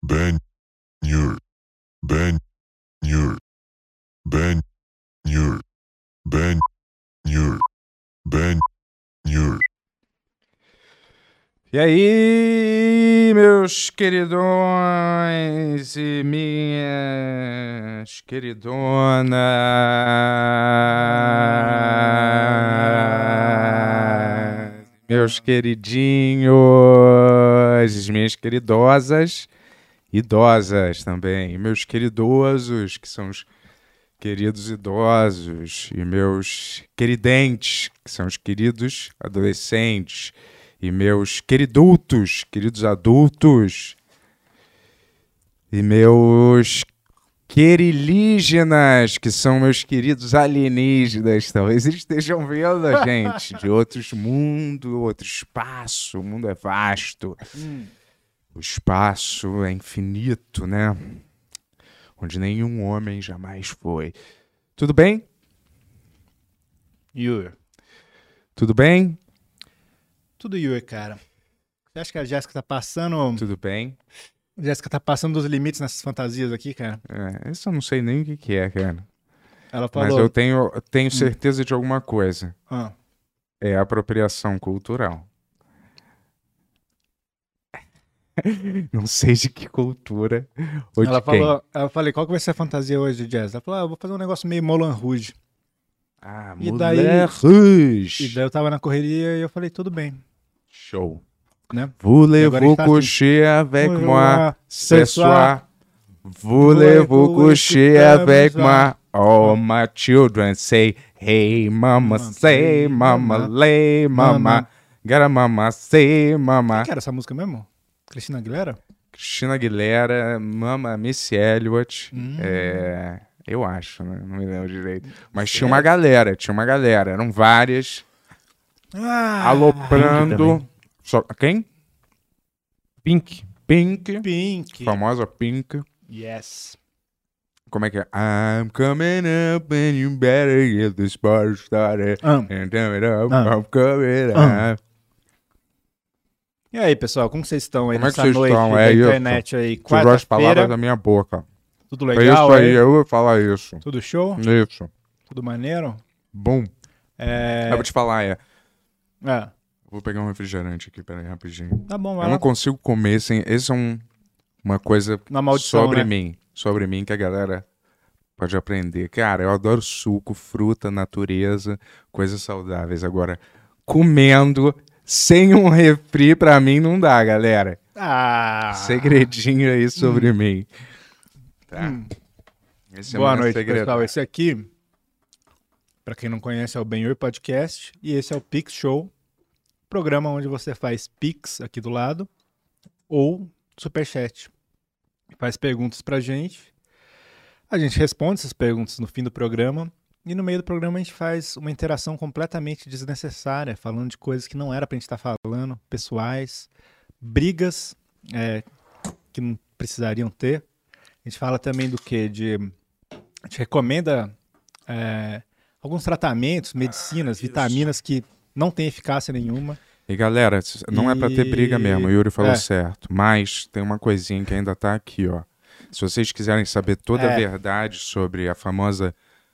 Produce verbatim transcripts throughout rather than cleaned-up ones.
Ben Nur. Ben Nur. Ben Nur. Ben Nur. Ben Nur. E aí, meus queridões e minhas queridonas, meus queridinhos, minhas queridosas, idosas também, meus queridosos, que são os queridos idosos, e meus queridentes, que são os queridos adolescentes, e meus queridultos, queridos adultos, e meus querilígenas, que são meus queridos alienígenas. Talvez eles estejam vendo a gente de outros mundos, outro espaço. O mundo é vasto. Hum. O espaço é infinito, né? Onde nenhum homem jamais foi. Tudo bem? Yuri. Tudo bem? Tudo Yuri, cara. Você acha que a Jéssica tá passando... Tudo bem? A Jéssica tá passando dos limites nessas fantasias aqui, cara? É, isso eu não sei nem o que, que é, cara. Ela falou... Mas eu tenho, tenho certeza hum. de alguma coisa. Ah. É apropriação cultural. Não sei de que cultura ou ela de falou, quem. Eu falei, qual que vai ser a fantasia hoje de Jazz? Ela falou, ah, eu vou fazer um negócio meio Moulin Rouge. Ah, e Moulin daí, Rouge. E daí eu tava na correria e eu falei, tudo bem. Show. Né? Voulez-vous coucher avec moi ce soir? Voulez-vous coucher avec moi? All my children say, hey mama, say mama, lay mama, gotta mama, say mama. O que era essa música mesmo? Cristina Aguilera? Cristina Aguilera, Mama, Missy Elliott, hum. é, eu acho, né? Não me lembro direito. Mas Sério? tinha uma galera, tinha uma galera, eram várias, ah, aloprando... Só, quem? Pink. Pink. Pink. Famosa Pink. Yes. Como é que é? I'm coming up and you better get this party started. Um. And turn it up, um. I'm coming um. up. E aí, pessoal, como vocês estão aí como nessa é que noite estão? da é internet isso. aí? Tirou as palavras da minha boca. Tudo legal, é isso aí, é? eu vou falar isso. Tudo show? Isso. Tudo maneiro? Bom. É... Eu vou te falar, é... É. Vou pegar um refrigerante aqui, peraí, rapidinho. Tá bom, vai Eu lá. não consigo comer sem... Esse é um, uma coisa uma maldição, sobre né? mim. Sobre mim que a galera pode aprender. Cara, eu adoro suco, fruta, natureza, coisas saudáveis. Agora, comendo sem um refri pra mim não dá, galera. Ah. Segredinho aí sobre hum. mim. Tá. Hum. Esse Boa é noite, segredo. pessoal. Esse aqui, pra quem não conhece, é o Ben-Hur Podcast. E esse é o Pix Show. Programa onde você faz Pix aqui do lado ou Superchat. Faz perguntas pra gente. A gente responde essas perguntas no fim do programa. E no meio do programa a gente faz uma interação completamente desnecessária, falando de coisas que não era pra gente estar falando, pessoais, brigas é, que não precisariam ter. A gente fala também do que? De, a gente recomenda é, alguns tratamentos, medicinas, ah, vitaminas que não tem eficácia nenhuma. E galera, não e... é pra ter briga mesmo, o Yuri falou é. certo. Mas tem uma coisinha que ainda tá aqui, ó. Se vocês quiserem saber toda é. a verdade sobre a famosa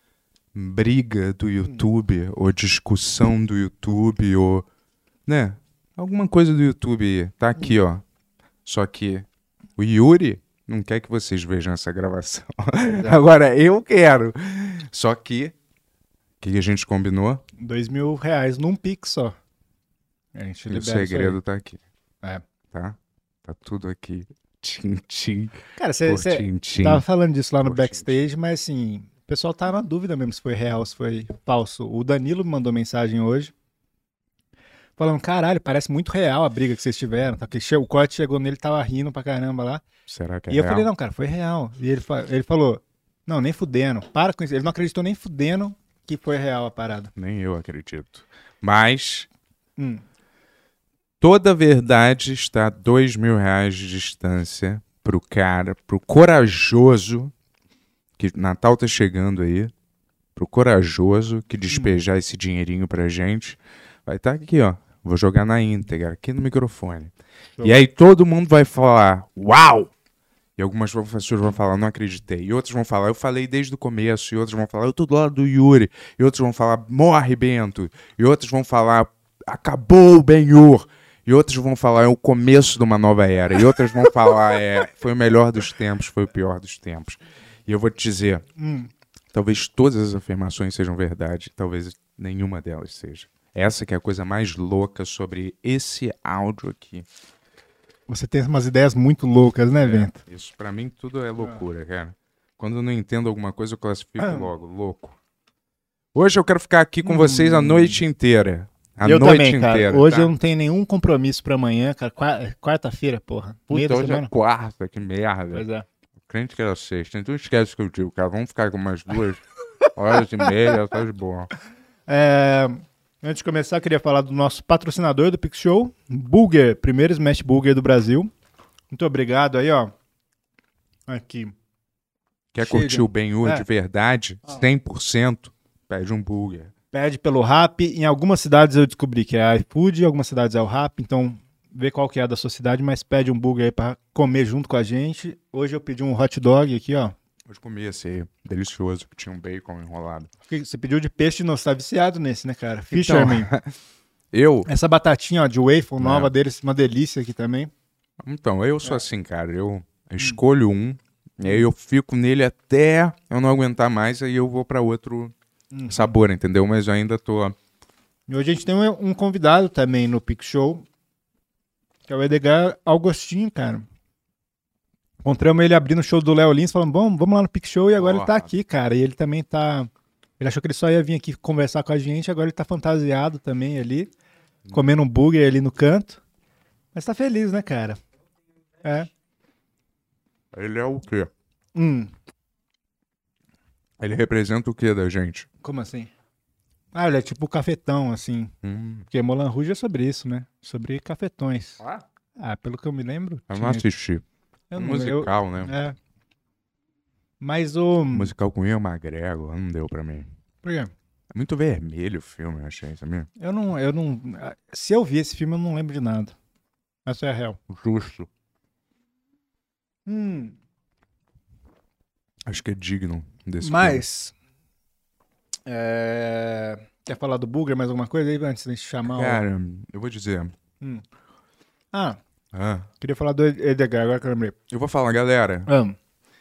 briga do YouTube, hum. ou discussão do YouTube, ou, né, alguma coisa do YouTube, tá aqui, ó. Só que o Yuri não quer que vocês vejam essa gravação. Agora, eu quero. Só que, o que a gente combinou? Dois mil reais num Pix só. A gente e o segredo tá aqui. É. Tá? Tá tudo aqui. Tchim, tchim. Cara, você tava falando disso lá no backstage, mas assim, o pessoal tá na dúvida mesmo se foi real, se foi falso. O Danilo me mandou mensagem hoje, falando, caralho, parece muito real a briga que vocês tiveram. Tá? O corte chegou nele, tava rindo pra caramba lá. Será que é e real? eu falei, não, cara, foi real. E ele, ele falou, não, nem fudendo, para com isso. Ele não acreditou nem fudendo que foi real a parada. Nem eu acredito. Mas... Hum. Toda a verdade está a dois mil reais de distância pro cara, pro corajoso, que Natal tá chegando aí, pro corajoso que despejar hum. esse dinheirinho pra gente, vai estar tá aqui, ó. Vou jogar na íntegra, aqui no microfone. Show. E aí todo mundo vai falar, uau! E algumas pessoas vão falar, não acreditei. E outros vão falar, eu falei desde o começo. E outros vão falar, eu tô do lado do Yuri. E outros vão falar, morre, Bento. E outros vão falar, acabou o Ben-Hur. E outros vão falar, é o começo de uma nova era. E outros vão falar, é, foi o melhor dos tempos, foi o pior dos tempos. E eu vou te dizer, Hum. talvez todas as afirmações sejam verdade, talvez nenhuma delas seja. Essa que é a coisa mais louca sobre esse áudio aqui. Você tem umas ideias muito loucas, né, Bento? É, isso pra mim tudo é loucura, cara. Quando eu não entendo alguma coisa, eu classifico Ah. logo, louco. Hoje eu quero ficar aqui com Hum. vocês a noite inteira. A eu noite também, cara. inteira. Hoje tá? eu não tenho nenhum compromisso pra amanhã, cara. Qua- Quarta-feira, porra. Meio Puta, da hoje semana. é quarta, que merda. Pois é. Crente que era sexta. Então esquece o que eu digo, cara. Vamos ficar com umas duas horas e meia, tá de boa. É, antes de começar, eu queria falar do nosso patrocinador do Pix Show, Burger, primeiro Smash Burger do Brasil. Muito obrigado aí, ó. Aqui. Quer Chega. curtir o Ben-Hur É. de verdade? cem por cento. Pede um burger. Pede pelo Rap. Em algumas cidades eu descobri que é iFood, em algumas cidades é o Rap, então vê qual que é a da sua cidade, mas pede um burger aí pra comer junto com a gente. Hoje eu pedi um hot dog aqui, ó. Hoje comi esse aí, delicioso, que tinha um bacon enrolado. Você pediu de peixe de novo, você tá viciado nesse, né, cara? Então, Fisherman. Eu, Essa batatinha, ó, de waffle É. nova deles, uma delícia aqui também. então, eu É. sou assim, cara. Eu Hum. escolho um, e aí eu fico nele até eu não aguentar mais, aí eu vou pra outro Hum. sabor, entendeu? Mas eu ainda tô... E hoje a gente tem um, um convidado também no Pix Show, que é o Edgar Augustin, cara. Encontramos ele abrindo o show do Léo Lins, falando, bom, vamos lá no Pix Show, e agora ele tá Porra. aqui, cara. E ele também tá... Ele achou que ele só ia vir aqui conversar com a gente, agora ele tá fantasiado também ali, comendo um burger ali no canto. Mas tá feliz, né, cara? É. Ele é o quê? Hum, Ele representa o quê da gente? como assim? Ah, ele é tipo cafetão, assim. Hum, Porque Moulin Rouge é sobre isso, né? Sobre cafetões. Ah? Ah, pelo que eu me lembro. eu tinha- não assisti. eu Um não- musical, né? eu- É. Mas o... Musical com Ian McGregor, não deu pra mim. Por quê? É muito vermelho o filme, eu achei, sabia? Eu não, eu não. Se eu vi esse filme, eu não lembro de nada. Essa é a real. Justo. Hum, Acho que é digno desse filme. mas. é, Quer falar do Burger, mais alguma coisa aí antes de a gente chamar o. Cara, eu vou dizer... Ah, Ah, queria falar do Edgar, agora que eu lembrei. eu vou falar, galera. Ah,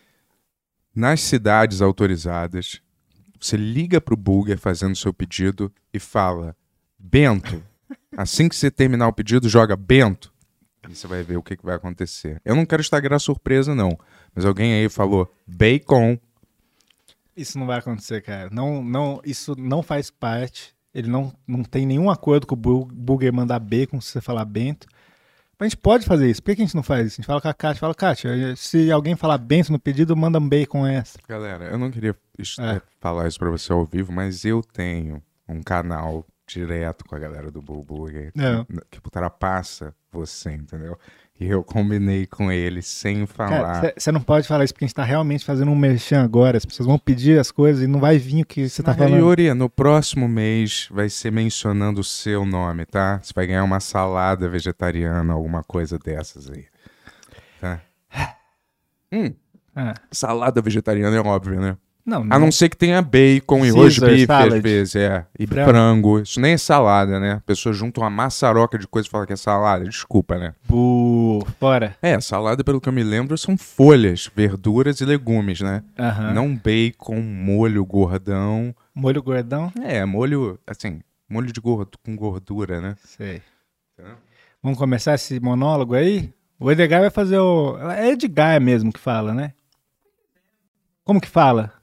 Nas cidades autorizadas, você liga pro Burger fazendo seu pedido e fala, Bento. Assim que você terminar o pedido, joga Bento. E você vai ver o que, que vai acontecer. Eu não quero estragar a surpresa, não. Mas alguém aí falou bacon. isso não vai acontecer, cara. Não, não, isso não faz parte. Ele não, não tem nenhum acordo com o Bu- Burger mandar bacon se você falar Bento. Mas a gente pode fazer isso. Por que que a gente não faz isso? A gente fala com a Kátia, fala, Kátia, se alguém falar Bento no pedido, manda um bacon extra. Galera, eu não queria es- É. eh, falar isso pra você ao vivo, mas eu tenho um canal direto com a galera do Bull Burger É. que, que ultrapassa você, entendeu? E eu combinei com ele sem falar. Cara, você não pode falar isso porque a gente tá realmente fazendo um merchan agora. As pessoas vão pedir as coisas e não vai vir o que você tá Mas, falando. Yuri, no próximo mês vai ser mencionando o seu nome, tá? Você vai ganhar uma salada vegetariana, alguma coisa dessas aí. Tá? Hum, Ah, salada vegetariana é óbvio, né? não, A não ser que tenha bacon e Caesar rosbife salad. às vezes, é. E Frango. frango. Isso nem é salada, né? A pessoa junta uma maçaroca de coisa e fala que é salada. Desculpa, né? Bu, fora. É, salada, pelo que eu me lembro, são folhas, verduras e legumes, né? Aham. Não bacon, molho gordão. Molho gordão? É, molho, assim, molho de gordo, com gordura, né? Sei. Tá. Vamos começar esse monólogo aí? O Edgar vai fazer o... É Edgar mesmo que fala, né? Como que fala?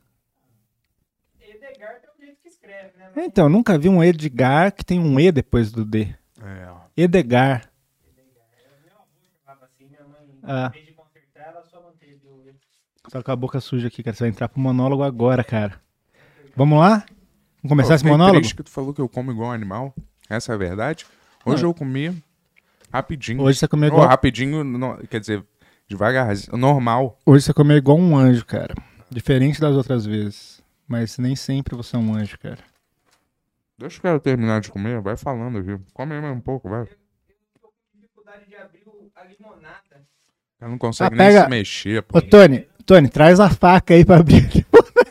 Edgar é o jeito que escreve, né? Então, eu nunca vi um Edgar que tem um E depois do D. É. Edgar. Meu avô chamava assim, minha mãe, Ah. em vez de consertar, ela só manteve o... Só com a boca suja aqui, cara. Você vai entrar pro monólogo agora, cara. Vamos lá? Vamos começar Pô, esse fiquei monólogo? triste que tu falou que eu como igual um animal. Essa é a verdade? Hoje Não. eu comi rapidinho. Hoje você comeu Oh, igual... rapidinho, no- quer dizer, devagarzinho, normal. Hoje você comeu igual um anjo, cara. Diferente das outras vezes. Mas nem sempre você é um anjo, cara. Deixa o cara terminar de comer, vai falando aqui. Come aí mais um pouco, vai. Eu tô com dificuldade de abrir o- a limonada. Ela não consegue Ah, nem pega- se mexer, pô. Ô, Tony, Tony, traz a faca aí pra abrir.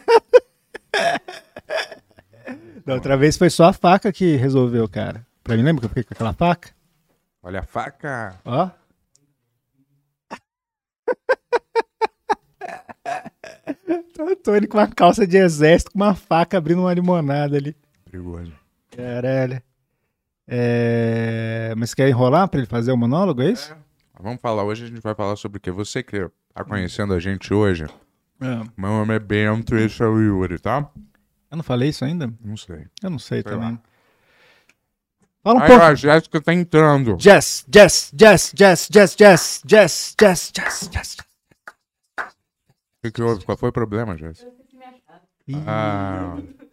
Da outra vez foi só a faca que resolveu, cara. Pra mim, lembra que eu fiquei com aquela faca? Olha a faca. Ó. O Tony com uma calça de exército, com uma faca abrindo uma limonada ali. Perigoso. Caralho. É... Mas quer enrolar pra ele fazer o monólogo, é isso? Vamos falar, hoje a gente vai falar sobre o que você que tá conhecendo a gente hoje. Meu nome é Bento e esse é o Yuri, tá? Eu não falei isso ainda? Não sei. Eu não sei, Sei também. lá. Fala um Aí pouco. ó, a Jéssica tá entrando. Jess, Jess, Jess, Jess, Jess, Jess, Jess, Jess, Jess, Jess. O que, que houve? Qual foi o problema, Jéssica? Ah.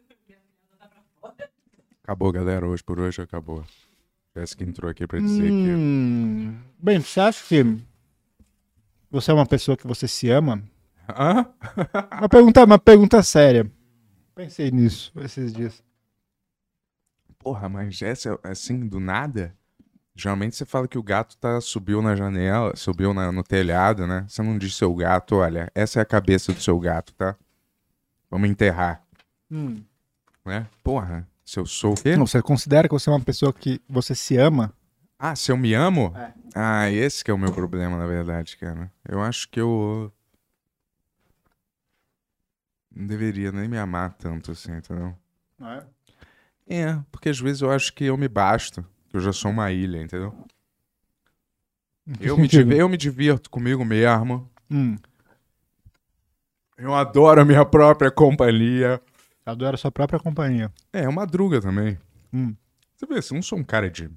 Acabou, galera. Hoje por hoje acabou. Jéssica entrou aqui pra dizer que... Hum, bem, você acha que você é uma pessoa que você se ama? Hã? Uma pergunta, uma pergunta séria. Pensei nisso esses dias. Porra, mas Jéssica, assim, do nada? Geralmente você fala que o gato tá, subiu na janela, subiu na- no telhado, né? Você não diz seu gato, olha, essa é a cabeça do seu gato, tá? Vamos enterrar, Hum. né? Porra, se eu sou o quê? Não, você considera que você é uma pessoa que você se ama? Ah, se eu me amo? É. Ah, esse que é o meu problema, na verdade, cara. Eu acho que eu... Não deveria nem me amar tanto assim, entendeu? Não é? É, porque às vezes eu acho que eu me basto, que eu já sou uma ilha, entendeu? Eu me, div- eu me divirto comigo mesmo. Hum. Eu adoro a minha própria companhia. Adoro a sua própria companhia. É, é uma druga também. Hum. Você vê, assim, eu não sou um cara de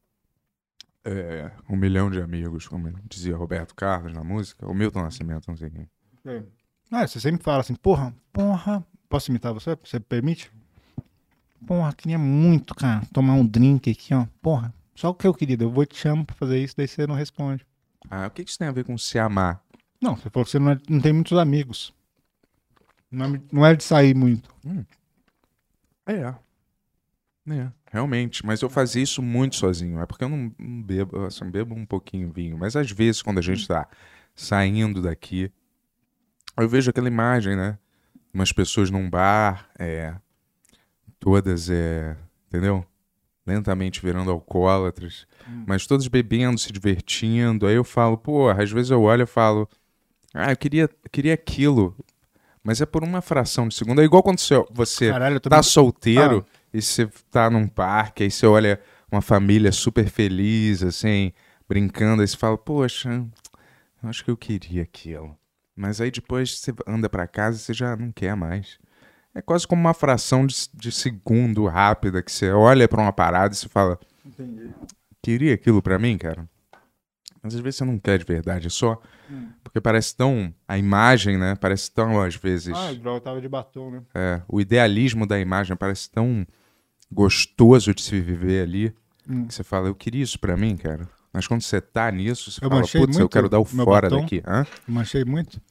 é, um milhão de amigos, como dizia Roberto Carlos na música, ou Milton Nascimento, não sei quem. Ah, você sempre fala assim, porra, porra. Posso imitar você? Você me permite? Porra, queria muito, cara, tomar um drink aqui, ó. Porra, só o que eu queria, eu vou te chamar pra fazer isso, daí você não responde. Ah, o que que isso tem a ver com se amar? Não, você falou que você não, é- não tem muitos amigos. Não é, não é de sair muito. É. É, realmente. Mas eu fazia isso muito sozinho. É porque eu não, não bebo, eu assim, bebo um pouquinho vinho. Mas às vezes, quando a gente tá saindo daqui, eu vejo aquela imagem, né? Umas pessoas num bar, é, todas, é, entendeu? Lentamente virando alcoólatras, mas todas bebendo, se divertindo. Aí eu falo, porra, às vezes eu olho e falo, ah, eu queria, eu queria aquilo. Mas é por uma fração de segundo. É igual quando você, você Caralho, eu tô tá muito- solteiro e você tá num parque, aí você olha uma família super feliz, assim, brincando, aí você fala, poxa, eu acho que eu queria aquilo. Mas aí depois você anda pra casa e você já não quer mais. É quase como uma fração de, de segundo rápida que você olha pra uma parada e você fala, queria aquilo pra mim, cara? Mas às vezes você não quer de verdade, é só porque parece tão... A imagem, né? Parece tão, às vezes... Ah, igual eu tava de batom, né? É, o idealismo da imagem parece tão gostoso de se viver ali, Hum. que você fala, eu queria isso pra mim, cara. Mas quando você tá nisso, você Eu fala, manchei putz, eu muito quero dar o meu fora batom? daqui. Hã? Manchei muito?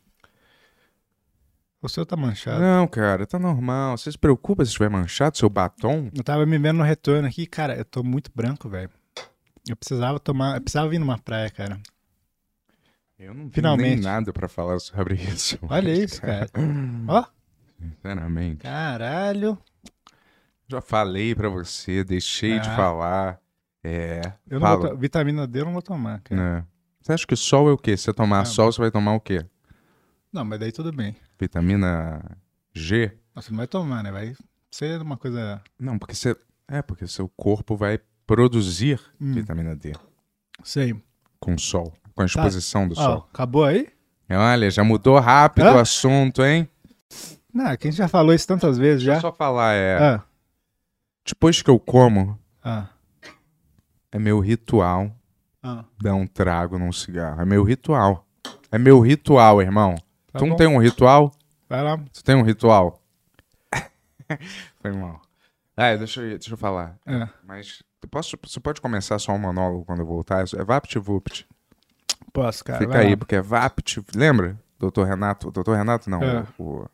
O seu tá manchado. Não, cara, tá normal. Você se preocupa se estiver manchado, seu batom? Eu tava me vendo no retorno aqui, cara, eu tô muito branco, velho. Eu precisava tomar, eu precisava vir numa praia, cara. Eu não tenho Finalmente. nem nada pra falar sobre isso. Olha isso, cara. Ó, Sinceramente. caralho. Já falei pra você, deixei de Ah. falar. É, Eu não fala. vou to- vitamina D eu não vou tomar, cara. Né? Você acha que sol é o quê? Se você tomar Ah. sol, você vai tomar o quê? Não, mas daí tudo bem. Vitamina G? Você não vai tomar, né? Vai ser uma coisa... Não, porque você... É, porque seu corpo vai produzir Hum. vitamina D Sei. com sol, com a exposição do Ó, sol. acabou aí? Olha, já mudou rápido Hã? o assunto, hein? Não, que a gente já falou isso tantas vezes Deixa já. eu só falar, é... Ah, Depois que eu como, ah, é meu ritual ah. dar um trago num cigarro. É meu ritual. É meu ritual, irmão. Tá tu não bom. tem um ritual? Vai lá. Tu tem um ritual? Foi mal. Ah, deixa eu, deixa eu falar. É. Mas eu posso, você pode começar só um monólogo quando eu voltar? É VaptVupt. Posso, cara. Fica vai aí, lá. porque é Vapt... Lembra? doutor Renato? doutor Renato não. É. O, o,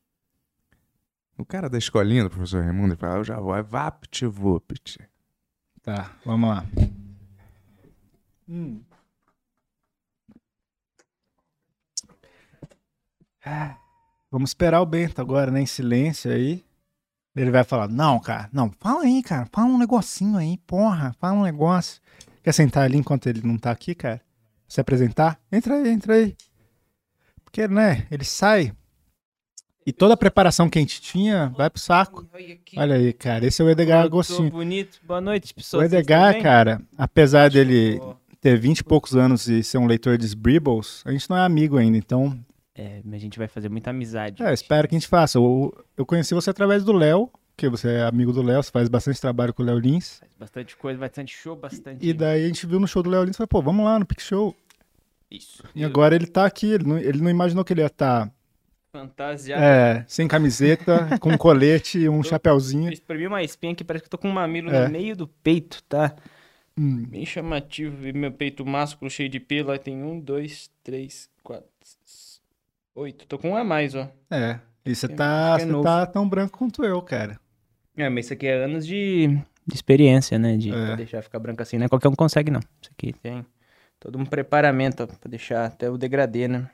o cara da escolinha do professor Raimundo, ele fala, eu já vou. É VaptVupt. Tá, vamos lá. Hum. Vamos esperar o Bento agora, né? Em silêncio aí. Ele vai falar, não, cara, não, fala aí, cara, fala um negocinho aí, porra, fala um negócio. Quer sentar ali enquanto ele não tá aqui, cara? Se apresentar? Entra aí, entra aí. Porque, né, ele sai e toda a preparação que a gente tinha vai pro saco. Olha aqui. Olha aí, cara, esse é o Edgar Eu tô Agostinho. bonito. Boa noite, pessoal. O Vocês Edgar, estão bem? cara, apesar dele Ó, ter vinte e poucos anos e ser um leitor de Scribbles, a gente não é amigo ainda, então É, mas a gente vai fazer muita amizade. é, espero que a gente faça. Eu, eu conheci você através do Léo, que você é amigo do Léo, você faz bastante trabalho com o Léo Lins. Faz bastante coisa, bastante show, bastante... E daí a gente viu no show do Léo Lins e falou, pô, vamos lá no Pix Show. Isso. E agora ele tá aqui, ele não, ele não imaginou que ele ia estar Fantasiado. é, sem camiseta, com um colete e um chapéuzinho. Isso pra mim é uma espinha que parece que eu tô com um mamilo É. no meio do peito, tá? Hum, Bem chamativo. E meu peito másculo cheio de pelo. Aí tem um, dois, três, quatro, s- oito. Tô com um a mais, ó. é, e você É, tá, acho que é você novo. tá tão branco quanto eu, cara. É, mas isso aqui é anos de, de experiência, né? De É. pra deixar ficar branco assim, né? Qualquer um consegue, não. Isso aqui tem todo um preparamento ó, pra deixar até o degradê, né?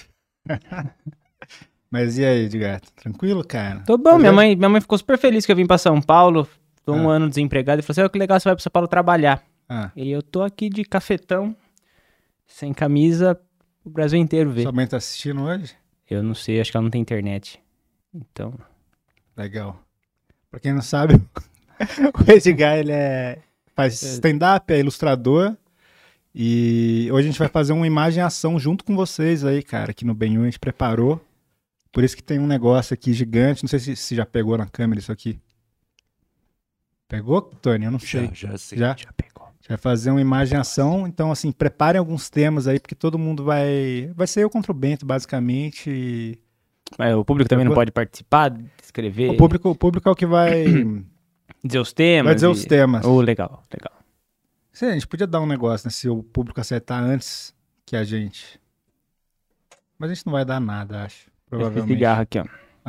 Mas e aí, Edgar, tranquilo, cara? Tô bom, Pois minha é. mãe, minha mãe ficou super feliz que eu vim pra São Paulo. Tô um Ah. ano desempregado e falou assim: "Ó, que legal, você vai pra São Paulo trabalhar." Ah, E eu tô aqui de cafetão, sem camisa, o Brasil inteiro vê. sua mãe tá assistindo hoje? Eu não sei, acho que ela não tem internet. Então, Legal. Pra quem não sabe, o Edgar, ele é, faz stand-up, é ilustrador. E hoje a gente vai fazer uma imagem e ação junto com vocês aí, cara, aqui no Benhu, a gente preparou. Por isso que tem um negócio aqui gigante, não sei se, se já pegou na câmera isso aqui. Pegou, Tony? Eu não sei. já sei. Já? já pegou. A gente vai fazer uma imagem e ação, então assim, preparem alguns temas aí, porque todo mundo vai... Vai ser eu contra o Bento, basicamente, e Mas o público também não Pegou? pode participar, escrever, o público, o público é o que vai, dizer os temas. vai dizer e- os temas. Oh, legal, legal. Sim, a gente podia dar um negócio, né, se o público acertar antes que a gente. Mas a gente não vai dar nada, acho. Esse Provavelmente. cigarro aqui, ó.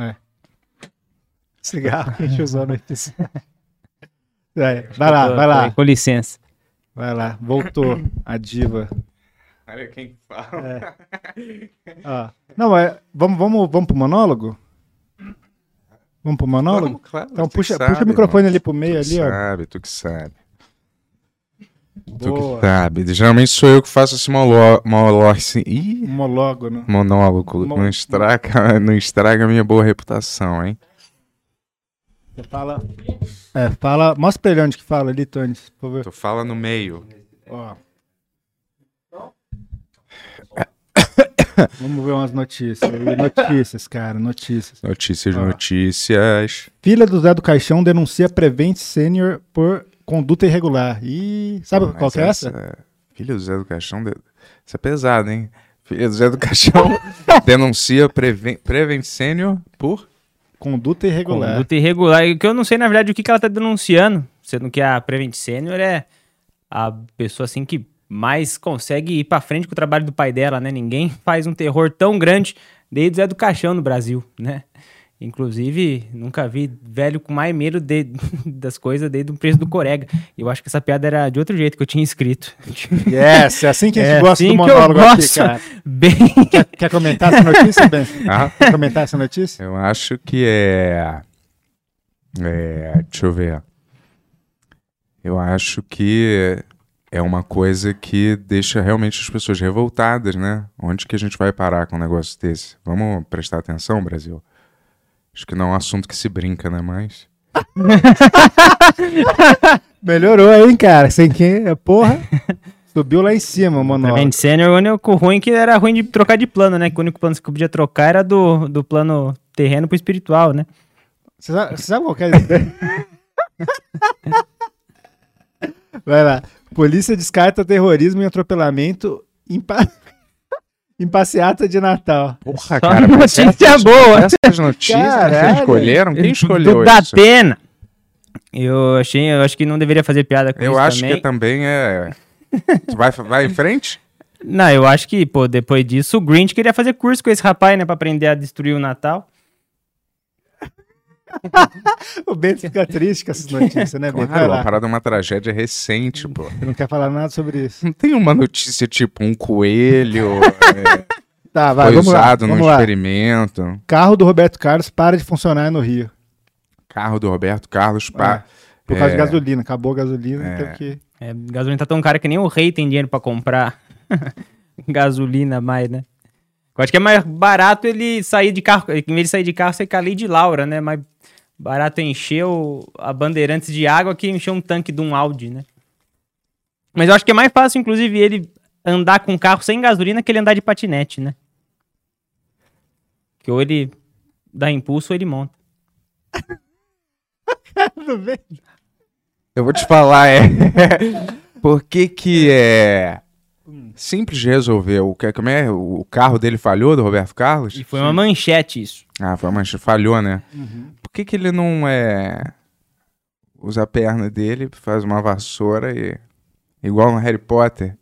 Cigarro que a gente usou no episódio. É, vai lá, Tô- vai tô lá. aí, Com licença. Vai lá. Voltou a diva. Olha quem fala. Ó. Não, mas vamos, vamos, vamos pro monólogo? Vamos pro monólogo? Vamos, claro, Então tu que puxa, sabe, puxa o microfone irmão. ali pro meio, Tu que ali, ó. sabe, tu que sabe. Tu Boa. que sabe. Geralmente sou eu que faço esse monólogo. monólogo assim. Ih, Monólogo, monólogo. Mo- Não estraga, não estraga a minha boa reputação, hein? Você fala. É, fala. Mostra pra ele onde que fala ali, Tony. Por favor. Tu fala no meio. Ó. Vamos ver umas notícias. aí. Notícias, cara, notícias. Notícias, Ó. notícias. Filha do Zé do Caixão denuncia Prevent Senior por conduta irregular. Ih, sabe Mas qual que é essa? Filha do Zé do Caixão. de- Isso é pesado, hein? Filha do Zé do Caixão denuncia Preven... Prevent Senior por. Conduta irregular. Conduta irregular. E que eu não sei, na verdade, o que, que ela tá denunciando. Sendo que a Prevent Senior é a pessoa, assim, que mais consegue ir pra frente com o trabalho do pai dela, né? Ninguém faz um terror tão grande desde o Zé do Caixão no Brasil, né? Inclusive, nunca vi velho com mais medo de- das coisas desde o preço do Corega. Eu acho que essa piada era de outro jeito que eu tinha escrito. Yes, é assim que a gente É gosta assim do que eu monólogo aqui, gosto. cara. Bem... Quer, quer comentar essa notícia, Ben? Ah, Quer comentar essa notícia? eu acho que é. É. Deixa eu ver. Eu acho que é uma coisa que deixa realmente as pessoas revoltadas, né? Onde que a gente vai parar com um negócio desse? Vamos prestar atenção, Brasil? Acho que não é um assunto que se brinca, né? Mas. Melhorou, hein, cara? Sem quem, porra, subiu lá em cima o monólogo. Prevent Senior, o único ruim que era ruim de trocar de plano, né? Que o único plano que eu podia trocar era do, do plano terreno pro espiritual, né? Você sabe, você sabe qual que é a ideia? Vai lá. Polícia descarta terrorismo e atropelamento em, pa... em passeata de Natal. Porra, Só notícia essas- boa. Essas notícias que Caralho. escolheram? Quem Do escolheu da isso? Atena. Eu achei, eu acho que não deveria fazer piada com Eu isso acho também. que também é. Tu vai, vai em frente? Não, eu acho que, pô, depois disso, o Grinch queria fazer curso com esse rapaz, né? Pra aprender a destruir o Natal. O Bento fica triste com essas notícias, né, Bento? Vai Claro, a lá. parada é uma tragédia recente, pô. Você não quer falar nada sobre isso. Não tem uma notícia tipo um coelho é, Tá, vai, Foi vamos lá. usado num Vamos lá. experimento. Carro do Roberto Carlos para de funcionar no Rio. Carro do Roberto Carlos. Pa... Por causa É. de gasolina. Acabou a gasolina, É. então que... É, gasolina tá tão cara que nem o rei tem dinheiro pra comprar gasolina mais, né? Eu acho que é mais barato ele sair de carro, em vez de sair de carro, você cair de Laura, né? Mais barato é encher o, a Bandeirantes de água que encher um tanque de um Audi, né? Mas eu acho que é mais fácil, inclusive, ele andar com carro sem gasolina que ele andar de patinete, né? Que ou ele dá impulso ou ele monta. Tudo bem? Eu vou te falar, é. Por que que é simples de resolver? O, que- como é? O carro dele falhou, do Roberto Carlos? E foi uma manchete isso. Ah, foi, mas falhou, né? Uhum. Por que que ele não é. Usa a perna dele, faz uma vassoura e. Igual no Harry Potter.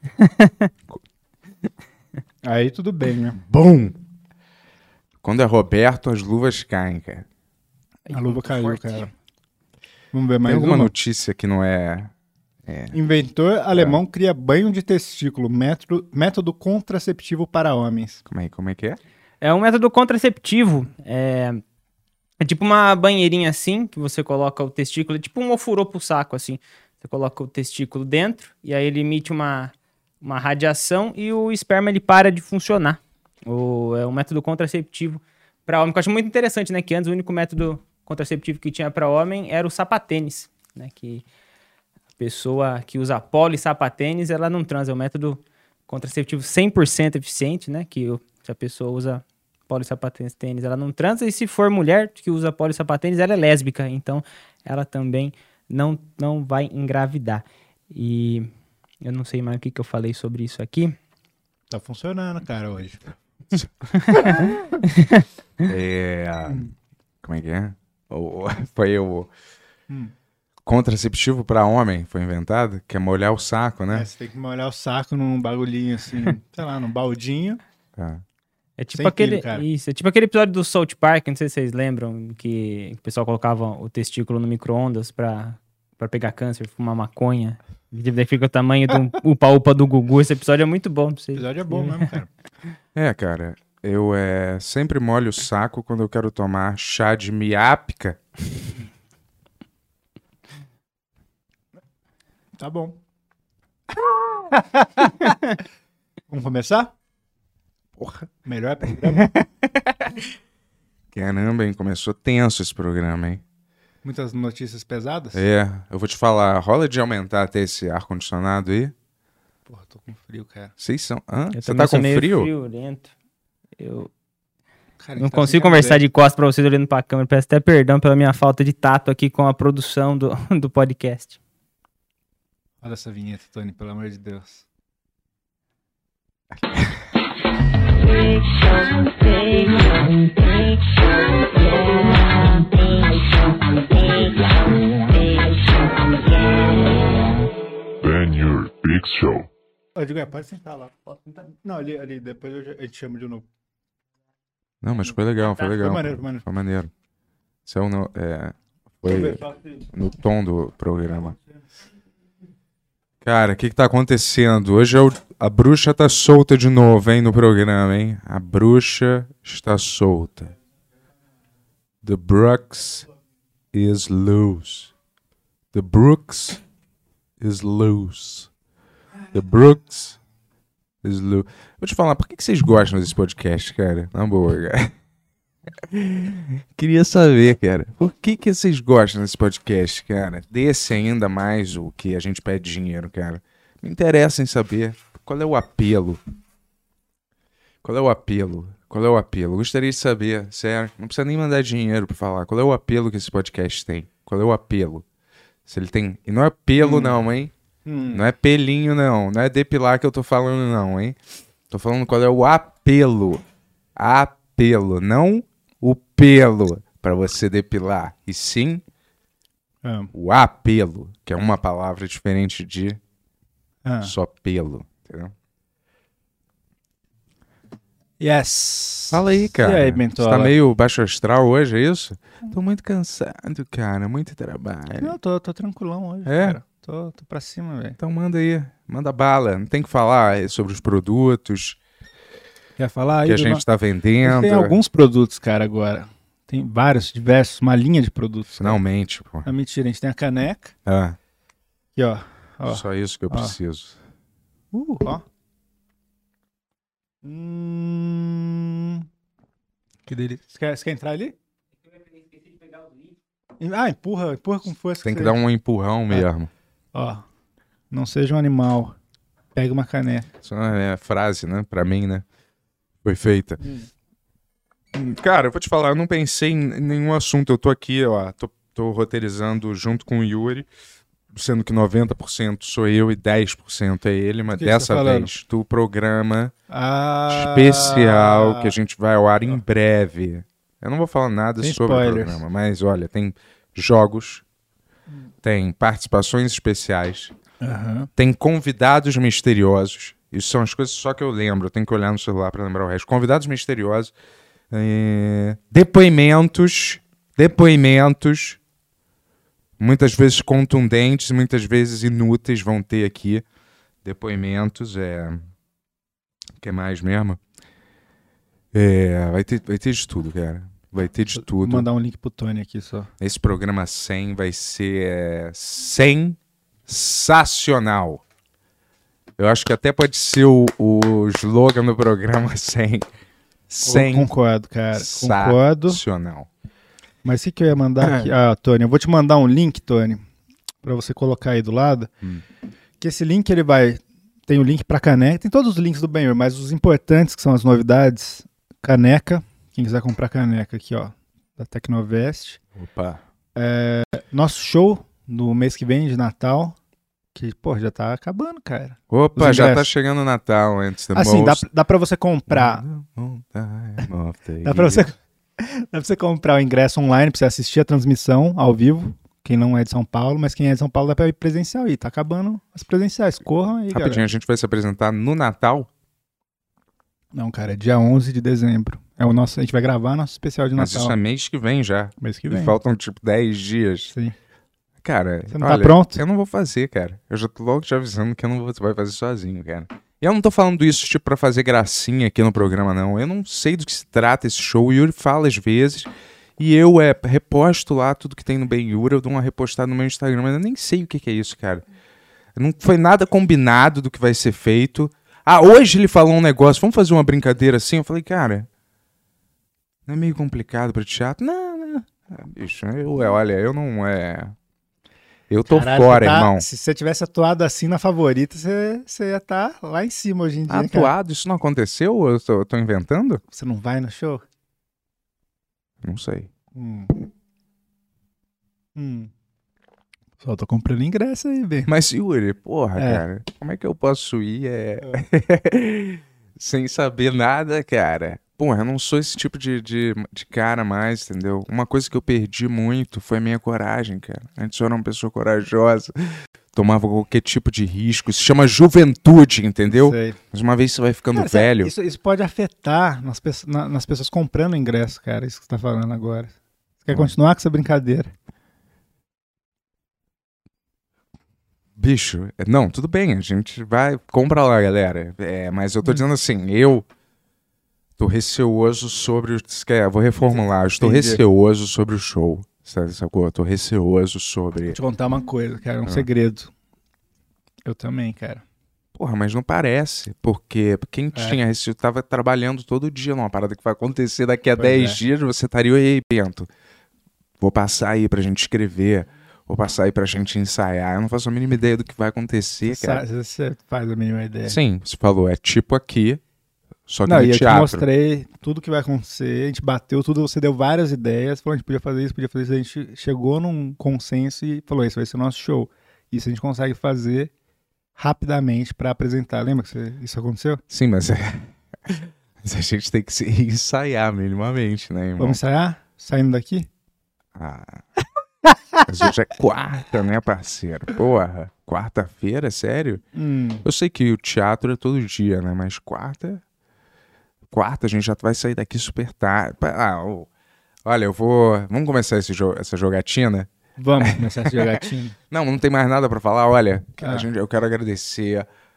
Aí tudo bem, né? Bum! Quando é Roberto, as luvas caem, cara. A luva caiu, cara. Vamos ver Tem mais alguma uma? notícia que não é. Inventor alemão cria banho de testículo, método, método contraceptivo para homens. Como é, como é que é? É um método contraceptivo. É, é tipo uma banheirinha assim, que você coloca o testículo, é tipo um ofurô pro saco, assim. Você coloca o testículo dentro, e aí ele emite uma, uma radiação e o esperma ele para de funcionar. O, é um método contraceptivo para homem, que eu acho muito interessante, né? Que antes o único método contraceptivo que tinha para homem era o sapatênis, né? Que a pessoa que usa polo e sapatênis, ela não transa. É um método contraceptivo cem por cento eficiente, né? Que o- se a pessoa usa polo e sapatênis, tênis, ela não transa. E se for mulher que usa polo e sapatênis, ela é lésbica. Então, ela também não, não vai engravidar. E eu não sei mais o que, que eu falei sobre isso aqui. Tá funcionando, cara, hoje. É. Como é que é? O- foi o. Hum. Contraceptivo para homem foi inventado, que é molhar o saco, É, né? você tem que molhar o saco num bagulhinho assim, sei lá, num baldinho. Tá. É tipo Sem aquele. pino, cara. Isso, é tipo aquele episódio do South Park, não sei se vocês lembram, que o pessoal colocava o testículo no micro-ondas pra, pra pegar câncer, fumar maconha. E daí fica o tamanho do upa-upa do Gugu. Esse episódio é muito bom pra O vocês. episódio é bom mesmo, cara. É, cara, eu é, sempre molho o saco quando eu quero tomar chá de miápica. Tá bom. Vamos começar? Porra. Melhor programa. Caramba, hein? Começou tenso esse programa, hein? Muitas notícias pesadas. É, eu vou te falar, rola de aumentar até esse ar-condicionado aí? Porra, tô com frio, cara. Vocês são. Hã? Eu Você também tá sou com meio frio? friorento. Eu Cara, não a gente tá consigo sem conversar camiseta. de costas pra vocês olhando pra câmera. Peço até perdão pela minha falta de tato aqui com a produção do, do podcast. Olha essa vinheta, Tony, pelo amor de Deus. Ben Yur Big Show. Ô, Edgar, pode sentar lá. Pode sentar. Não, ali, ali, depois eu, já- a gente chama de novo. Não, mas foi legal, foi Foi legal. maneiro, foi maneiro. Foi maneiro. Isso é, um, no- é, Deixa eu foi ver só se- no tom do programa. Cara, o que que tá acontecendo? Hoje é o- a bruxa tá solta de novo, hein, no programa, hein? A bruxa está solta. The Brooks is loose. The Brooks is loose. The Brooks is loose. Vou te falar, por que que vocês gostam desse podcast, cara? Na boa, cara. Queria saber, cara, por que que vocês gostam desse podcast, cara? Desse ainda mais o que a gente pede dinheiro, cara. Me interessa em saber qual é o apelo. Qual é o apelo? Qual é o apelo? Gostaria de saber, sério. Não precisa nem mandar dinheiro pra falar. Qual é o apelo que esse podcast tem? Qual é o apelo? Se ele tem... E não é pelo não, hein? Hum. Não é pelinho não. Não é depilar que eu tô falando não, hein? Tô falando qual é o apelo. Apelo. Não o pelo pra você depilar. E sim Ah, o apelo, que é uma palavra diferente de ah. só pelo. Entendeu? Yes. Fala aí, cara. E aí, Você Bentola? tá meio baixo astral hoje, é isso? Tô muito cansado, cara. Muito trabalho. Não, tô, tô tranquilão hoje, É? cara. Tô, tô pra cima, velho. Então manda aí. Manda bala. Não tem que falar sobre os produtos. Quer falar aí? que a do gente no- tá vendendo. Tem alguns produtos, cara, agora. Tem vários, diversos, uma linha de produtos. cara. Finalmente, pô. Não, mentira, a gente tem a caneca. Ah, Aqui, ó. ó. só isso que eu Ó. preciso. Uh, ó. Hum... Que delícia. Você quer, você quer entrar ali? Ah, empurra, empurra com força. Tem que você- dar um empurrão mesmo. Ó, não seja um animal. Pega uma caneca. Isso é frase, né? Pra mim, né? Foi feita. Hum. Hum, Cara, eu vou te falar, eu não pensei em nenhum assunto. Eu tô aqui, ó, tô, tô roteirizando junto com o Yuri, sendo que noventa por cento sou eu e dez por cento é ele, mas O que que você dessa tá falando? vez, do programa Ah, especial que a gente vai ao ar em breve. Eu não vou falar nada Sem sobre spoilers. o programa, mas olha, tem jogos, tem participações especiais, Aham. tem convidados misteriosos. Isso são as coisas só que eu lembro. Eu tenho que olhar no celular pra lembrar o resto. Convidados misteriosos, é, depoimentos, depoimentos, muitas vezes contundentes, muitas vezes inúteis vão ter aqui. Depoimentos, é... O que mais mesmo? É, vai ter, vai ter de tudo, cara. Vai ter de Vou tudo. mandar um link pro Tony aqui só. Esse programa cem vai ser é, sensacional. Eu acho que até pode ser o, o slogan do programa cem. Eu concordo, cara. Concordo. Sensacional. Mas o que, que eu ia mandar aqui? Ah, Tony, eu vou te mandar um link, Tony, pra você colocar aí do lado. Hum. Que esse link, ele vai... Tem o link pra caneca. Tem todos os links do Benhur, mas os importantes, que são as novidades. Caneca. Quem quiser comprar caneca aqui, ó. Da Tecnovest. Opa. Nosso show no mês que vem, de Natal. Que, pô, já tá acabando, cara. Opa, Os já tá ingressos. chegando o Natal antes do Assim, dá, most... dá pra você comprar... Dá pra você, dá pra você comprar o ingresso online pra você assistir a transmissão ao vivo. Quem não é de São Paulo, mas quem é de São Paulo dá pra ir presencial aí. Tá acabando as presenciais. Corram aí, Rapidinho, galera. a gente vai se apresentar no Natal, Não, cara, é dia onze de dezembro. É o nosso, a gente vai gravar nosso especial de mas Natal. isso é mês que vem já. Mês que E vem. faltam tipo dez dias. Sim. Cara, Você não tá olha, pronto? Eu não vou fazer, cara. Eu já tô logo te avisando que eu não vou, você vai fazer sozinho, cara. E eu não tô falando isso, tipo, pra fazer gracinha aqui no programa, não. Eu não sei do que se trata esse show. O Yuri fala às vezes. E eu é, reposto lá tudo que tem no Benhur. Eu dou uma repostada no meu Instagram, mas eu nem sei o que, que é isso, cara. Não foi nada combinado do que vai ser feito. Ah, hoje ele falou um negócio. Vamos fazer uma brincadeira assim? Eu falei, cara, não é meio complicado pra teatro? Não, não. Ah, bicho, eu, é, olha, eu não é... Eu tô Caralho, fora, tá- irmão. Se você tivesse atuado assim na favorita, você, você ia estar lá em cima hoje em dia, cara. Atuado? Isso não aconteceu? Ou eu tô, eu tô inventando? Você não vai no show? Não sei. Hum. Hum. Só tô comprando ingresso aí, bem. Mas, Yuri, porra, É. cara, como é que eu posso ir é... sem saber nada, cara? Porra, eu não sou esse tipo de, de, de cara mais, entendeu? Uma coisa que eu perdi muito foi a minha coragem, cara. Antes eu era uma pessoa corajosa, tomava qualquer tipo de risco. Isso chama juventude, entendeu? Sei. Mas uma vez você vai ficando Cara, velho... Isso, isso pode afetar nas, pesso- na- nas pessoas comprando ingresso, cara. Isso que você tá falando agora. Você quer Hum. continuar com essa brincadeira? Bicho, é- não, tudo bem, a gente vai, compra lá, galera. É, mas Hum. eu tô dizendo assim, eu tô receoso sobre o. Quer, vou reformular, eu estou Entendi. receoso sobre o show. Sabe, sacou? Eu tô receoso sobre. Vou te contar uma coisa, cara. É um Ah. segredo. Eu também, cara. Porra, mas não parece. Porque quem É. tinha receio tava trabalhando todo dia numa parada que vai acontecer daqui a Pois dez é. dias, você estaria aí, Bento. Vou passar aí pra gente escrever. Vou passar aí pra gente ensaiar. Eu não faço a mínima ideia do que vai acontecer, Você cara. sabe- Você faz a mínima ideia. Sim, você falou, é tipo aqui, só que Não, no e eu te teatro. mostrei tudo que vai acontecer, a gente bateu tudo, você deu várias ideias, falou, a gente podia fazer isso, podia fazer isso, a gente chegou num consenso e falou, esse vai ser o nosso show. Isso a gente consegue fazer rapidamente pra apresentar. Lembra que você- isso aconteceu? Sim, mas, é... mas a gente tem que se ensaiar minimamente, né, irmão? Vamos ensaiar? Saindo daqui? Ah. Mas hoje é quarta, né, parceiro? Porra, quarta-feira, sério? Hum, Eu sei que o teatro é todo dia, né? Mas quarta... Quarta a gente já vai sair daqui super tarde. Ah, ô, olha, eu vou... Vamos começar esse jo... essa jogatina? vamos começar essa jogatina. Não, não tem mais nada pra falar. Olha, Ah. a gente... eu quero agradecer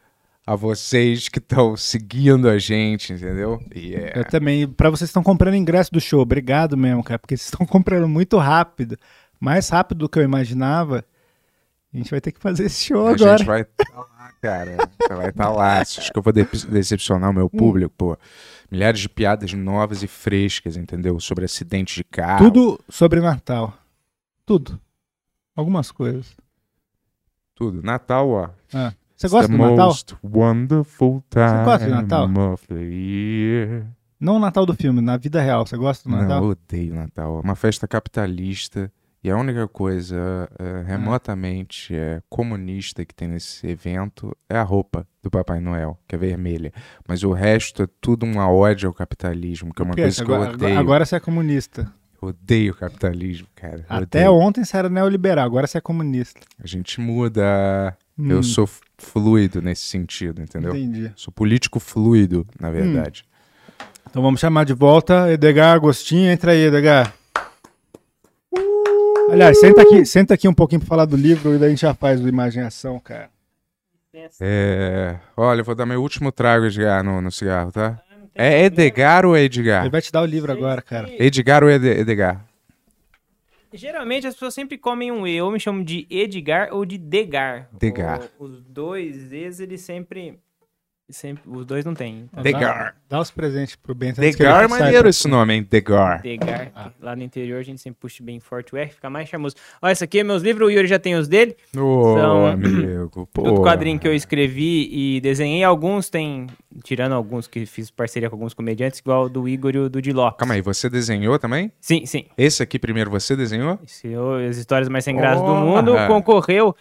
a vocês que estão seguindo a gente, entendeu? E é... Eu também. Pra vocês que estão comprando ingresso do show, obrigado mesmo, cara, porque vocês estão comprando muito rápido. Mais rápido do que eu imaginava. A gente vai ter que fazer esse show A agora. gente vai estar lá, cara. Você vai estar lá. Acho que eu vou de- decepcionar o meu Hum. público, pô. Milhares de piadas novas e frescas, entendeu? Sobre acidentes de carro. Tudo sobre Natal. Tudo. Algumas coisas. Tudo. Natal, ó. Ah. Você gosta The do Natal? most wonderful time gosta de Natal? of the year. Não o Natal do filme, na vida real. Você gosta do Não, Natal? eu odeio Natal. É uma festa capitalista e a única coisa é, remotamente é, comunista que tem nesse evento é a roupa do Papai Noel, que é vermelha. Mas o resto é tudo uma ódio ao capitalismo, que é uma Por quê? coisa que eu agora, odeio. agora você é comunista. Eu odeio o capitalismo, cara. Eu Até odeio. ontem você era neoliberal, agora você é comunista. A gente muda. Eu Hum, sou fluido nesse sentido, entendeu? Entendi. Sou político fluido, na verdade. Então vamos chamar de volta Edgar Agostinho. Entra aí, Edgar. Aliás, senta aqui, senta aqui um pouquinho pra falar do livro e daí a gente já faz o Imagem e Ação, cara. É... Olha, eu vou dar meu último trago, Edgar, no, no cigarro, tá? É Edgar ou é Edgar? Ele vai te dar o livro agora, cara. Edgar ou Ed- Edgar? Geralmente as pessoas sempre comem um E, ou me chamam de Edgar ou de Degar. Degar. O- os dois E's, eles sempre, sempre... Os dois não tem. Então, Degar. Dá os presentes pro Bento. antes que ele Degar é saia. maneiro esse nome, hein? Degar. Degar. Lá no interior a gente sempre puxa bem forte o R, fica mais charmoso. Olha, esse aqui é meus livros, o Yuri já tem os dele. Ô, São- amigo, pô. Todo quadrinho que eu escrevi e desenhei, alguns tem... Tirando alguns que fiz parceria com alguns comediantes, igual o do Igor e o do Dilox. Calma aí, você desenhou também? Sim, sim. Esse aqui primeiro você desenhou? Esse, o- as histórias mais sem graça do Porra! mundo concorreu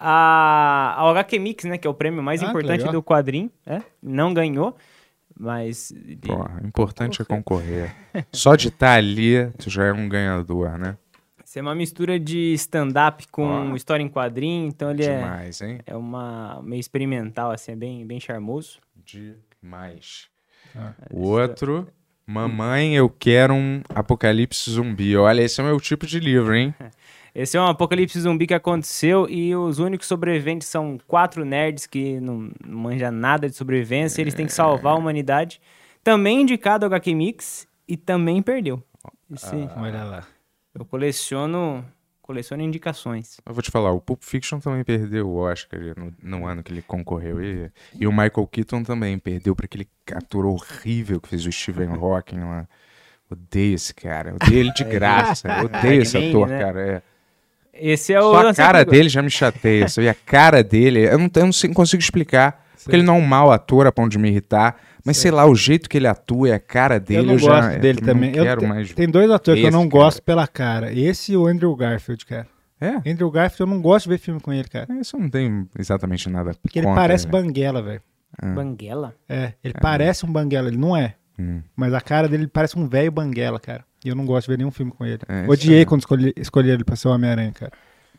a, ao H Q Mix, né? Que é o prêmio mais Ah, que importante legal. do quadrinho. Né? Não ganhou, mas... ele- Porra, importante é concorrer. Só de estar ali, tu já é um ganhador, né? Isso é uma mistura de stand-up com Ó. história em quadrinho, então ele é, Demais, hein? é uma meio experimental, assim, é bem, bem charmoso. Demais. Ah. O outro, Mamãe, eu quero um apocalipse zumbi. Olha, esse é o meu tipo de livro, hein? Esse é um apocalipse zumbi que aconteceu e os únicos sobreviventes são quatro nerds que não, não manjam nada de sobrevivência, eles têm que salvar a humanidade. Também indicado ao H Q Mix e também perdeu. Esse, Olha lá. eu coleciono, coleciono indicações. Eu vou te falar, o Pulp Fiction também perdeu o Oscar no, no ano que ele concorreu. E, e o Michael Keaton também perdeu por aquele ator horrível que fez o Stephen Hawking lá. Odeio esse cara. Odeio ele de graça. Odeio esse Ragnane, ator, né? cara. É. Esse é o... Só a lance cara do- dele já me chateia. Sabe? A cara dele, eu não, eu não sei- não consigo explicar. Porque ele não é um mau ator a ponto de me irritar. Mas sei lá, o jeito que ele atua, a cara dele, Eu não eu já gosto dele eu também. não Eu quero te- mais. Tem dois atores que eu esse, não cara. gosto pela cara. Esse e o Andrew Garfield, cara. É? Andrew Garfield, eu não gosto de ver filme com ele, cara. Isso eu não tenho exatamente nada Porque ele contra, parece né? banguela, velho. Banguela? É, ele parece um banguela, ele não é. Hum. Mas a cara dele parece um velho banguela, cara. E eu não gosto de ver nenhum filme com ele. É, isso Odiei é. quando escolhi, escolhi ele pra ser o Homem-Aranha, cara.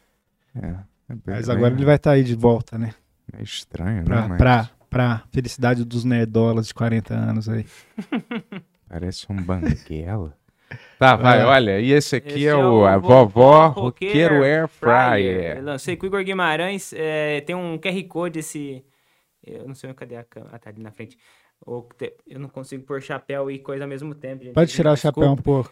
É, é bem- Mas bem- agora ele vai estar aí de volta, né? É estranho, Pra, né? Mas pra, pra felicidade dos nerdolas de quarenta anos aí. parece um banguela. Tá, vai, É. olha. E esse aqui Esse é o a vovó roqueiro air fryer. Eu lancei com o Igor Guimarães. é, tem um Q R Code esse... Eu não sei cadê a câmera. Ah, tá ali na frente. Ou te- Eu não consigo pôr chapéu e coisa ao mesmo tempo, gente. Pode tirar o Desculpa. chapéu um pouco.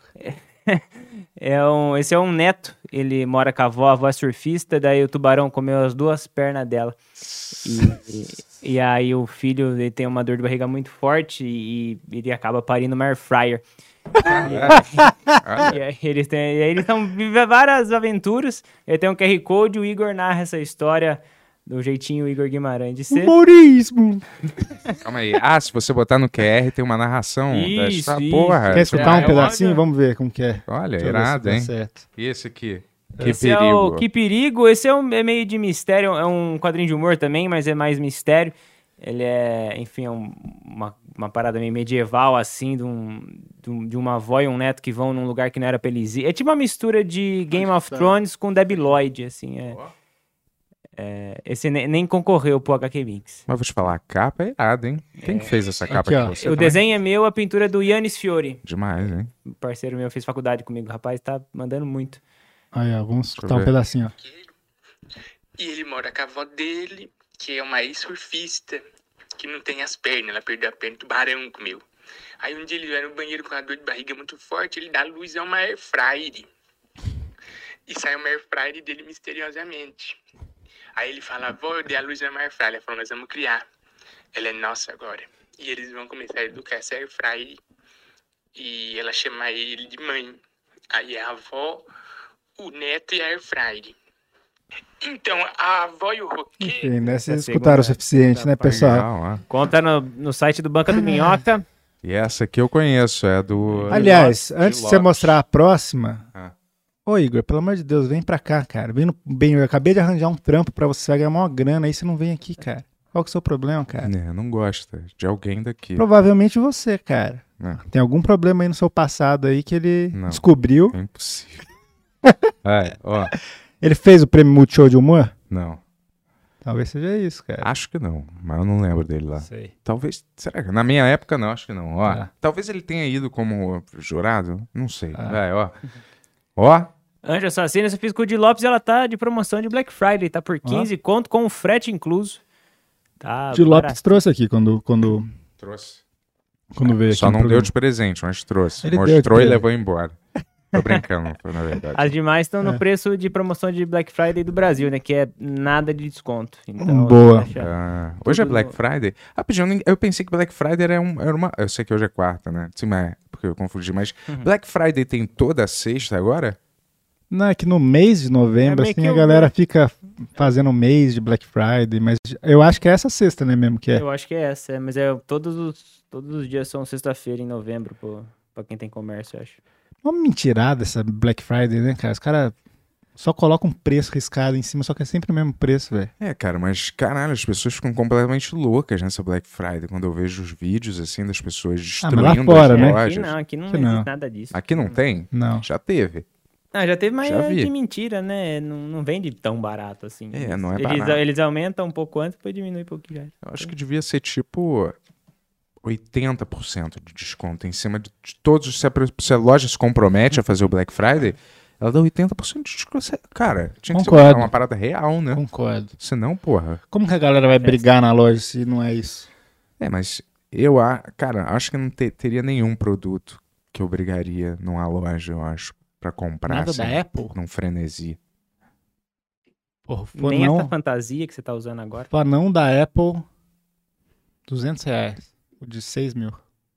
É um, esse é um neto, ele mora com a avó, a avó é surfista, daí o tubarão comeu as duas pernas dela. E, e, e aí o filho ele tem uma dor de barriga muito forte e, e ele acaba parindo uma air fryer. E aí eles têm, e aí eles estão vivendo várias aventuras. Ele tem um Q R Code, o Igor narra essa história do jeitinho Igor Guimarães de ser. Humorismo! Calma aí. Ah, se você botar no Q R, tem uma narração Isso, dessa isso. porra. Quer escutar é, um é pedacinho? uma- Vamos ver como que é. Olha, Deixa eu ver se irado, tá hein? certo. E esse aqui? Que Esse perigo. é o Que Perigo. Esse é, um, é meio de mistério, é um quadrinho de humor também, mas é mais mistério. Ele é, enfim, é um- uma, uma parada meio medieval, assim, de, um, de, um- de uma avó e um neto que vão num lugar que não era pra eles ir. É tipo uma mistura de Game of Thrones com Debi Lloyd, assim. É, é, esse ne- nem concorreu pro H Q Mix. Mas vou te falar, a capa é irada, hein? Quem que fez essa capa Aqui, aqui? ó. Você O também? desenho é meu, a pintura é do Yannis Fiore. Demais, hein? Um parceiro meu fez faculdade comigo. O rapaz tá mandando muito. Aí, ó, vamos escutar eu um ver. pedacinho, ó. E ele mora com a avó dele, que é uma ex-surfista. que não tem as pernas, ela perdeu a perna, tubarão comeu. Aí um dia ele vai no banheiro com uma dor de barriga muito forte, ele dá luz a uma air fryer. E sai uma air fryer dele misteriosamente. Aí ele fala, avó, eu dei a luz a uma air fryer. Ela falou, nós vamos criar. Ela é nossa agora. E eles vão começar a educar essa air fryer. E ela chama ele de mãe. Aí é a avó, o neto e a air fryer. Então, a avó e o roqueiro... Enfim, né? Vocês Essa escutaram o segunda- suficiente, né, pessoal? Legal, ó. Conta no, no site do Banca do Minhoca. E essa aqui eu conheço, é do... Aliás, Lopes, antes de de você Lopes. mostrar a próxima... Ah. Ô, Igor, pelo amor de Deus, vem pra cá, cara. Vem no... Bem, eu acabei de arranjar um trampo pra você, você vai ganhar uma grana, aí você não vem aqui, cara. Qual que é o seu problema, cara? É, não gosta de alguém daqui. Provavelmente você, cara. É, Tem algum problema aí no seu passado aí que ele Não. descobriu. é impossível. É, ó, Ele fez o prêmio Multishow de humor? não. Talvez seja isso, cara. Acho que não, mas eu não lembro dele lá. Sei. Talvez, será que na minha época não, acho que não. Ó, Tá. talvez ele tenha ido como jurado, não sei. Ah. Vai, ó. Ó, Anjo Assassino, essa fiz com o de Lopes, ela tá de promoção de Black Friday, tá por quinze conto com o frete incluso. Tá De Lopes barato. trouxe aqui quando, quando, trouxe. quando veio aqui. Só no não deu programa. de presente, mas trouxe. Ele deu de Mostrou e presente. levou embora. Tô brincando, foi na verdade. As demais estão É. no preço de promoção de Black Friday do Brasil, né? Que é nada de desconto. Então, Boa. acha- Ah, hoje é Tudo Black no- Friday? Rapidinho, eu- eu pensei que Black Friday era, um, era uma. Eu sei que hoje é quarta, né? Sim, mas é porque eu confundi. Mas Uhum. Black Friday tem toda sexta agora? Não, é que no mês de novembro, É meio assim, que a o- galera fica fazendo mês de Black Friday, mas eu acho que é essa sexta, né, mesmo que é. Eu acho que é essa, é, mas é, todos, os, todos os dias são sexta-feira em novembro, pô, pra quem tem comércio, eu acho. Uma mentirada essa Black Friday, né, cara? Os caras só colocam um preço riscado em cima, só que é sempre o mesmo preço, velho. É, cara, mas caralho, as pessoas ficam completamente loucas nessa Black Friday quando eu vejo os vídeos assim das pessoas Ah, mas lá destruindo fora, as né? É, lojas. aqui não, aqui não Aqui existe não. nada disso. Aqui não tem? Não. Já teve. Ah, já teve, mas Já é vi. de mentira, né? Não, não vende tão barato assim. É, Eles- não é eles, barato. Eles aumentam um pouco antes, depois diminui um pouquinho já. Eu acho que devia ser tipo oitenta por cento de desconto em cima de, de todos. Se a, se a loja se compromete a fazer o Black Friday, ela dá oitenta por cento de desconto. Cara, tinha que Concordo. ser uma parada real, né? Concordo. Senão, porra. Como que a galera vai brigar na loja se não é isso? É, mas eu, a- cara, acho que não te- teria nenhum produto que eu brigaria numa loja, eu acho, pra comprar. Nada assim, da Apple? Num frenesi. Porra, for Nem não, essa fantasia que você tá usando agora. for não da Apple, duzentos reais. O de seis mil.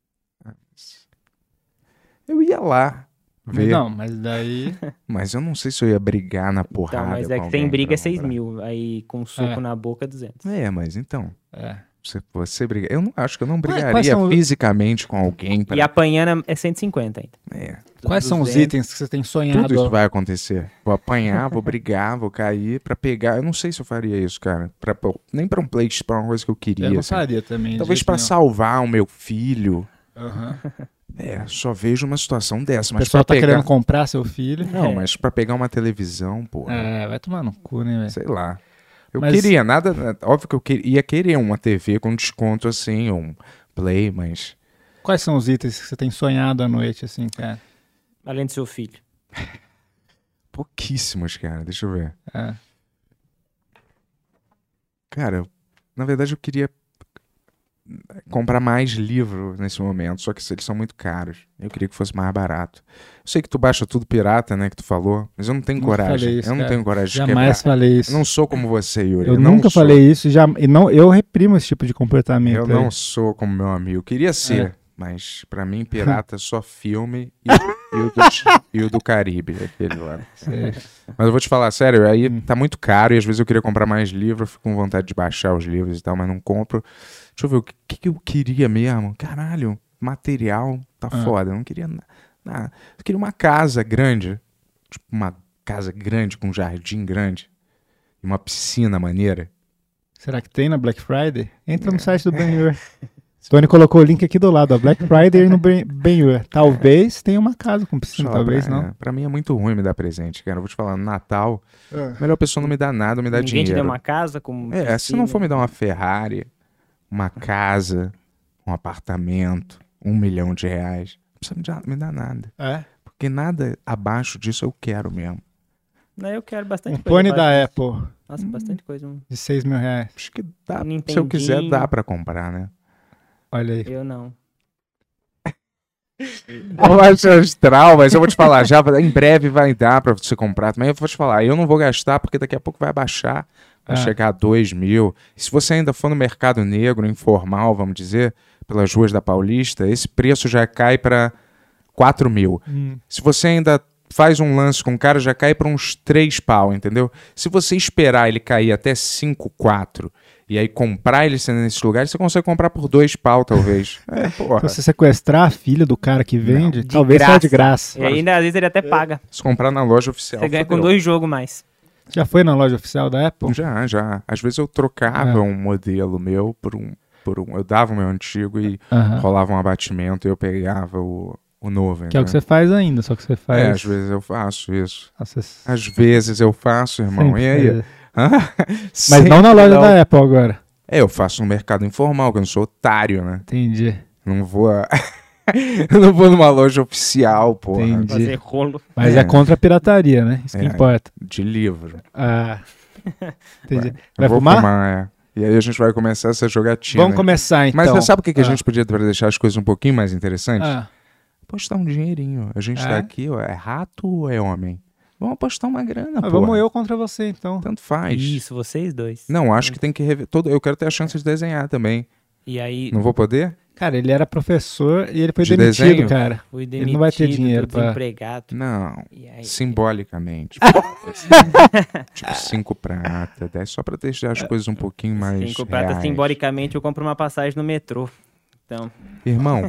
Eu ia lá ver, Não, mas daí... mas eu não sei se eu ia brigar na porrada. Então, mas é com que tem alguém briga pra é seis comprar. mil. Aí com soco É. na boca, duzentos. É, mas então, É. você, você briga. Eu não acho que eu não quais brigaria são- fisicamente com alguém. Pra... E apanhando é cento e cinquenta ainda. É, Quais são os duzentos. itens que você tem sonhado? tudo isso vai acontecer. Vou apanhar, vou brigar, vou cair pra pegar. Eu não sei se eu faria isso, cara. Pra, nem pra um plate, pra uma coisa que eu queria. Eu não assim. faria também. de Talvez jeito pra nenhum. salvar o meu filho. Aham. É, só vejo uma situação dessa. O Mas pessoal pra tá pegar... querendo comprar seu filho. Não, mas pra pegar uma televisão, pô. É, vai tomar no cu, né, velho? Sei lá. Eu Mas- queria, nada. Óbvio que eu que- ia querer uma T V com desconto assim, um Play, mas. Quais são os itens que você tem sonhado à noite, assim, cara? Além do seu filho. Pouquíssimos, cara. Deixa eu ver. É. Cara, eu- na verdade eu queria comprar mais livro nesse momento, só que eles são muito caros. Eu queria que fosse mais barato. Eu sei que tu baixa tudo pirata, né, que tu falou, mas eu não tenho Nunca coragem. falei isso, eu não cara. tenho coragem de Jamais quebrar. falei isso. Eu não sou como você, Yuri. Eu não nunca sou. falei isso já, e não, eu reprimo esse tipo de comportamento. Eu aí. não sou como meu amigo. Queria ser, É. mas pra mim pirata é só filme e, e o do, e o do Caribe, aquele lá. Sei. Mas eu vou te falar, sério, aí Hum. tá muito caro e às vezes eu queria comprar mais livro, eu fico com vontade de baixar os livros e tal, mas não compro. Deixa eu ver, o que, que que eu queria mesmo? Caralho, material tá Ah. foda, eu não queria na- nada. Eu queria uma casa grande, tipo uma casa grande com um jardim grande e uma piscina maneira. Será que tem na Black Friday? Entra no site do Ben-Hur. Tony colocou o link aqui do lado, a Black Friday no Ben- Ben-Hur. Talvez tenha uma casa com piscina, Só talvez pra, não. é, pra mim é muito ruim me dar presente, cara. Eu vou te falar, no Natal, melhor a pessoa não me dá nada, me dá Ninguém te dinheiro. deu uma casa com É, se piscina? não for me dar uma Ferrari, uma casa, um apartamento, um milhão de reais, não precisa me dar, me dar nada. É. Porque nada abaixo disso eu quero mesmo. Não, eu quero bastante Um coisa fone abaixo da disso. Apple Nossa, bastante coisa. Um De seis mil reais. Acho que dá. um Se eu quiser, Nintendinho. dá pra comprar, né? Olha aí. Eu não. Eu acho astral, mas eu vou te falar, já em breve vai dar pra você comprar também. Eu vou te falar, eu não vou gastar porque daqui a pouco vai baixar, vai Ah. chegar a dois mil. E se você ainda for no mercado negro, informal, vamos dizer, pelas ruas da Paulista, esse preço já cai pra quatro mil. Hum. Se você ainda faz um lance com o cara, já cai pra uns três pau, entendeu? Se você esperar ele cair até cinco, quatro e aí comprar ele sendo nesse lugar, você consegue comprar por dois pau, talvez. É, porra. Se você sequestrar a filha do cara que vende, De talvez seja de graça. E ainda, às vezes, ele até paga. Se comprar na loja oficial. Você ganha com fodeu. dois jogos mais. Já foi na loja oficial da Apple? Já, já. Às vezes eu trocava É. um modelo meu por um, por um. Eu dava o meu antigo e Aham. rolava um abatimento e eu pegava o, o novo. Que é o que você entendeu? faz ainda, só que você faz. É, às vezes eu faço isso. Nossa, Às vezes eu faço, irmão. sempre E aí? faz. Hã? Mas não na Sempre loja não. da Apple agora. É, eu faço no mercado informal, que eu não sou otário, né? Entendi. Não vou. a- eu não vou numa loja oficial, porra. Entendi. Fazer rolo. Mas É. é, contra a pirataria, né? Isso que É. importa. De livro. Ah. Entendi. Eu Vai vou fumar? é. E aí a gente vai começar essa jogatina. Vamos começar então. Mas você sabe o que, que a Ah. gente podia pra deixar as coisas um pouquinho mais interessantes? Ah, Apostar um dinheirinho. A gente É? tá aqui, ó. É rato ou é homem? Vamos apostar uma grana, ah, pô. vamos eu contra você então. Tanto faz. Isso, vocês dois. Não, acho que tem que rever. Todo... Eu quero ter a chance de desenhar também. E aí, Não vou poder? Cara, ele era professor e ele foi De demitido, desenho? cara. fui Ele demitido, não vai ter dinheiro tô pra- desempregado. Não. E aí, Simbolicamente. tipo, cinco prata. dez, só pra deixar as coisas um pouquinho mais. cinco prata reais. simbolicamente, eu compro uma passagem no metrô. Então, Irmão.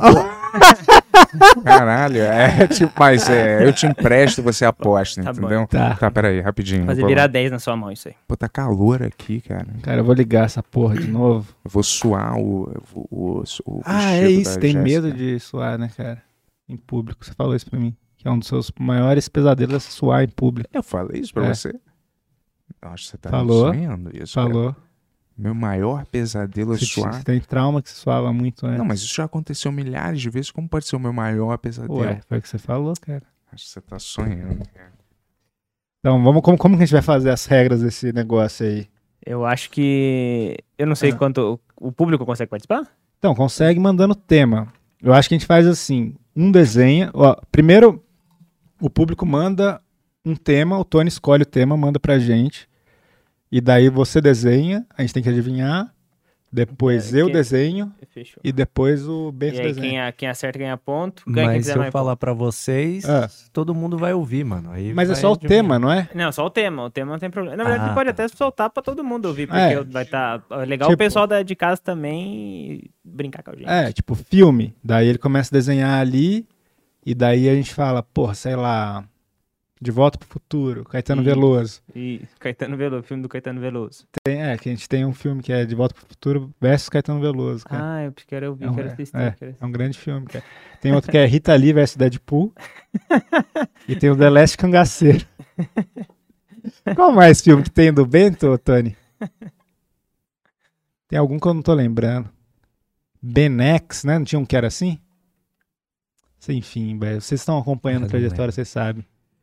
Caralho, é tipo, mas é, eu te empresto, você aposta, Tá bom. entendeu? Tá. Tá, peraí, rapidinho. fazer eu vou- virar dez na sua mão, isso aí. Pô, tá calor aqui, cara. Cara, eu vou ligar essa porra de novo. Eu vou suar o. o, o, o Ah, é vestido isso. da Tem Jéssica. medo de suar, né, cara? Em público. Você falou isso pra mim. Que é um dos seus maiores pesadelos é suar em público. Eu falei isso pra É. você? Eu acho que você tá Falou. sonhando isso. cara. Falou. Meu maior pesadelo é Você, suar. você tem trauma que você suava muito antes. Não, mas isso já aconteceu milhares de vezes. Como pode ser o meu maior pesadelo? Ué, foi o que você falou, cara. Acho que você tá sonhando, cara. Então, vamos, como, como que a gente vai fazer as regras desse negócio aí? Eu acho que. Eu não sei Ah. quanto. O público consegue participar? Então, consegue mandando tema. Eu acho que a gente faz assim, um desenha. Ó, primeiro, o público manda um tema, o Tony escolhe o tema, manda pra gente. E daí você desenha, a gente tem que adivinhar. Depois É, eu quem- desenho Fechou. e depois o E Bento aí, desenha. quem, a- quem acerta ganha ponto. Ganha quem Mas fizer se eu mais falar pra vocês, Ah. todo mundo vai ouvir, mano. Aí Mas é vai só o adivinhar. tema, não é? ponto. Não, só o tema. O tema não tem problema. Na verdade, Ah, pode tá. até soltar pra todo mundo ouvir. Porque É. vai estar legal Tipo- o pessoal da, de casa também brincar com a gente. É, tipo filme. Daí ele começa a desenhar ali e daí a gente fala, porra, sei lá, De Volta pro Futuro, Caetano E- Veloso. E Caetano Veloso, filme do Caetano Veloso. Tem, é, que a gente tem um filme que é De Volta pro Futuro versus Caetano Veloso, cara. Ah, eu quero ouvir, É um- quero é, assistir. é, quero é um grande filme, cara. Tem outro que é Rita Lee versus Deadpool. E tem o The Last Cangaceiro. Qual mais filme que tem do Bento, Tony? Tem algum que eu não tô lembrando. Ben X, né? Não tinha um que era assim? Enfim, velho. Vocês estão acompanhando a Eu não trajetória, lembro. vocês sabem.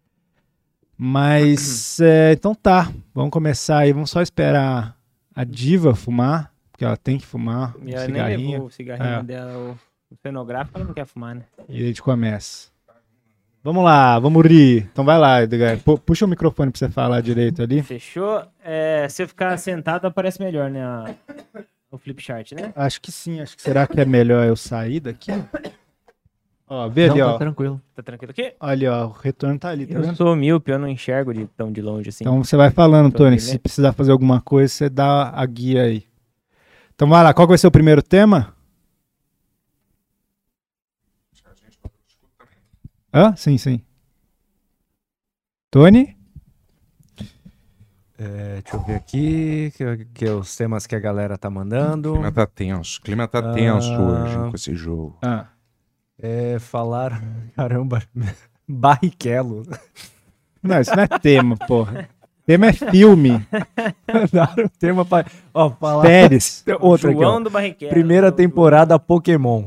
Mas, é, então tá. Vamos começar aí. Vamos só esperar a diva fumar, porque ela tem que fumar um E ela nem cigarrinho. levou o cigarrinho É. dela, o, o cenográfico, ela não quer fumar, né? E a gente começa. Vamos lá, vamos rir. Então vai lá, Edgar. Pu- Puxa o microfone pra você falar direito ali. Fechou? É, se eu ficar sentado, aparece melhor, né? a- o flip chart, né? Acho que sim. Acho que será que é melhor eu sair daqui? Ó, vê ali, Não, ó. tá tranquilo. Tá tranquilo aqui? Olha, ó, o retorno tá ali, tá Eu vendo? sou míope, eu não enxergo de tão de longe assim. Então você vai falando, Tô Tony. aqui, né? Se precisar fazer alguma coisa, você dá a guia aí. Então vai lá, qual que vai ser o primeiro tema? Hã? Sim, sim. Tony? É, deixa eu ver aqui, que, que é os temas que a galera tá O mandando. clima tá tenso. O clima tá tenso Ah. hoje com esse jogo. Ah. É, falar. Caramba, Barrichello. Não, isso não é tema, porra. Tema é filme. Mandaram um tema pra. Ó, falar. Séries. Outra aqui, João ó. do Barrichello. Primeira do- temporada Pokémon.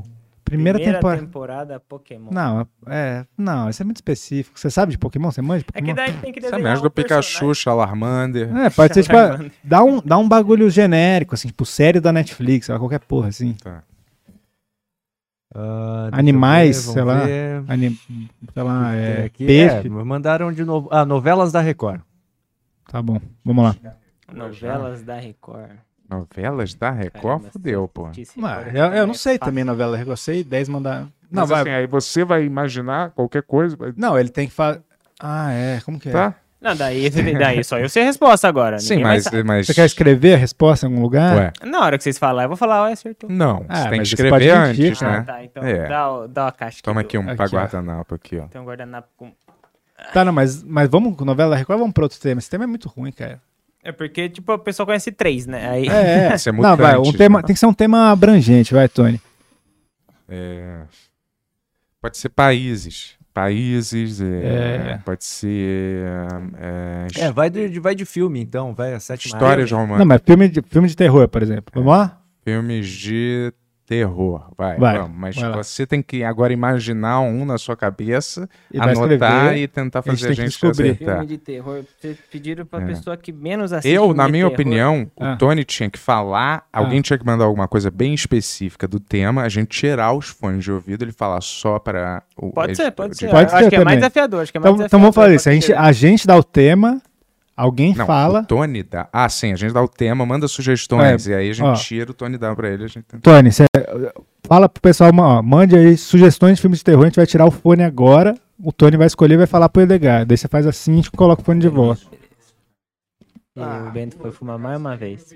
Primeira, temporada. temporada Pokémon. Não, é. Não, isso é muito específico. Você sabe de Pokémon? Você manja de É Pokémon? que daí tem que Essa desenhar merda um do Pikachu, personagem. Charmander. É, pode ser tipo. Charmander. Dá um, dá um bagulho genérico, assim, tipo série da Netflix, sei lá, qualquer porra, assim. Tá. Ah, deixa eu Animais, ver, vamos sei lá. ver. Anim... Sei lá, Tem é. aqui. Peixe. É, mandaram de novo. Ah, novelas da Record. Tá bom, vamos lá. Novelas da Record. Novelas da Record, Caramba, fudeu, pô. Justiça Mas, Record eu, eu também não é sei fácil. também novela, eu sei dez mandar. Não, Mas vai. assim, aí você vai imaginar qualquer coisa, vai- Não, ele tem que falar. Ah, é, como que é? tá? Não, daí, daí só eu sei a resposta agora. Sim, ninguém vai mas, saber. mas... Você quer escrever a resposta em algum lugar? Ué, Na hora que vocês falarem, eu vou falar, ué, acertou. não, Ah, você tem que mas você escrever pode mentir, antes, cara. né? Ah, tá, então É. dá, o- dá uma caixa Toma aqui um Aqui, pra ó. guardanapo aqui, ó. Tem um guardanapo com... Tá, não, mas, mas vamos com novela da Record, vamos pra outro tema. Esse tema é muito ruim, cara. É porque, tipo, o pessoal conhece três, né? Aí... É, é. Isso é Não, vai, um mutante, tema, né? tem que ser um tema abrangente, vai, Tony. É, pode ser países. Países, é, É. pode ser é, his- É, vai de, vai de filme, então. Vai a sétima histórias Não, românticas, mas filme de, filme de terror, por exemplo. Vamos lá? filmes de terror. Vai, Vai, vamos. Mas vai lá. você tem que agora imaginar um na sua cabeça, E vai anotar escrever. e tentar a gente fazer a tem que gente descobrir. acertar. Filme de terror, vocês pediram pra É. pessoa que menos assiste Eu, filme na de minha terror. opinião, Ah. o Tony tinha que falar, alguém tinha que mandar alguma coisa bem específica do tema, a gente tirar os fones de ouvido e ele falar só para o Pode ser, editor pode de- ser. Pode Eu acho ser que é mais também. desafiador. Acho que é mais Então, então vamos desafiador fazer isso. A pra gente, quem a gente dá o tema, alguém Não, fala. o Tony dá. Ah, sim, a gente dá o tema, manda sugestões. e aí a gente ó. tira o Tony dá pra ele. A gente tenta... Tony, você fala pro pessoal, ó, mande aí sugestões de filmes de terror, a gente vai tirar o fone agora, o Tony vai escolher e vai falar pro Edgar. Daí você faz assim, a gente coloca o fone de volta. E o Bento foi fumar mais uma vez.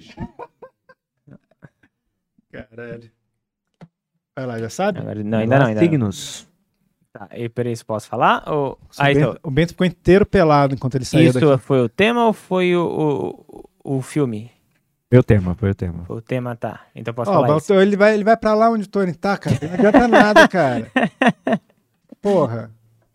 Caralho. Vai lá, já sabe? Agora, não, ainda não, ainda não. Signos. Tá, e peraí, se posso falar? Ou... O Ah, então, Bento, o Bento ficou inteiro pelado enquanto ele saiu isso daqui. foi o tema ou foi o, o, o filme? Foi o tema, foi o tema. O tema tá. Então posso Ó, falar vai- isso. ele, vai, ele vai pra lá onde o Tony tá, cara. Não adianta nada, cara. Porra.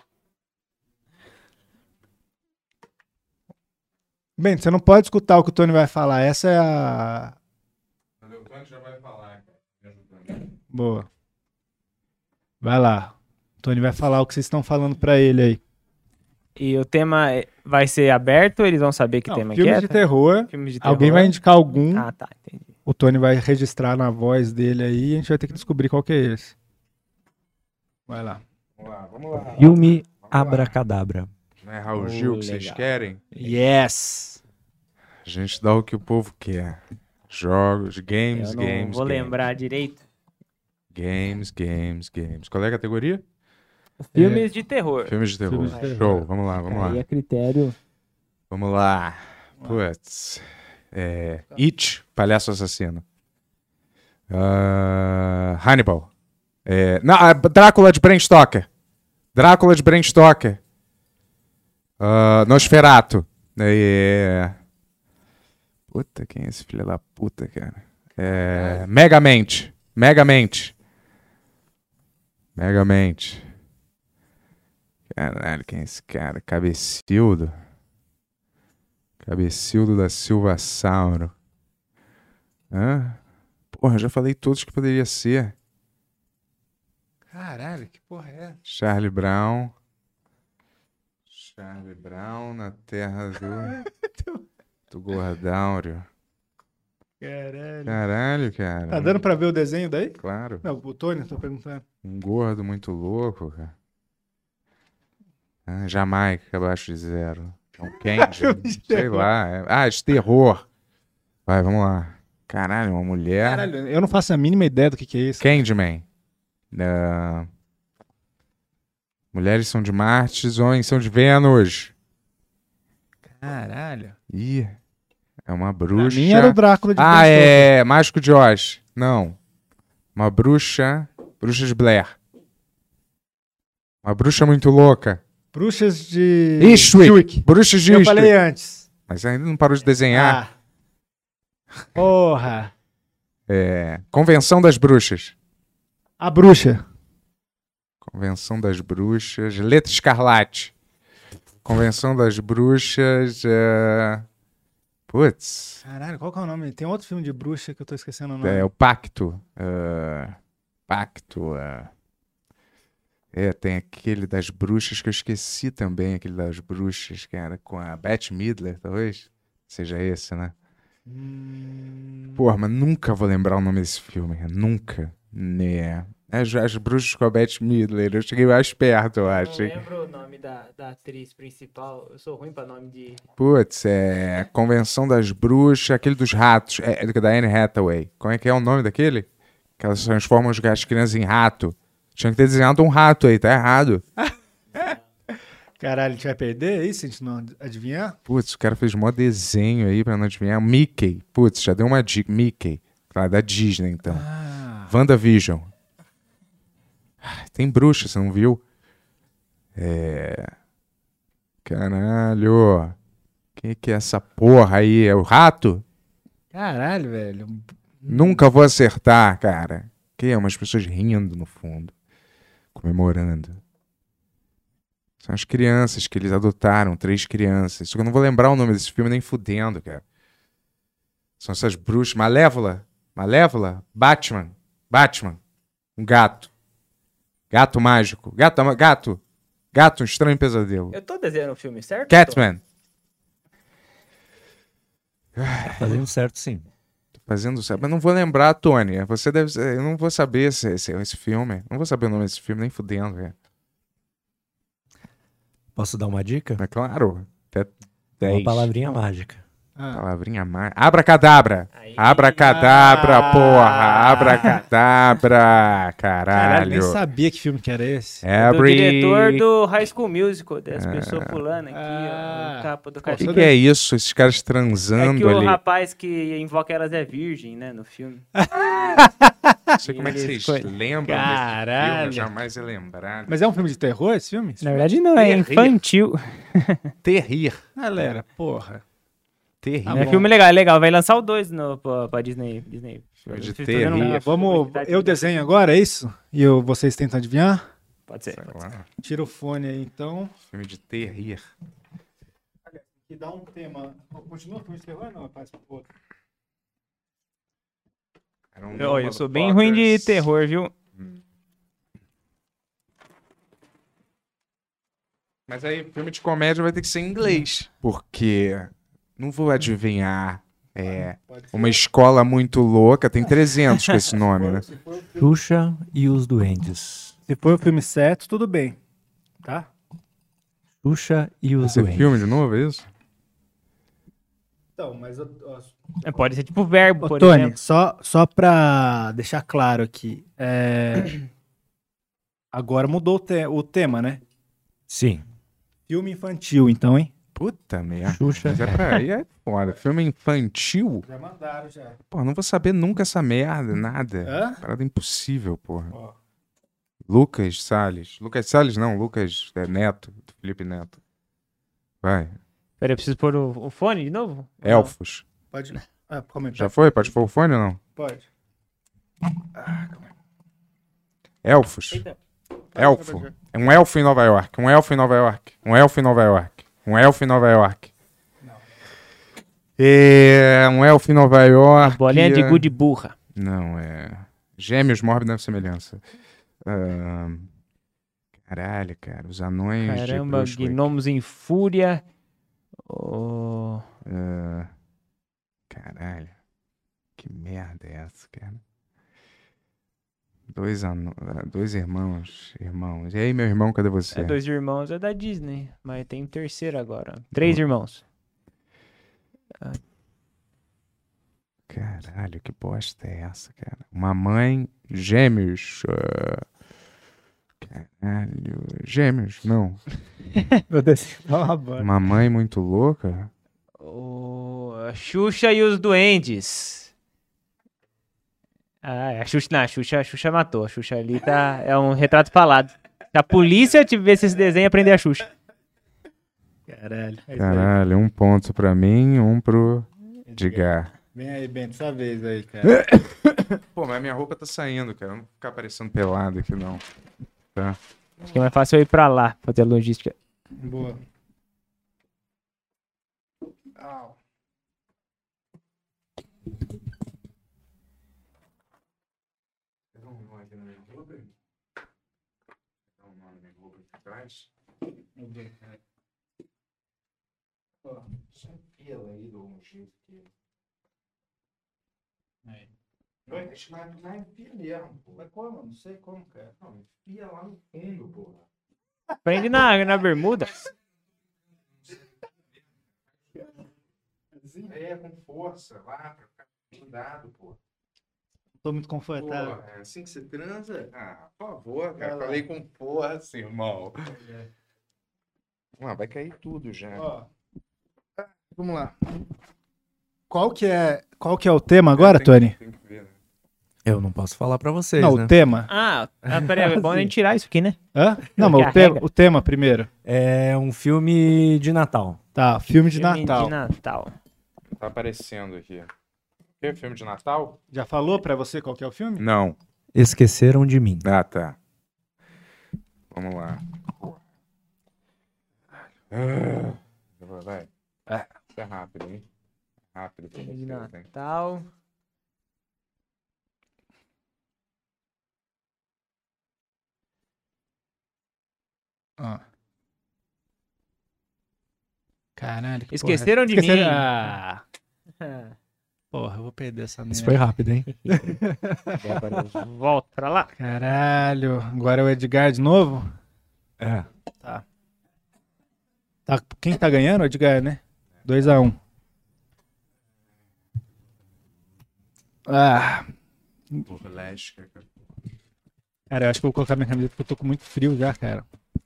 Bento, você não pode escutar o que o Tony vai falar. Essa é a... O Tony já vai falar. Boa. Vai lá. O Tony vai falar o que vocês estão falando pra ele aí. E o tema é- vai ser aberto, eles vão saber que Não, tema que filmes é? de terror. Filmes de terror. Alguém vai indicar algum. Ah, tá, entendi. O Tony vai registrar na voz dele aí e a gente vai ter que descobrir qual que é esse. Vai lá. Vamos lá, vamos lá. Filme Abracadabra. Não é Raul Gil que vocês legal. querem? Yes! A gente dá o que o povo quer. Jogos, games, Eu não games, vou games. lembrar direito. Games, games, games. Qual é a categoria? Filmes de terror. Filmes de terror. Filmes de terror. Show, vamos lá, vamos Aí lá. é critério. Vamos lá. Putz. É, It, Palhaço Assassino. Ah, Hannibal. É, não, ah, Drácula de Bram Stoker. Drácula de Bram Stoker. Ah, Nosferatu. É... Puta, quem é esse filho da puta, cara? É... Megamente. Megamente. Megamente. Caralho, quem é esse cara? Cabecildo. Cabecildo da Silva Sauro. Hã? Porra, eu já falei todos que poderia ser. Caralho, que porra é? Charlie Brown. Charlie Brown na terra do... do Gordáureo. Caralho. Caralho, cara. Tá dando pra ver o desenho daí? Claro. Não, o Tony, tô perguntando. Um gordo muito louco, cara. Ah, Jamaica abaixo de zero. É um Candy. de Sei terror. lá. é- Ah, de terror. Vai, vamos lá. Caralho, uma mulher. Caralho, eu não faço a mínima ideia do que, que é isso. Candyman. Ah, mulheres são de Marte, homens são de Vênus. Caralho. Ih, é uma A bruxa. minha era o Drácula de Ah, Bram Stoker. é. Mágico de Oz. Não. Uma bruxa. Bruxa de Blair. Uma bruxa muito louca. Bruxas de... Eastwick. Bruxa de Eu Eastwick. falei antes. Mas ainda não parou de desenhar. Ah. Porra. É. Convenção das Bruxas. A bruxa. Convenção das Bruxas. Letra Escarlate. Convenção das Bruxas. É... Putz. Caralho, qual que é o nome? Tem outro filme de bruxa que eu tô esquecendo o nome. É o Pacto. É... Pacto. ah. É, tem aquele das bruxas que eu esqueci também, aquele das bruxas, cara, com a Bette Midler, talvez seja esse, né? Porra, mas nunca vou lembrar o nome desse filme, cara, nunca. Né? As, as bruxas com a Bette Midler, eu cheguei mais perto, eu acho. lembro o nome da, da atriz principal. Eu sou ruim pra nome de. Putz, é Convenção das Bruxas, aquele dos ratos, é, é da Anne Hathaway. Como é que é o nome daquele? Que elas transformam as as crianças em rato. Tinha que ter desenhado um rato aí, tá errado. Caralho, a gente vai perder isso se a gente não adivinhar? Putz, o cara fez mó desenho aí pra não adivinhar. Mickey. Putz, já deu uma dica. Mickey. Claro, da Disney, então. Ah, WandaVision. Ah, tem bruxa, você não viu? É... Caralho. Quem que é essa porra aí? É o rato? caralho, velho. Nunca vou acertar, cara. Que é umas pessoas rindo no fundo. Comemorando. São as crianças que eles adotaram, três crianças. Só que eu não vou lembrar o nome desse filme nem fudendo, cara. São essas bruxas. Malévola? Malévola? Batman? Batman. Um gato. Gato mágico. Gato, gato. Gato, um estranho pesadelo. Eu tô desenhando o filme, certo? Catman. Tá fazendo certo, sim. Tô fazendo certo. Mas não vou lembrar, Tony. Você deve ser... Eu não vou saber esse, esse, esse filme. Não vou saber o nome desse filme, nem fudendo, cara. Posso dar uma dica? É claro. Até Uma dez. palavrinha mágica. Ah, Palavrinha mais. Abracadabra. Aí. Abracadabra, Ah. porra. Abracadabra. caralho, nem Caralho. sabia que filme que era esse. É do Abri... diretor do High School Musical, das pessoas pulando aqui, Ah. ó, o capa do O cachorro. que, que é isso? Esses caras É transando que o ali. rapaz que invoca elas é virgem, né, no filme. Não sei como é que Ele vocês foi- lembram Caralho. desse filme. Eu jamais ia lembrar. Mas é um filme de terror esse filme? Na verdade não, é Terrível. infantil. Terrir. Galera, porra. Terrir. Tá é bom. filme legal, é legal. Vai lançar o dois no, pra, pra Disney. Disney. Filme de Eu tô fazendo terrível. uma Ah, vamos. publicidade Eu aqui. desenho agora, é isso? E eu, vocês tentam adivinhar? Pode ser. Sei lá. Tira o fone aí então. Filme de terrir. E dá um tema. Continua o filme de terror ou não? Faz pro outro. Era um Eu, eu sou bem ruim de motherfuckers. terror, viu? Mas aí, filme de comédia vai ter que ser em inglês. Porque não vou adivinhar. É. Pode ser. Uma escola muito louca. Tem trezentos com esse nome, né? Se for, o filme, Xuxa e os Duendes. se for o filme certo, tudo bem. Tá? Xuxa e os Esse é Duendes. filme de novo, é isso? Então, mas. Ó, ó, É, pode ser tipo verbo, Ô, por Tony, exemplo. só, só pra deixar claro aqui. é, Agora mudou o, te- o tema, né? Sim. Filme infantil, então, hein? Puta merda. Xuxa. Mas é pra aí, é foda. Filme infantil? Já mandaram, já. Pô, não vou saber nunca essa merda, nada. Hã? Parada impossível, porra. Ó. Lucas Salles. Lucas Salles não, Lucas é, Neto, do Felipe Neto. Vai. Peraí, eu preciso pôr o, o fone de novo? Elfos. Pode. Ah, calma aí, Já pode. foi? Pode pôr o fone ou não? Pode. Elfos. Eita. Elfo. É um elfo em Nova York. Um elfo em Nova York. Um elfo em Nova York. Um elfo em Nova York. É um elfo em Nova York. Bolinha de gude burra. Não, é. Gêmeos mórbida semelhança. Ahn, Caralho, cara. Os anões Caramba, de Brunswick. gnomos em fúria. Oh, Ah, Caralho. Que merda é essa, cara? Dois, ano... Dois irmãos. Irmãos. E aí, meu irmão, cadê você? é dois irmãos, é da Disney. Mas tem um terceiro agora. Três irmãos. Caralho, que bosta é essa, cara? Uma mãe, gêmeos. ah, Caralho, gêmeos, não. Meu Deus, tá uma bosta. Uma mãe muito louca. O... a Xuxa e os Duendes. Ah, é, a Xuxa, não, a Xuxa, a Xuxa matou. A Xuxa ali tá, é um retrato falado. Se a polícia tivesse esse desenho, ia prender a Xuxa. Caralho. É isso aí. Caralho, um ponto pra mim, um pro Edgar. Vem aí, Bento, sua vez aí, cara. Pô, mas minha roupa tá saindo, cara. Não vou ficar parecendo pelado aqui, não. Tá? Acho que é mais fácil eu ir pra lá, fazer a logística. Boa. Au. faz. Ó, só enfia ela aí do um jeito que. Aí. Não, deixa lá, lá enfia mesmo, pô. Mas como? Não sei como, cara. Não, enfia lá no fundo, porra. Prende na, na bermuda. É, com força, lá, pra ficar cuidado, pô. Tô muito confortável. Porra, é assim que você transa? Ah, por favor, cara. Vai lá. Falei com força, irmão. Ah, vai cair tudo já. Ó, vamos lá. Qual que é, qual que é o tema agora, Tem- Tony? tem que ver, né? Eu não posso falar pra vocês, Não, né? o tema. Ah, ah, peraí, é bom a gente tirar isso aqui, né? Hã? Não, mas o, Carrega. tema, o tema primeiro. É um filme de Natal. Tá, filme de Filme Natal. De Natal. Tá aparecendo aqui. Que filme de Natal? Já falou pra você qual que é o filme? Não. Esqueceram de mim. Ah, tá. Vamos lá. Ah, vai. Ah, é rápido, hein? Rápido. pra Filme de você, hein? Natal. Ó. Caralho. que Esqueceram porra é de essa? mim. Ah, porra, eu vou perder essa Isso merda. foi rápido, hein? Volta pra lá. Caralho. Agora é o Edgar de novo? É. Tá. Quem tá ganhando? O Edgar, né? dois a um. Ah, Porra, léstica, cara. cara, eu acho que eu vou colocar minha camiseta porque eu tô com muito frio já, cara.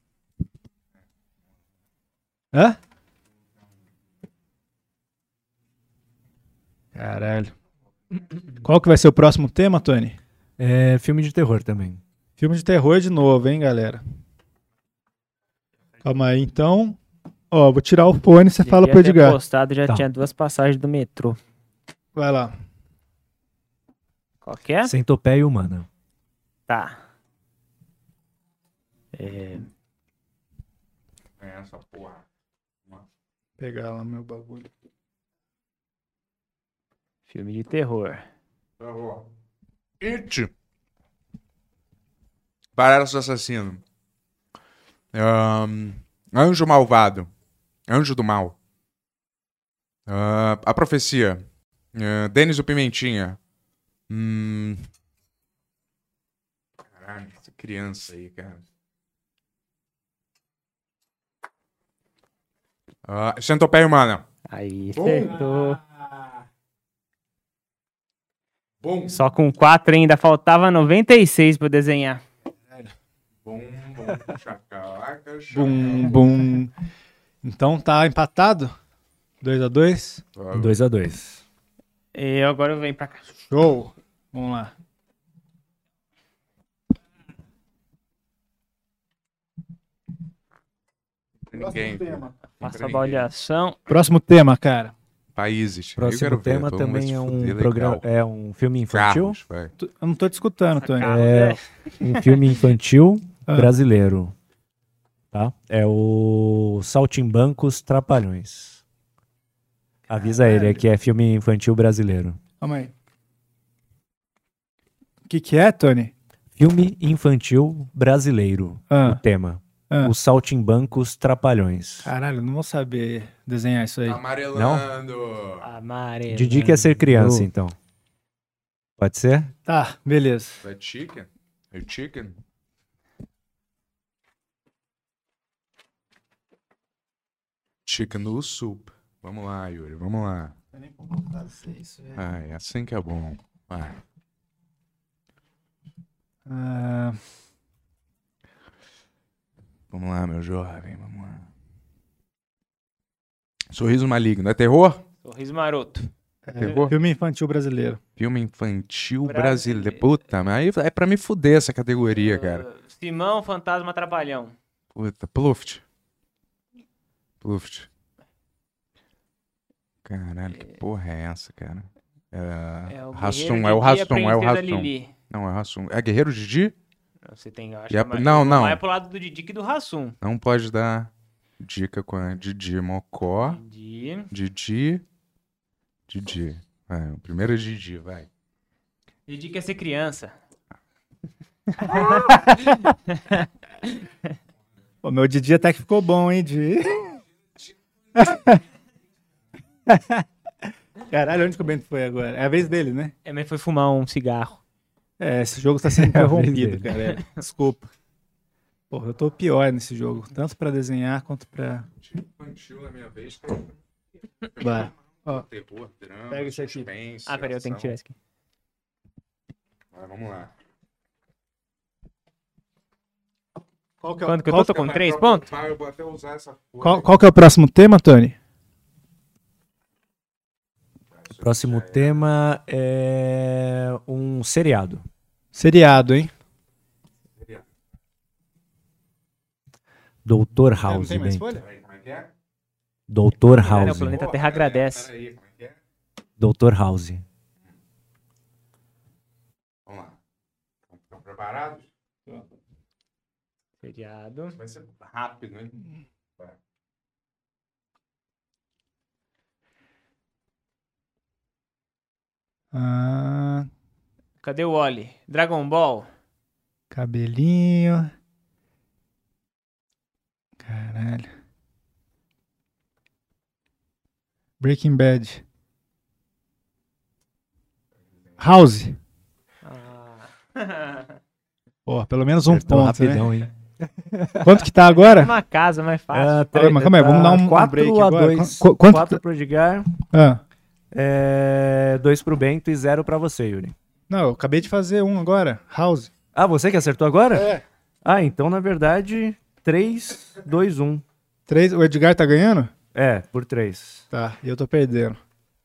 Hã? Caralho. Qual que vai ser o próximo tema, Tony? É filme de terror também. Filme de terror de novo, hein, galera? Calma aí, então. Ó, vou tirar o fone e você fala pro Devia ter Edgar. postado, já Tá. tinha duas passagens do metrô. Vai lá. Qual que é? Centopeia Humana. Tá. É, É essa porra. Pegar lá meu bagulho. filme de terror. It. Parece assassino. Ahn, Anjo malvado. Anjo do mal. Ah, a profecia. Ah, Denis o Pimentinha. Hum... Caralho, essa criança aí, cara. Ah, Centopeia Humana. Aí, Bom. acertou. Bom, Só com quatro ainda, faltava noventa e seis pra eu desenhar. bom, bom. Chacalaca, Bum, bum. Então tá empatado? dois a dois? dois a dois. E agora eu venho pra cá. Show. Vamos lá. Ninguém. Faça a avaliação. Próximo tema, cara. Países. Eu Próximo quero ver, tema todo mundo vai também se é um fuder programa, legal. é um filme infantil. Carros, vai. Tu- Eu não tô te escutando, Tony. Carros, É né? um filme infantil Ah. brasileiro. Tá? É o Saltimbancos Trapalhões. Avisa ele, é que é filme infantil brasileiro. Calma aí. O que que é, Tony? Filme infantil brasileiro. Ah. O tema. Ah. Os Saltimbancos Trapalhões. Caralho, eu não vou saber desenhar isso aí. Amarelando. Amarelo. Didi quer ser criança, então. Pode ser? Tá, beleza. É chicken? É chicken? Chicken noodle soup. Vamos lá, Yuri, vamos lá. Ai, assim que é bom. Vai. Ah, Vamos lá, meu jovem, vamos lá. Sorriso Maligno. É terror? Sorriso maroto. é, Terror? filme infantil brasileiro. Filme infantil Brasileiro. brasileiro. Puta, mas aí é pra me fuder essa categoria, cara. Uh, Simão, Fantasma, Trapalhão. Puta, Pluft. Pluft. Caralho, que porra é essa, cara? É, É o Rassum, Guerreiro é o Didi e a Rassum, é o Princesa Rassum. Lili. Não, é o Rassum. É Guerreiro Didi? Você tem, eu acho E que a- é mais- não, eu vou não. mais pro lado do Didi que do Rassum. Não pode dar dica com a Didi Mocó. Didi. Didi. Didi. Vai, o primeiro é Didi, vai. Didi quer ser criança. Pô, meu Didi até que ficou bom, hein, de... Caralho, onde que o Bento foi agora? É a vez dele, né? É, mas foi fumar um cigarro. É, esse jogo tá sendo É a vez interrompido, dele. cara. é. Desculpa. Porra, eu tô pior nesse jogo. Tanto pra desenhar quanto pra... Infantil na minha vez. Vai. Ó, Terror, drama, Pega esse aqui. suspense, Ah, peraí, eu tenho que tirar ação. isso aqui. Vai, vamos lá. qual que é, o- Quanto que eu qual, tô? Tô com três pontos? Eu vou até usar essa folha. qual, qual que é o próximo tema, Tony? Próximo tema é um seriado. Seriado, hein? Doutor É, não House, tem mais Bento. folha? Peraí, como é que é? Doutor Cara, House. o planeta Pô, Terra peraí, agradece. Peraí, como é que é? Doutor House. Vamos lá. Estão preparados? Seriado. Vai ser rápido, hein? Vai. Ah, Cadê o Wally? Dragon Ball. cabelinho. Caralho. Breaking Bad. House. Ah. Pô, pelo menos um Acertou ponto, né? rapidão, hein? Quanto que tá agora? Uma casa mais fácil. Ah, Calma aí, mas calma aí, vamos dar um- um break quatro a agora. dois. Qu- quanto quatro tá- pro Edgar, Ah, é, dois pro Bento e zero pra você, Yuri. não, eu acabei de fazer um agora. House. Ah, você que acertou agora? É. Ah, então na verdade, três, dois, um. Três, o Edgar tá ganhando? É, por três. Tá, e eu tô perdendo.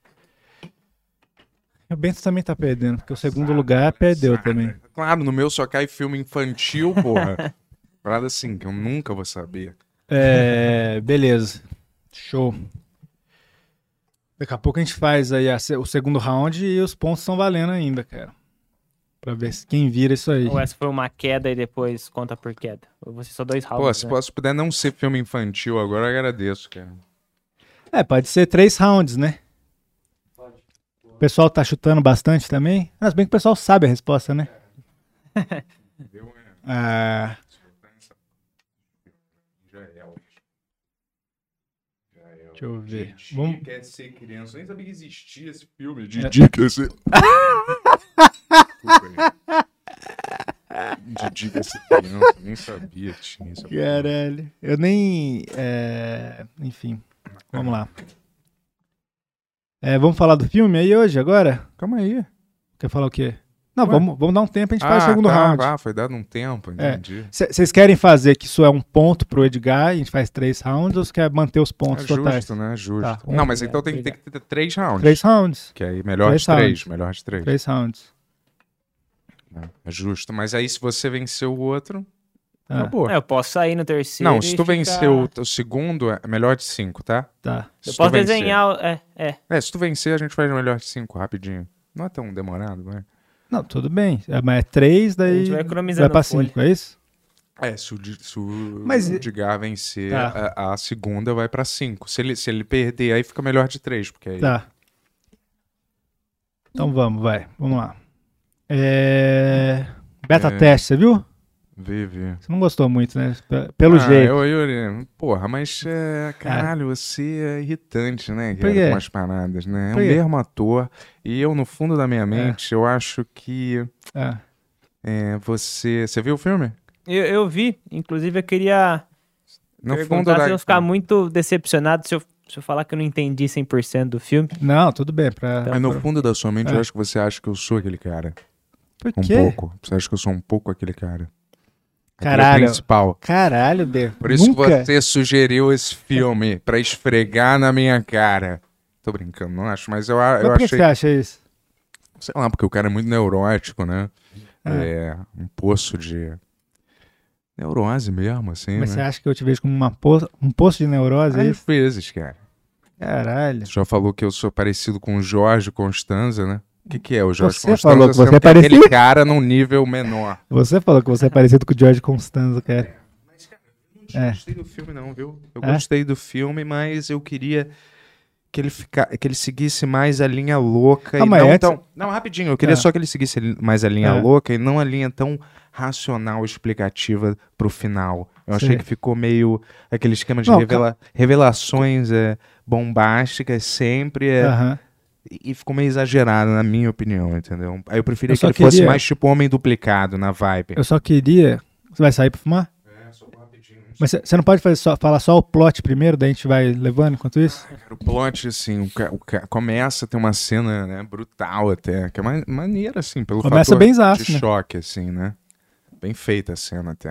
O Bento também tá perdendo, porque o segundo lugar perdeu também. Claro, no meu só cai filme infantil, porra. Parada assim, que eu nunca vou saber. É, beleza. Show. Daqui a pouco a gente faz aí a se- o segundo round e os pontos estão valendo ainda, cara. Pra ver se quem vira isso aí. Ou essa foi uma queda e depois conta por queda? Ou você só dois Pô, rounds, se, né? pô, se puder não ser filme infantil agora, eu agradeço, cara. É, pode ser três rounds, né? O pessoal tá chutando bastante também. Mas bem que o pessoal sabe a resposta, né? Ah, Já é, ó. Já é, ó. deixa eu ver. Didi Vamos... quer ser criança. Eu nem sabia que existia esse filme. É. Didi quer ser... Desculpa aí. Didi quer ser criança. Nem sabia que tinha essa porra. Caralho. Eu nem... é, Enfim, vamos lá. É, vamos falar do filme aí hoje, agora? Calma aí. Quer falar o quê? Não, Ué? vamos, vamos dar um tempo, a gente faz o Ah, segundo tá, round. ah, foi dado um tempo, É. entendi. Vocês querem fazer que isso é um ponto pro Edgar, a gente faz três rounds, ou você quer manter os pontos É totais? justo, né? Justo. Tá, um, Não, mas então tem que ter, que ter três rounds. Três rounds. Que aí melhor Três de três. rounds. Melhor de três. Três rounds. É justo. Mas aí se você vencer o outro, Tá, acabou. É, eu posso sair no terceiro. Não, e se tu ficar- vencer o, o segundo, é melhor de cinco, tá? tá. Se Eu tu posso vencer. desenhar. o- É, é. É, se tu vencer, a gente faz melhor de cinco, rapidinho. Não é tão demorado, vai. Não, tudo bem. É, mas é três, A daí gente vai vai economizando pra folha. cinco, é isso? É, se o, Di- se o Mas- Edgar vencer, Tá. a, a segunda vai pra cinco. Se ele, se ele perder, aí fica melhor de três, porque aí... Tá. Então vamos, vai. Vamos lá. É... Beta É. teste, você viu? Vê, vê. Você não gostou muito, né? P- Pelo ah, jeito. Eu, Yuri, porra, mas é, caralho, você é irritante, né, Por cara, quê? com as paradas, né? É Por o quê? mesmo ator. E eu, no fundo da minha mente, eu acho que Ah, é, você... Você viu o filme? Eu, eu vi, inclusive eu queria No fundo perguntar da... se eu ficar muito decepcionado se eu, se eu falar que eu não entendi cem por cento do filme. não, tudo bem. Pra... Mas no fundo da sua mente, É. eu acho que você acha que eu sou aquele cara. Por Um quê? pouco. Você acha que eu sou um pouco aquele cara. Aquele Caralho. principal. Caralho, B. Por isso Nunca... que você sugeriu esse filme, pra esfregar na minha cara. Tô brincando, não acho, mas eu, a- Mas eu por que achei... você acha isso? Sei lá, porque o cara é muito neurótico, né? É, um poço de... Neurose mesmo, assim, Mas você né? acha que eu te vejo como uma po... um poço de neurose? É Às isso? vezes, cara. Caralho. Você já falou que eu sou parecido com o Jorge Constanza, né? O que, que é o Jorge Você Constanza? falou que você sendo é parecido? aquele cara num nível menor. Você falou que você é parecido com o George Constanza, cara. Eu É. gostei do filme, não, viu? Eu É? gostei do filme, mas eu queria que ele, fica, que ele seguisse mais a linha louca Ah, e mas não é- tão... Não, rapidinho, eu queria É. só que ele seguisse ali- mais a linha É. louca e não a linha tão racional explicativa pro final. Eu achei Sei. que ficou meio aquele esquema de Não, revela- revelações é, bombásticas sempre, é, Aham. e e ficou meio exagerado, na minha opinião, entendeu? Aí eu preferia Eu que só ele fosse queria- mais tipo Homem Duplicado na vibe. Eu só queria. Você vai sair pra fumar? É, só vou rapidinho. Mas você não pode fazer só- falar só o plot primeiro, daí a gente vai levando enquanto isso? O plot, assim, o ca- o ca- começa a ter uma cena, né, brutal até, que é ma- maneira, assim, pelo Começa fator bem zaço, de né? choque, assim, né? Bem feita a cena até.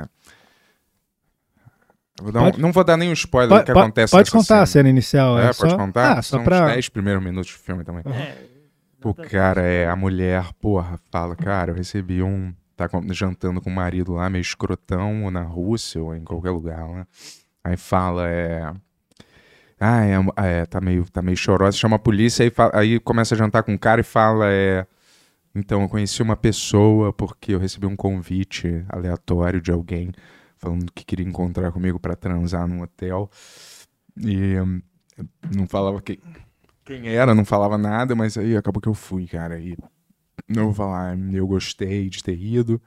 Eu vou dar um- Pode- não vou dar nenhum spoiler Pode, do que pode- acontece pode nessa contar a cena. cena inicial. É, É, pode só... contar? Ah, só São pra. uns dez primeiros minutos de filme também. É, O cara é a mulher, porra, fala, cara, eu recebi um. Tá com- jantando com o marido lá, meio escrotão, ou na Rússia, ou em qualquer lugar, né? Aí fala, é. Ah, é, é, tá meio, tá meio chorosa, chama a polícia, aí, fala- aí começa a jantar com o cara e fala, é. Então, eu conheci uma pessoa porque eu recebi um convite aleatório de alguém falando que queria encontrar comigo pra transar num hotel. E hum, não falava que, quem era, não falava nada, mas aí acabou que eu fui, cara. E não vou falar, eu gostei de ter ido.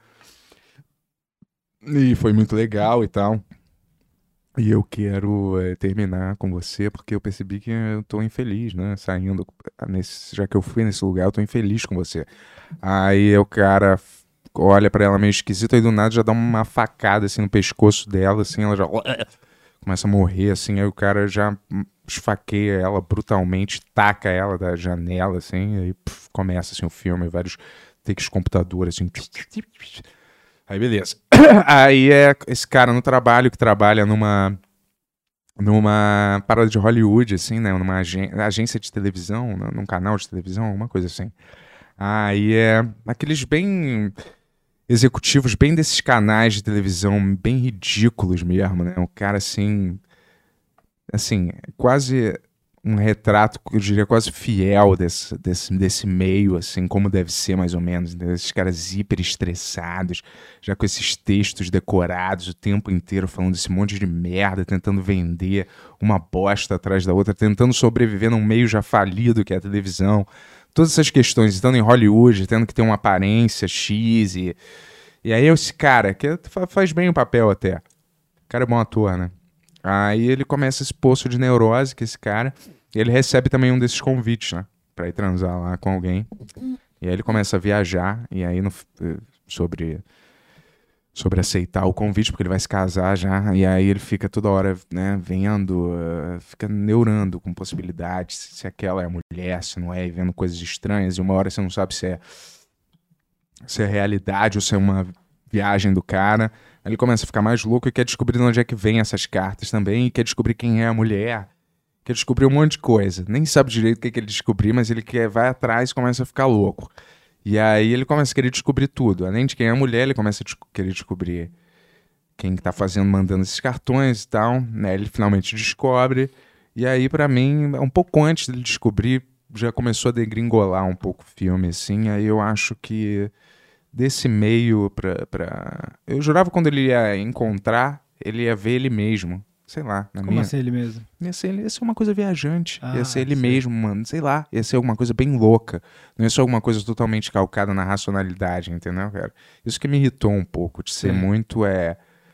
E foi muito legal e tal. E eu quero eh, terminar com você porque eu percebi que eu tô infeliz, né? Saindo, nesse, já que eu fui nesse lugar, eu tô infeliz com você. Aí o cara f- olha pra ela meio esquisito e do nada já dá uma facada assim no pescoço dela, assim, ela já começa a morrer, assim, aí o cara já hum, esfaqueia ela brutalmente, taca ela da janela, assim, aí puf, começa assim o filme, vários takes de computador, assim. Aí beleza. Aí é esse cara no trabalho que trabalha numa numa parada de Hollywood, assim, né? Numa agen- agência de televisão, né, num canal de televisão, alguma coisa assim. Aí é aqueles bem executivos, bem desses canais de televisão, bem ridículos mesmo, né? Um cara assim, assim, quase um retrato, eu diria, quase fiel desse, desse, desse meio, assim, como deve ser mais ou menos, entendeu? Esses caras hiper estressados, já com esses textos decorados o tempo inteiro, falando desse monte de merda, tentando vender uma bosta atrás da outra, tentando sobreviver num meio já falido que é a televisão. Todas essas questões, estando em Hollywood, tendo que ter uma aparência X e... E aí esse cara, que fa- faz bem o papel até, o cara é bom ator, né? Aí ele começa esse poço de neurose, que esse cara, e ele recebe também um desses convites, né? Pra ir transar lá com alguém. E aí ele começa a viajar, e aí no, eh, sobre, sobre aceitar o convite, porque ele vai se casar já, e aí ele fica toda hora, né, vendo, eh, fica neurando com possibilidades, se, se aquela é a mulher, se não é, e vendo coisas estranhas, e uma hora você não sabe se é, se é realidade ou se é uma viagem do cara. Aí ele começa a ficar mais louco e quer descobrir de onde é que vem essas cartas também, e quer descobrir quem é a mulher, quer descobrir um monte de coisa. Nem sabe direito o que, é que ele descobriu, mas ele quer, vai atrás e começa a ficar louco. E aí ele começa a querer descobrir tudo. Além de quem é a mulher, ele começa a des- querer descobrir quem que tá fazendo, mandando esses cartões e tal, né? Ele finalmente descobre. E aí, pra mim, um pouco antes dele descobrir, já começou a degringolar um pouco o filme, assim. Aí eu acho que desse meio pra, pra... Eu jurava quando ele ia encontrar, ele ia ver ele mesmo. Sei lá, na Como minha... assim ele mesmo? Ia ser, ia ser uma coisa viajante. Ah, ia ser ele sei. mesmo, mano. Sei lá. Ia ser alguma coisa bem louca. Não ia ser alguma coisa totalmente calcada na racionalidade, entendeu, cara? Isso que me irritou um pouco, de ser Sim. muito, é...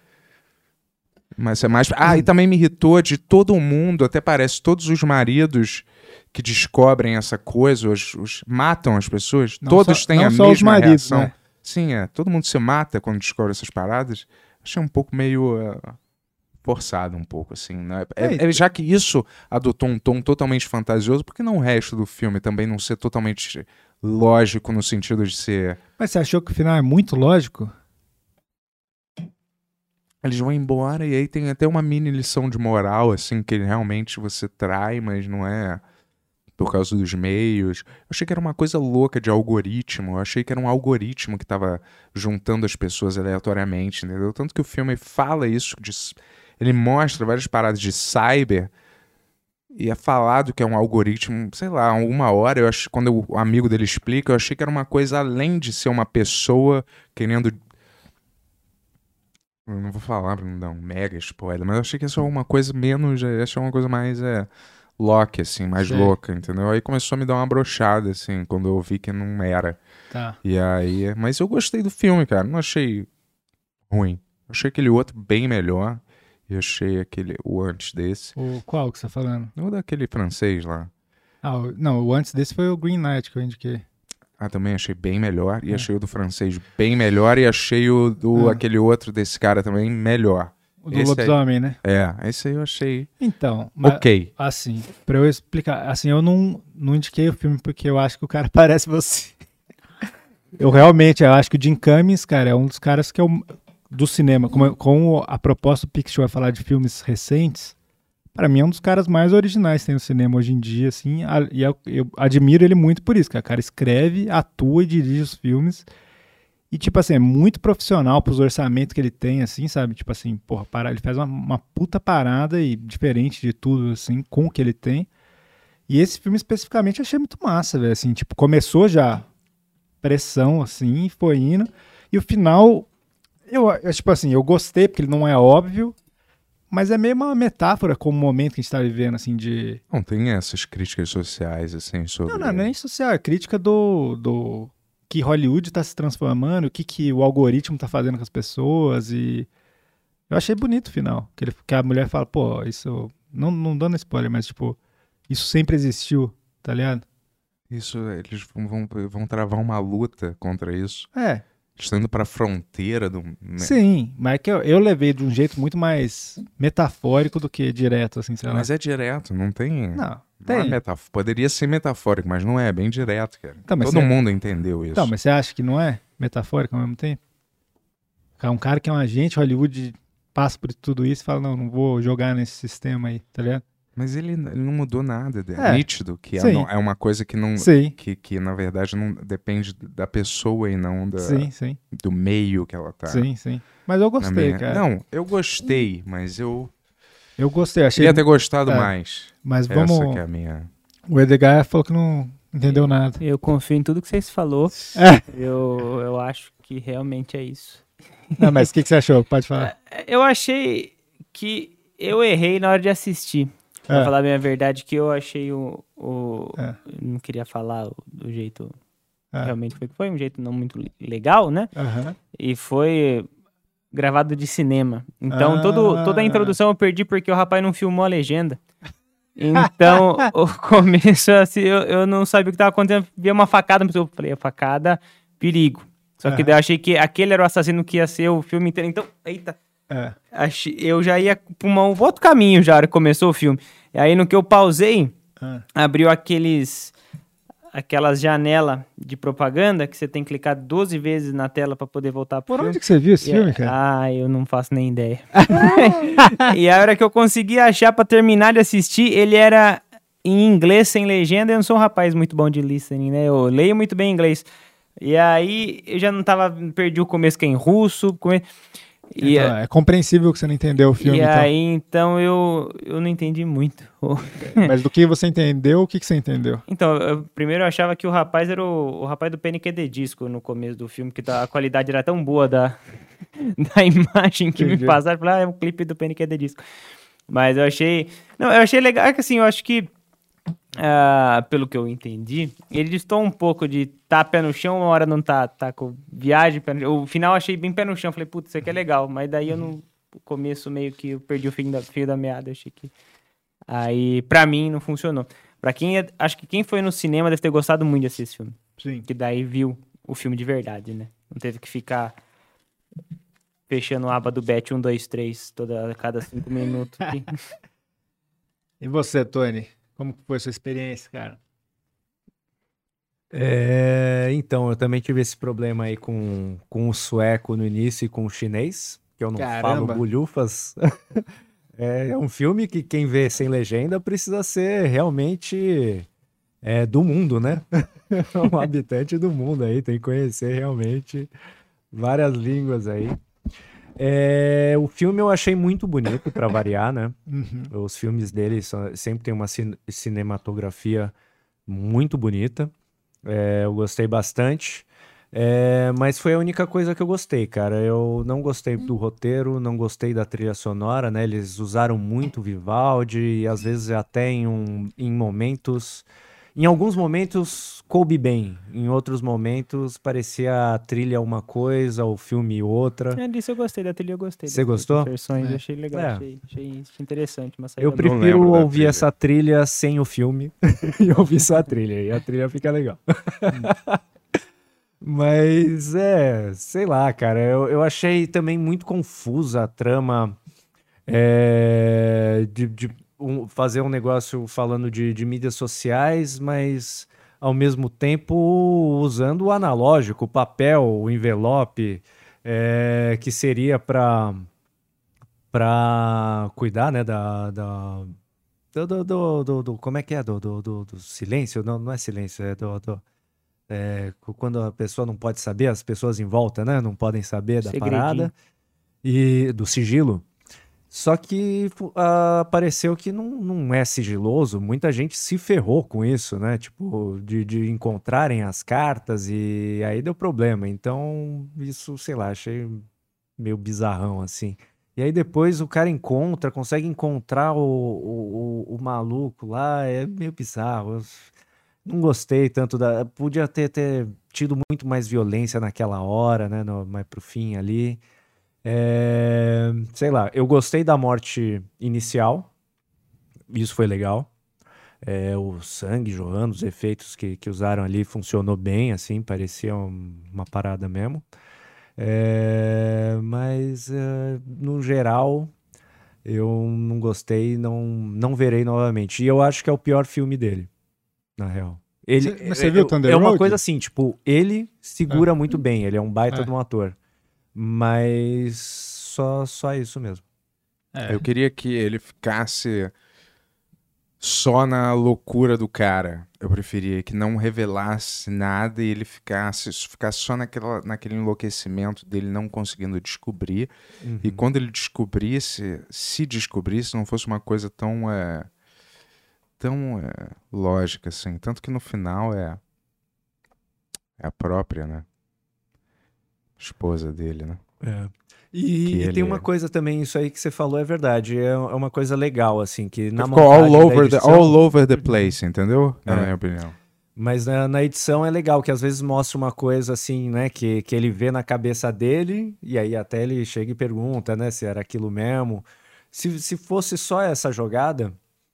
Mas é mais... Ah, e também me irritou de todo mundo, até parece, todos os maridos que descobrem essa coisa, os, os- matam as pessoas, Não todos só- têm não a só mesma os maridos, reação. né? Sim, é. Todo mundo se mata quando descobre essas paradas. Achei um pouco meio... eh, forçado um pouco, assim, né? É, é, já que isso adotou um tom totalmente fantasioso, por que não o resto do filme também não ser totalmente lógico no sentido de ser... Mas você achou que o final é muito lógico? Eles vão embora e aí tem até uma mini lição de moral, assim, que realmente você trai, mas não é por causa dos meios. Eu achei que era uma coisa louca de algoritmo, eu achei que era um algoritmo que tava juntando as pessoas aleatoriamente, entendeu? Tanto que o filme fala isso, de, ele mostra várias paradas de cyber e é falado que é um algoritmo, sei lá, uma hora, eu acho, quando o amigo dele explica, eu achei que era uma coisa além de ser uma pessoa querendo... Eu não vou falar pra não dar um mega spoiler, mas eu achei que ia ser uma coisa menos, eu achei uma coisa mais é, Loki, assim, mais Sei. louca, entendeu? Aí começou a me dar uma brochada, assim, quando eu vi que não era. Tá. E aí... Mas eu gostei do filme, cara. Não achei ruim. Eu achei aquele outro bem melhor. E achei aquele... O antes desse. O qual que você tá falando? O daquele francês lá. Ah, o- não, o antes desse foi o Green Knight que eu indiquei. Ah, também achei bem melhor. E É. achei o do francês bem melhor. E achei o do Ah. aquele outro desse cara também melhor. O do Esse aí. lobisomem, né? É, esse aí eu achei Então, mas, ok. assim, pra eu explicar, assim, eu não, não indiquei o filme porque eu acho que o cara parece você. Eu realmente, eu acho que o Jim Cummings, cara, é um dos caras que eu, do cinema, como, como a proposta do Pixel é falar de filmes recentes, pra mim é um dos caras mais originais que tem no cinema hoje em dia, assim, a- e eu, eu admiro ele muito por isso, que o cara escreve, atua e dirige os filmes. E, tipo assim, é muito profissional pros orçamentos que ele tem, assim, sabe? Tipo assim, porra, para, ele faz uma, uma puta parada e diferente de tudo, assim, com o que ele tem. E esse filme especificamente eu achei muito massa, velho. Assim, tipo, começou já pressão, assim, foi indo. E o final, eu, eu, tipo assim, eu gostei porque ele não é óbvio, mas é meio uma metáfora com o momento que a gente tá vivendo, assim, de... Não tem essas críticas sociais, assim, sobre... Não, não, não é nem social, é crítica do... do... que Hollywood tá se transformando, o que, que o algoritmo tá fazendo com as pessoas e eu achei bonito o final, que, ele, que a mulher fala, pô, isso, não, não dando spoiler, mas tipo, isso sempre existiu, tá ligado? Isso, eles vão, vão, vão travar uma luta contra isso. É, Estão indo pra fronteira do... né? sim, mas é que eu, eu levei de um jeito muito mais metafórico do que direto, assim, sei lá. Mas é direto, não tem... Não, Não tem. é metaf... Poderia ser metafórico, mas não é, é bem direto, cara. Tá, mas Todo você- mundo entendeu isso. Então, mas você acha que não é metafórico ao mesmo tempo? É um cara que é um agente, Hollywood passa por tudo isso e fala, não, não vou jogar nesse sistema aí, tá ligado? Mas ele, ele não mudou nada, é, É, nítido, que é, sim. não- é uma coisa que não... Sim, Que, que, na verdade, não depende da pessoa e não da, sim, sim, do meio que ela tá. sim, sim. Mas eu Na gostei, minha- cara. Não, eu gostei, mas eu Eu gostei, achei. queria ter gostado é. mais. Mas vamos. Essa que é a minha... O Edgar falou que não entendeu nada. Eu confio em tudo que vocês falou. É. Eu, eu acho que realmente é isso. Não, mas o que, que você achou? Pode falar. Eu achei que eu errei na hora de assistir. Pra É. falar a minha verdade, que eu achei o... o É. eu não queria falar o- do jeito... É. Realmente foi, foi um jeito não muito le- legal, né? Aham. E foi gravado de cinema. Então, Ah. todo, toda a introdução eu perdi porque o rapaz não filmou a legenda. Então, o começo, assim, eu, eu não sabia o que estava acontecendo. Vi uma facada, mas eu falei, facada, perigo. Só que Aham. daí eu achei que aquele era o assassino que ia ser o filme inteiro. Então, eita, É. achei- eu já ia pra uma- um outro caminho já, na hora que começou o filme. E aí, no que eu pausei, Ah. abriu aqueles... Aquelas janelas de propaganda que você tem que clicar doze vezes na tela pra poder voltar pro Por filme. onde que você viu esse E filme, é- cara? Ah, eu não faço nem ideia. E a hora que eu consegui achar pra terminar de assistir, ele era em inglês sem legenda. Eu não sou um rapaz muito bom de listening, né? Eu leio muito bem inglês. E aí eu já não tava. Perdi o começo que é em russo. Come... E, Então, é compreensível que você não entendeu o filme, e então. aí, então eu, eu não entendi muito. Mas do que você entendeu, o que, que você entendeu? Então, eu, primeiro eu achava que o rapaz era o, o rapaz do Panic! At the Disco no começo do filme, que tá- a qualidade era tão boa da, da imagem que Entendi. me passaram. Eu falei, ah, é um clipe do Panic! At the Disco. Mas eu achei... Não, eu achei legal, é que assim, eu acho que, ah, pelo que eu entendi, ele distou um pouco de tá pé no chão, uma hora não tá, tá com viagem, pé no chão. O final eu achei bem pé no chão, falei, putz, isso aqui é legal. Mas daí eu não... No começo meio que eu perdi o fio da, fio da meada, achei que... Aí, pra mim, não funcionou. Pra quem... é- Acho que quem foi no cinema deve ter gostado muito de assistir esse filme. Sim. Que daí viu o filme de verdade, né? Não teve que ficar fechando a aba do Bet um, dois, três toda, a cada cinco minutos. que- E você, Tony? Como que foi a sua experiência, cara? É, então, eu também tive esse problema aí com, com o sueco no início e com o chinês, que eu não Caramba. falo bulhufas. É, é um filme que quem vê sem legenda precisa ser realmente é, do mundo, né? Um habitante do mundo aí, tem que conhecer realmente várias línguas aí. É, o filme eu achei muito bonito, para variar, né? Uhum. Os filmes dele são- sempre tem uma cin- cinematografia muito bonita. É, eu gostei bastante. É, mas foi a única coisa que eu gostei, cara. Eu não gostei do roteiro, não gostei da trilha sonora, né? Eles usaram muito Vivaldi e às vezes até em, um, em momentos... Em alguns momentos coube bem, em outros momentos parecia a trilha uma coisa, o filme outra. É, disso eu gostei, da trilha eu gostei. Você das gostou? versões, É. eu achei legal, É. achei, achei interessante. Uma Eu saída boa. prefiro lembro da ouvir trilha. essa trilha sem o filme e ouvir só a trilha, e a trilha fica legal. Mas é, sei lá, cara, eu, eu achei também muito confusa a trama é, de, de um- fazer um negócio falando de, de mídias sociais, mas ao mesmo tempo usando o analógico, o papel, o envelope, é, que seria para para cuidar, né, da, da do, do, do, do- do- como é que é, do, do, do, do silêncio, não, não é silêncio, é do, do- é, cu- quando a pessoa não pode saber, as pessoas em volta, né, não podem saber da Segredinho. parada, e do sigilo. Só que fu- ah, pareceu que não, não é sigiloso, muita gente se ferrou com isso, né, tipo, de, de encontrarem as cartas e aí deu problema, então isso, sei lá, achei meio bizarrão, assim. E aí depois o cara encontra, consegue encontrar o, o, o, o maluco lá, é meio bizarro. Eu não gostei tanto da... Podia ter, ter tido muito mais violência naquela hora, né, no, mais pro fim ali. É, sei lá, eu gostei da morte inicial, isso foi legal. É, o sangue jorrando, os efeitos que, que usaram ali funcionou bem, assim, parecia um- uma parada mesmo. É, mas, é, no geral, eu não gostei, não, não verei novamente. E eu acho que é o pior filme dele, na real. Ele, Cê- mas você é- viu é- Thunder É uma Road? coisa assim, tipo, ele segura muito bem, ele é um baita É. de um ator. Mas só, só isso mesmo. É. Eu queria que ele ficasse só na loucura do cara. Eu preferia que não revelasse nada e ele ficasse, ficasse só naquela, naquele enlouquecimento dele não conseguindo descobrir. E quando ele descobrisse, se descobrisse, não fosse uma coisa tão, é, tão é, lógica assim. Tanto que no final é, é a própria, né? Esposa dele, né? É. E, Que e tem ele- uma coisa também, isso aí que você falou é verdade, é, é uma coisa legal, assim, que na Ficou all montagem da over, the, edição- all over the place, entendeu? Na É. minha opinião. Mas na, na edição é legal, que às vezes mostra uma coisa assim, né, que, que ele vê na cabeça dele, e aí até ele chega e pergunta, né, se era aquilo mesmo. Se, se fosse só essa jogada,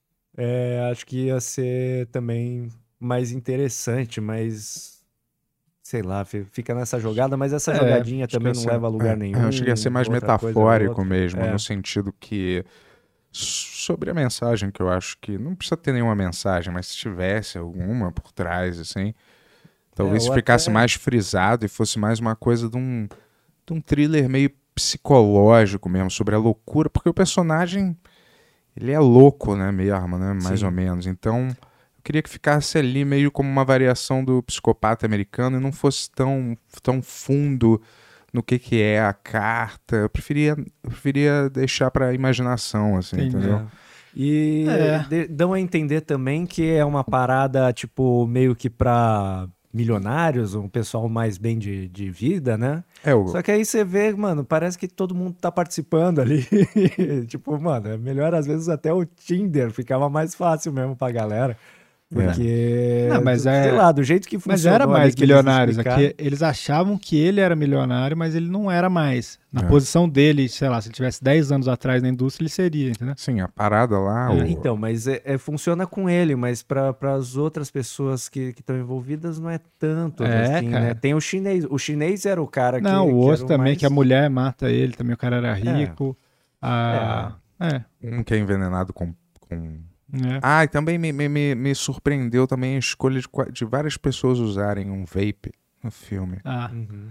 é, acho que ia ser também mais interessante, mas sei lá, fi- fica nessa jogada, mas essa É, jogadinha Acho que também ia não ser- leva a lugar é, nenhum. Eu achei que ia ser mais outra coisa ou metafórico outra. mesmo, É. no sentido que sobre a mensagem, que eu acho que não precisa ter nenhuma mensagem, mas se tivesse alguma por trás, assim, talvez É, ou ficasse até- mais frisado e fosse mais uma coisa de um, de um thriller meio psicológico mesmo, sobre a loucura, porque o personagem, ele é louco, né, mesmo, né, mais Sim. ou menos, então eu queria que ficasse ali meio como uma variação do psicopata americano e não fosse tão, tão fundo no que que é a carta. Eu preferia, eu preferia deixar pra imaginação, assim, Entendi. entendeu? É. E É. de- dão a entender também que é uma parada, tipo, meio que pra milionários, um pessoal mais bem de, de vida, né? É, o, Só que aí você vê, mano, parece que todo mundo tá participando ali. Tipo, mano, é melhor às vezes até o Tinder, ficava mais fácil mesmo pra galera. Porque, Não, mas é- sei lá, do jeito que funcionou Mas era ali mais que eles milionários. explicaram- Aqui, eles achavam que ele era milionário, mas ele não era mais. Na É. posição dele, sei lá, se ele tivesse dez anos atrás na indústria, ele seria, entendeu? sim, a parada lá... É, o- Então, mas é, é- funciona com ele, mas para as outras pessoas que estão envolvidas não é tanto É, assim, cara. né? Tem o chinês. O chinês era o cara que. Não, o que outro era também, mais- que a mulher mata ele, também o cara era rico. A... É. Um que é envenenado com... com... é. Ah, e também me, me, me, me surpreendeu também a escolha de, qua- de várias pessoas usarem um vape no filme. Ah, Uhum.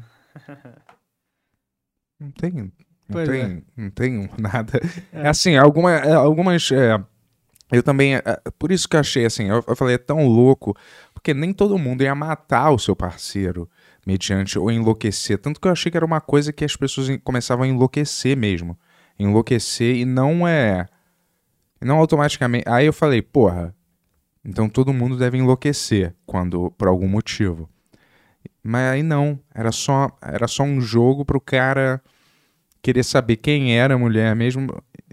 Não tem... Não Pois tem, é. não tem nada. É assim, alguma, é, algumas. é, eu também. é, por isso que eu achei assim, eu, eu falei, é tão louco, porque nem todo mundo ia matar o seu parceiro mediante ou enlouquecer. Tanto que eu achei que era uma coisa que as pessoas en- começavam a enlouquecer mesmo. Enlouquecer e não é. e Não automaticamente. Aí eu falei, porra, então todo mundo deve enlouquecer quando por algum motivo. Mas aí não, era só, era só um jogo pro cara querer saber quem era a mulher mesmo.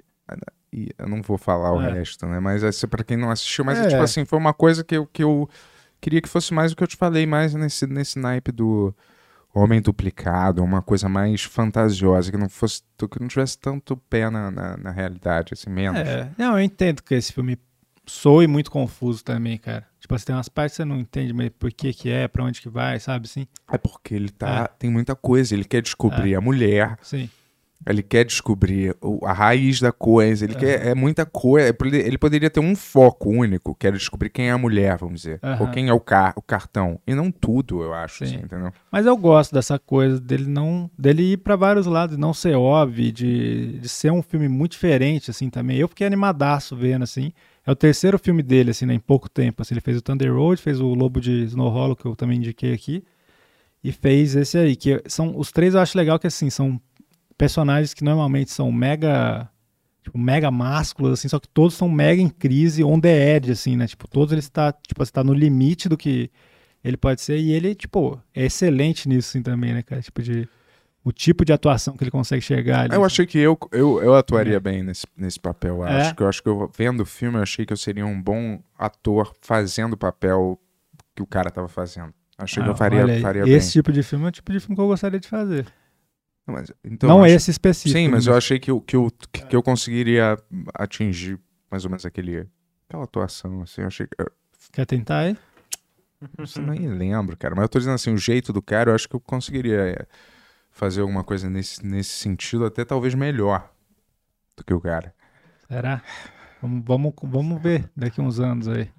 E eu não vou falar o É. resto, né? Mas esse pra quem não assistiu, mas É. é, tipo assim, foi uma coisa que eu, que eu queria que fosse mais o que eu te falei, mais nesse, nesse naipe do homem duplicado, uma coisa mais fantasiosa, que não fosse, que não tivesse tanto pé na, na, na realidade, assim, menos. É, não, eu entendo que esse filme soe muito confuso também, cara. Tipo, assim, tem umas partes que você não entende meio por que que é, pra onde que vai, sabe, assim? É porque ele tá, tem muita coisa, ele quer É. descobrir a mulher, Sim. ele quer descobrir o- a raiz da coisa, ele quer, é muita coisa, ele poderia ter um foco único, que era descobrir quem é a mulher, vamos dizer, Aham. ou quem é o, car o cartão, e não tudo, eu acho, Sim. assim, entendeu? Mas eu gosto dessa coisa dele não, dele ir pra vários lados, não ser óbvio, de, de ser um filme muito diferente, assim, também. Eu fiquei animadaço vendo, assim. É o terceiro filme dele, assim, né, em pouco tempo. Assim, ele fez o Thunder Road, fez o Lobo de Snow Hollow, que eu também indiquei aqui, e fez esse aí, que são, os três eu acho legal que, assim, são personagens que normalmente são mega, tipo, mega másculos, assim, só que todos são mega em crise, on the edge, assim, né, tipo, todos eles tá, tipo, tá no limite do que ele pode ser, e ele, tipo, é excelente nisso, assim, também, né, cara, tipo, de, o tipo de atuação que ele consegue chegar ali. Eu achei que eu, eu, eu atuaria É. bem nesse, nesse papel, eu É? acho que eu acho que eu, vendo o filme, eu achei que eu seria um bom ator fazendo o papel que o cara tava fazendo. Achei que Ah, eu faria, olha aí, faria esse bem. tipo de filme é o tipo de filme que eu gostaria de fazer. Não, mas- então, não eu acho- esse específico. Sim, mas né? eu achei que eu, que, eu, que, que eu conseguiria atingir mais ou menos aquele, aquela atuação, assim, eu achei que... Eu, Quer tentar aí? eu nem lembro, cara, mas eu tô dizendo assim, o jeito do cara, eu acho que eu conseguiria é, fazer alguma coisa nesse, nesse sentido, até talvez melhor do que o cara. Será? Vamos, vamos, vamos ver daqui uns anos aí.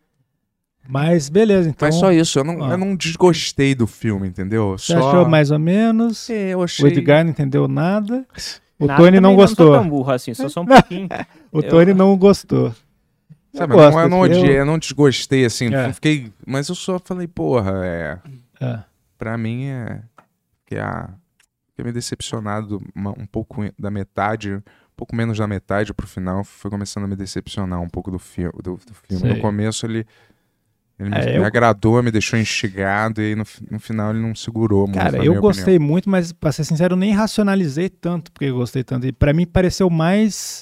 Mas beleza, então. Mas só isso, eu não, ó. eu não desgostei do filme, entendeu? Você só... achou mais ou menos? É, eu O achei... Edgar não entendeu nada. O Nada Tony não também gostou. Não sou tão burro assim, só só um pouquinho. O Eu- Tony não gostou. Sabe, eu eu, gosto não, eu não desse- eu- odiei, eu não desgostei, assim, É. fiquei... Mas eu só falei, porra, é... É. Pra mim é... Que a... Fiquei me decepcionado uma- um pouco da metade, um pouco menos da metade pro final, foi começando a me decepcionar um pouco do, fi do, do filme. Sei. No começo ele... Ele me, É, me eu- agradou, me deixou instigado, e aí no, fi- no final ele não segurou muito, Cara, na eu minha gostei opinião. muito, mas pra ser sincero, eu nem racionalizei tanto porque eu gostei tanto. E pra mim pareceu mais.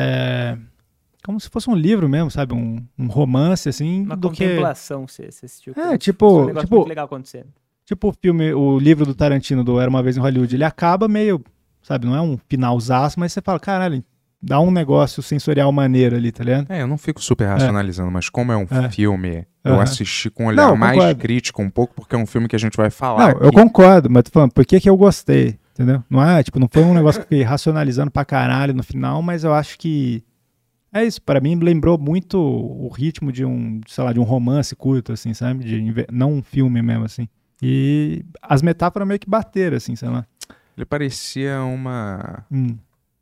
é, como se fosse um livro mesmo, sabe? Um, um romance, assim, Uma do que. contemplação, você, você assistiu. É, como se tipo- fosse um negócio tipo- muito legal acontecendo. Tipo o filme, o livro do Tarantino do Era Uma Vez em Hollywood, ele acaba meio, sabe, não é um finalzaço, mas você fala, caralho, dá um negócio sensorial maneiro ali, tá ligado? É, eu não fico super racionalizando, mas como é um É. filme, eu Aham. assisti com um olhar Não, mais concordo. crítico um pouco, porque é um filme que a gente vai falar Não, eu aqui. concordo, mas tô falando, por que que eu gostei, entendeu? Não é, tipo, não foi um negócio que eu fiquei racionalizando pra caralho no final, mas eu acho que é isso, pra mim lembrou muito o ritmo de um, sei lá, de um romance curto, assim, sabe? De, inve- não um filme mesmo, assim. E as metáforas meio que bateram, assim, sei lá. Ele parecia uma Hum.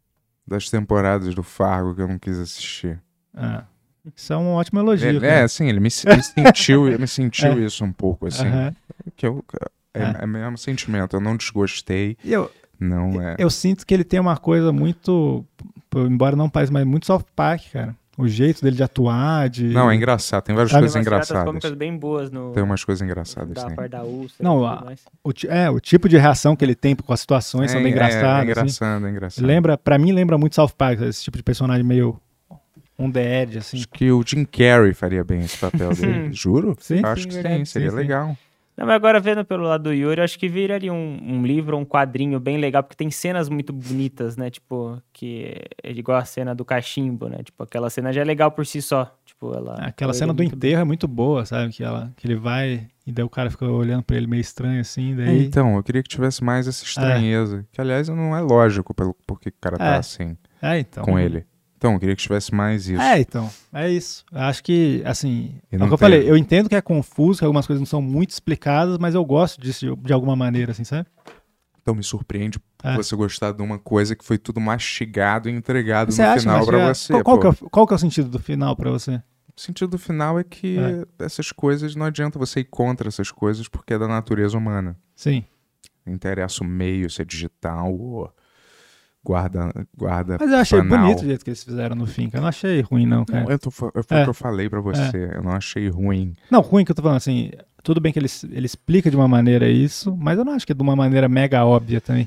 das temporadas do Fargo que eu não quis assistir. Ah, isso é um ótimo elogio. Ele, cara. é, assim, ele me, se- me sentiu, ele me sentiu isso um pouco, assim. Aham. Que eu, é, É. é o mesmo sentimento, eu não desgostei, E eu, não é... eu sinto que ele tem uma coisa muito, pô, embora não pareça, mas muito South Park, cara. O jeito dele de atuar, de... Não, é engraçado, tem várias Sabe, coisas Tem umas tiradas engraçadas. cômicas bem boas no... Tem umas coisas engraçadas, da sim. parte da úlcera Não, e a- tudo mais. O, ti- é, o tipo de reação que ele tem com as situações são bem É, engraçadas. É, é assim. engraçado, é engraçado. Lembra, pra mim lembra muito South Park, esse tipo de personagem meio on the edge, assim. Acho que o Jim Carrey faria bem esse papel dele. Juro? Sim, Eu acho sim, que verdade. sim, seria Sim, sim. legal. Não, mas agora vendo pelo lado do Yuri, eu acho que viraria um, um livro, um quadrinho bem legal, porque tem cenas muito bonitas, né? Tipo, que é igual a cena do cachimbo, né? Tipo, aquela cena já é legal por si só. Tipo, ela... Aquela ela cena é do muito enterro é muito boa, sabe? Que, ela, que ele vai e daí o cara fica olhando pra ele meio estranho, assim, daí... Então, eu queria que tivesse mais essa estranheza. Que, aliás, não é lógico pelo porque o cara tá É. assim É, então. com ele. Então, eu queria que tivesse mais isso. É, então, é isso. Eu acho que, assim, E é não o que eu teve. falei, eu entendo que é confuso, que algumas coisas não são muito explicadas, mas eu gosto disso de, de alguma maneira, assim, sabe? Então, me surpreende É. você gostar de uma coisa que foi tudo mastigado e entregado Você no acha final mas pra já- você. Qual, qual pô. que é, o- qual que é o sentido do final pra você? O sentido do final é que É. essas coisas, não adianta você ir contra essas coisas porque é da natureza humana. Sim. Não interessa o meio, se é digital ou guarda, guarda Mas eu achei banal. bonito o jeito que eles fizeram no fim, cara. Eu não achei ruim, não, cara. Não, eu tô, fa- foi É. o que eu falei pra você. Eu não achei ruim. Não, ruim que eu tô falando, assim, tudo bem que ele, ele explica de uma maneira isso, mas eu não acho que é de uma maneira mega óbvia também.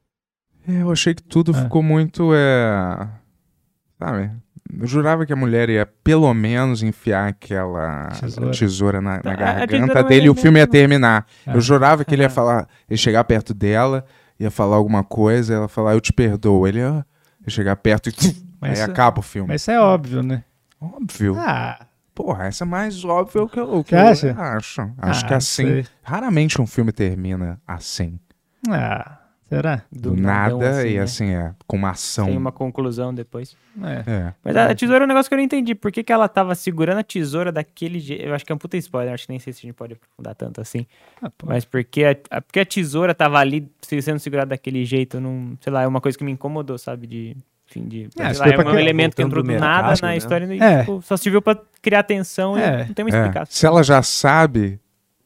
É, eu achei que tudo É. ficou muito. É... Sabe? Eu jurava que a mulher ia pelo menos enfiar aquela Tesoura. tesoura, na, na A- a garganta tesoura é um dele e o filme ia elemento- terminar. É. Eu jurava que ele ia falar, ia chegar perto dela, ia falar alguma coisa, ela ia falar, eu te perdoo. Ele ia, ia chegar perto e Mas aí isso- acaba o filme. Mas isso é óbvio, né? Óbvio. Ah, Porra, essa é mais óbvia que eu, que Você eu acha? acho. Acho Ah, que assim. sei. Raramente um filme termina assim. ah, será? Do, nadão, nada assim, e né? assim, é. Com uma ação. Tem uma conclusão depois. É. É. Mas a, a tesoura é um negócio que eu não entendi. Por que, que ela tava segurando a tesoura daquele jeito? Eu acho que é um puta spoiler, acho que nem sei se a gente pode aprofundar tanto assim. Ah, pô. Mas porque a, a- porque a tesoura tava ali sendo segurada daquele jeito, não, sei lá, é uma coisa que me incomodou, sabe? De, enfim, de, É, sei se lá, foi é pra um criar- elemento que voltando entrou do do nada mercado, na né? história e É. tipo, só serviu pra criar tensão É. e não tem uma É. explicação. Se ela já sabe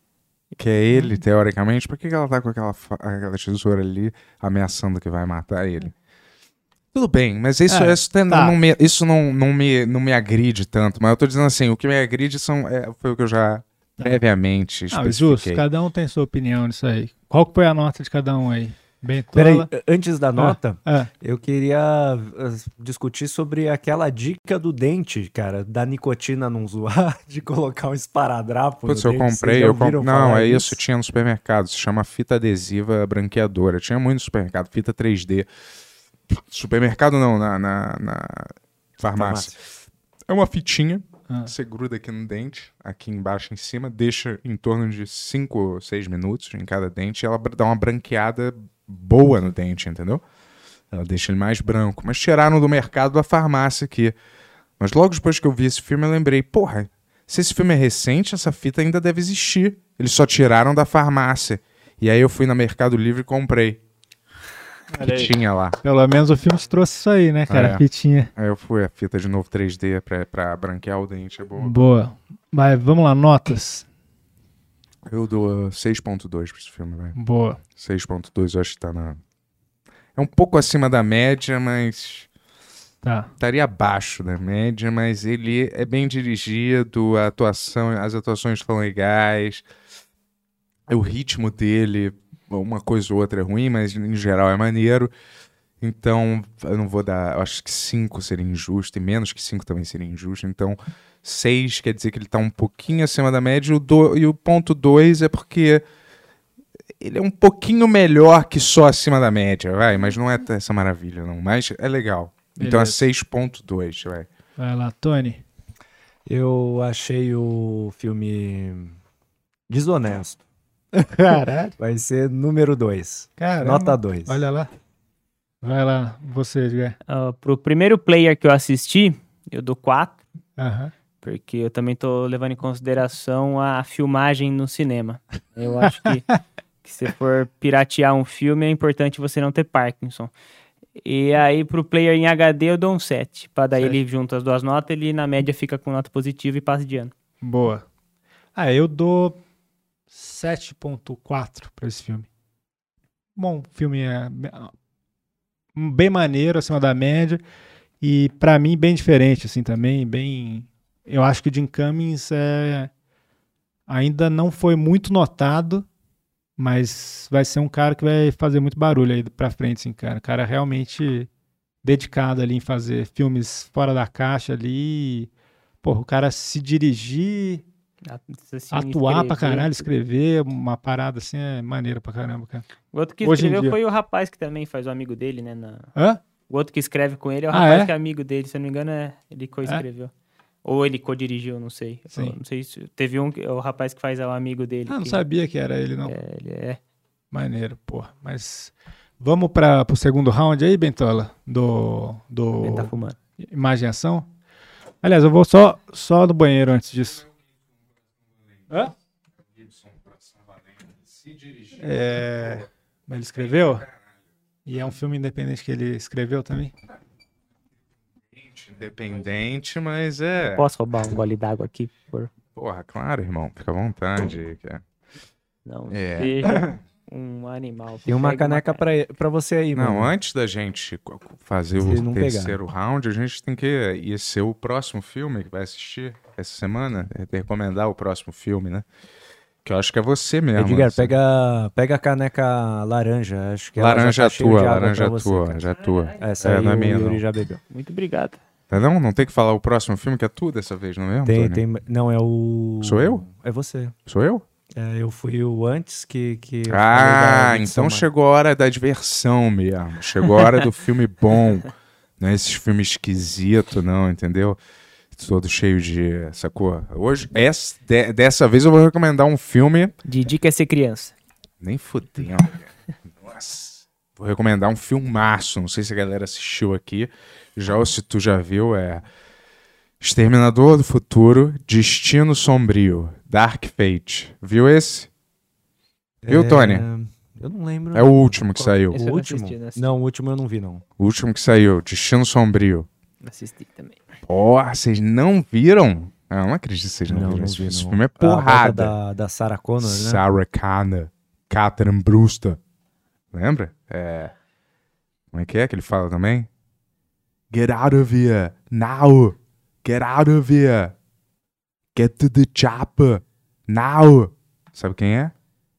que é ele, teoricamente, por que que ela tá com aquela, fa- aquela tesoura ali ameaçando que vai matar ele? Tudo bem, mas isso, É, isso, tem- tá. não, me, isso não, não, me, não me agride tanto. Mas eu tô dizendo assim, o que me agride são, é, foi o que eu já previamente Não, especifiquei. justo, cada um tem sua opinião nisso aí. Qual que foi a nota de cada um aí? Peraí, Bentola? antes da nota, Ah, eu queria ah, discutir sobre aquela dica do dente, cara, da nicotina não zoar, de colocar um esparadrapo Putz, no eu dente. comprei, Vocês já eu comp... ouviram Não, falar é disso? isso, tinha no supermercado, se chama fita adesiva branqueadora. Tinha muito no supermercado, fita três D. Supermercado não, na, na, na farmácia. É uma fitinha, Ah. você gruda aqui no dente, aqui embaixo em cima, deixa em torno de cinco ou seis minutos em cada dente e ela br- dá uma branqueada boa no dente, entendeu? Ela deixa ele mais branco. Mas tiraram do mercado da farmácia aqui. Mas logo depois que eu vi esse filme, eu lembrei, porra, se esse filme é recente, essa fita ainda deve existir. Eles só tiraram da farmácia. E aí eu fui na Mercado Livre e comprei. Olha aí. Que tinha lá. Pelo menos o filme te trouxe isso aí, né, cara? É. A fitinha. Aí eu fui, a fita de novo três D pra, pra branquear o dente, é boa. Boa. Mas vamos lá, notas. Eu dou seis ponto dois pra esse filme, velho. Boa. seis ponto dois eu acho que tá na... É um pouco acima da média, mas... Tá. Estaria abaixo da média, mas ele é bem dirigido, a atuação, as atuações foram legais, o ritmo dele, uma coisa ou outra é ruim, mas em geral é maneiro. Então, eu não vou dar, eu acho que cinco seria injusto, e menos que cinco também seria injusto. Então, seis quer dizer que ele tá um pouquinho acima da média, e o, do, e o ponto dois é porque ele é um pouquinho melhor que só acima da média, vai, mas não é essa maravilha, não. Mas é legal. Então é Beleza. seis ponto dois, vai. Vai lá, Tony. Eu achei o filme desonesto. Caralho. Vai ser número dois. Caramba. Nota dois. Olha lá. Vai lá, você, Edgar. Ah, pro primeiro player que eu assisti, eu dou quatro, Aham. porque eu também tô levando em consideração a filmagem no cinema. Eu acho que, que se for piratear um filme, é importante você não ter Parkinson. E aí, pro player em H D, eu dou um sete. Pra daí Sete. ele junta as duas notas, ele na média fica com nota positiva e passa de ano. Boa. Ah, eu dou sete ponto quatro pra esse filme. Bom, o filme é bem maneiro, acima da média. E pra mim, bem diferente, assim, também. Bem... Eu acho que o Jim Cummings é... ainda não foi muito notado, mas vai ser um cara que vai fazer muito barulho aí pra frente, assim, cara. O cara realmente dedicado ali em fazer filmes fora da caixa ali. Porra, o cara se dirigir... Assim, Atuar pra escrever. caralho, escrever, uma parada assim é maneiro pra caramba, cara. O outro que Hoje em escreveu dia. foi o rapaz que também faz o amigo dele, né? na- Hã? O outro que escreve com ele é o Ah, rapaz é? que é amigo dele, se eu não me engano, é... ele co-escreveu. Ou ele co-dirigiu, não sei. Sim. Eu não sei se... Teve um, que- o rapaz que faz é o amigo dele. Ah, não que- sabia que era ele, não. É, ele é... Maneiro, porra. Mas vamos para pro segundo round aí, Bentola? Do, do Ele tá fumando. Imagem e Ação. Aliás, eu vou só, só no banheiro antes disso. Hã? É... Ele escreveu? E é um filme independente que ele escreveu também? Independente, mas é... Posso roubar um gole d'água aqui? Por... Porra, claro, irmão. Fica à vontade. cara. Não É. seja um animal. Tem uma Pega caneca pra, pra você aí, Não, mano. antes da gente co- fazer Se o não terceiro round, a gente tem que ir ser o próximo filme que vai assistir essa semana. É recomendar o próximo filme, né? Que eu acho que é você mesmo. Edgar, assim. pega, pega a caneca laranja. Acho que ela Laranja já é tá cheia tua, de água laranja pra é você, tua, cara. já é tua. Essa É, aí não é o minha, Yuri não. já bebeu. Muito obrigado. Tá não? Não tem que falar o próximo filme que é tu dessa vez, não é mesmo, Tem, Tony? tem. Não, é o. Sou eu? É você. Sou eu? É, eu fui o antes que. que eu Ah, falei da edição então mais- chegou a hora da diversão mesmo. Chegou a hora do filme bom. Não é esses filmes esquisitos, não, entendeu? Todo cheio de. Sacou? Hoje, essa, de- dessa vez eu vou recomendar um filme. Didi quer ser criança. Nem fudendo. Nossa. Vou recomendar um filmaço. Não sei se a galera assistiu aqui. Já ou se tu já viu, é. Exterminador do Futuro, Destino Sombrio, Dark Fate. Viu esse? Viu, É, Tony? Eu não lembro. É o último que saiu. Esse O eu não último? assisti, não assisti. Não, o último eu não vi, não. O último que saiu, Destino Sombrio. Assisti também. Porra, vocês não viram? Ah, eu não acredito que vocês não, Não, viram. não esse, vi, esse não. filme é A volta porrada. Da, da Sarah Connor, né? Sarah Connor, Catherine Brewster. Lembra? É. Como é que é que ele fala também? Get out of here, now. Get out of here. Get to the chopper, now. Sabe quem é?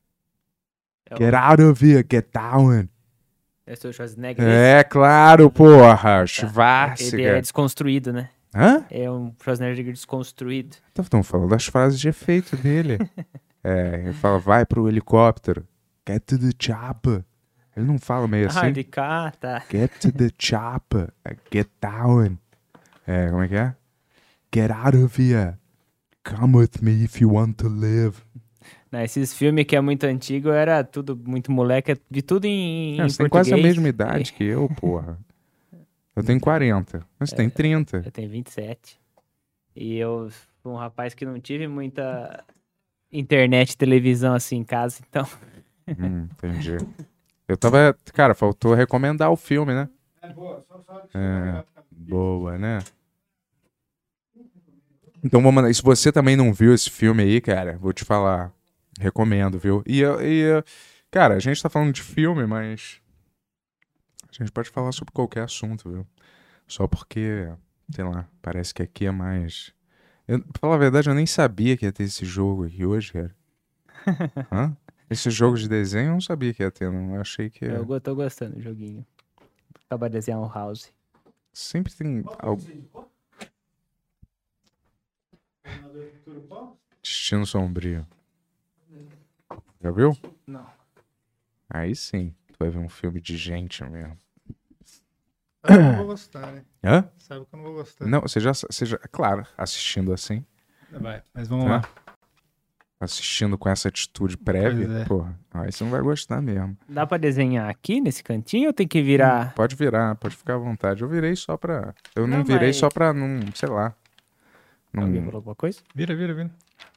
É o- Get out of here, get down. Esse é o Schwarzenegger. É, claro, porra. Tá. Ele é Schwarzenegger. desconstruído, né? Hã? É um Schwarzenegger desconstruído. Estão falando das frases de efeito dele. É, ele fala, vai pro helicóptero. Get to the chopper. Ele não fala meio Ah, assim? de cá, tá. Get to the chopper. É, get down. É, como é que é? Get out of here. Come with me if you want to live. Não, esses filmes que é muito antigo era tudo muito moleque, de tudo em, em É, você tem quase a português. mesma idade que eu, porra. Eu tenho quarenta. Mas você tem trinta. Eu tenho vinte e sete. E eu fui um rapaz que não tive muita internet, televisão assim em casa, então... Hum, entendi. Eu tava... Cara, faltou recomendar o filme, né? É boa, só, só É, boa, né? Então vamos lá. E se você também não viu esse filme aí, cara, vou te falar. Recomendo, viu? E, e cara, a gente tá falando de filme, mas a gente pode falar sobre qualquer assunto, viu? Só porque, sei lá, parece que aqui é mais... Eu, pra falar a verdade, eu nem sabia que ia ter esse jogo aqui hoje, cara. Hã? Esse jogo de desenho eu não sabia que ia ter, não. Eu achei que... Eu go- tô gostando do joguinho. Acaba de desenhar um house. Sempre tem algo... Destino Sombrio. Já viu? Não. Aí sim, tu vai ver um filme de gente mesmo. Sabe que eu não vou gostar, né? Hã? Sabe que eu não vou gostar. Não, você já, você já... Claro, assistindo assim, Vai, mas vamos Tá. lá. assistindo com essa atitude prévia, Pois é. porra, aí você não vai gostar mesmo. Dá pra desenhar aqui, nesse cantinho, ou tem que virar... Pode virar, pode ficar à vontade. Eu virei só pra... Eu não, Não, virei mas- só pra, não, sei lá. Não... Alguém falou alguma coisa? Vira, vira, vira.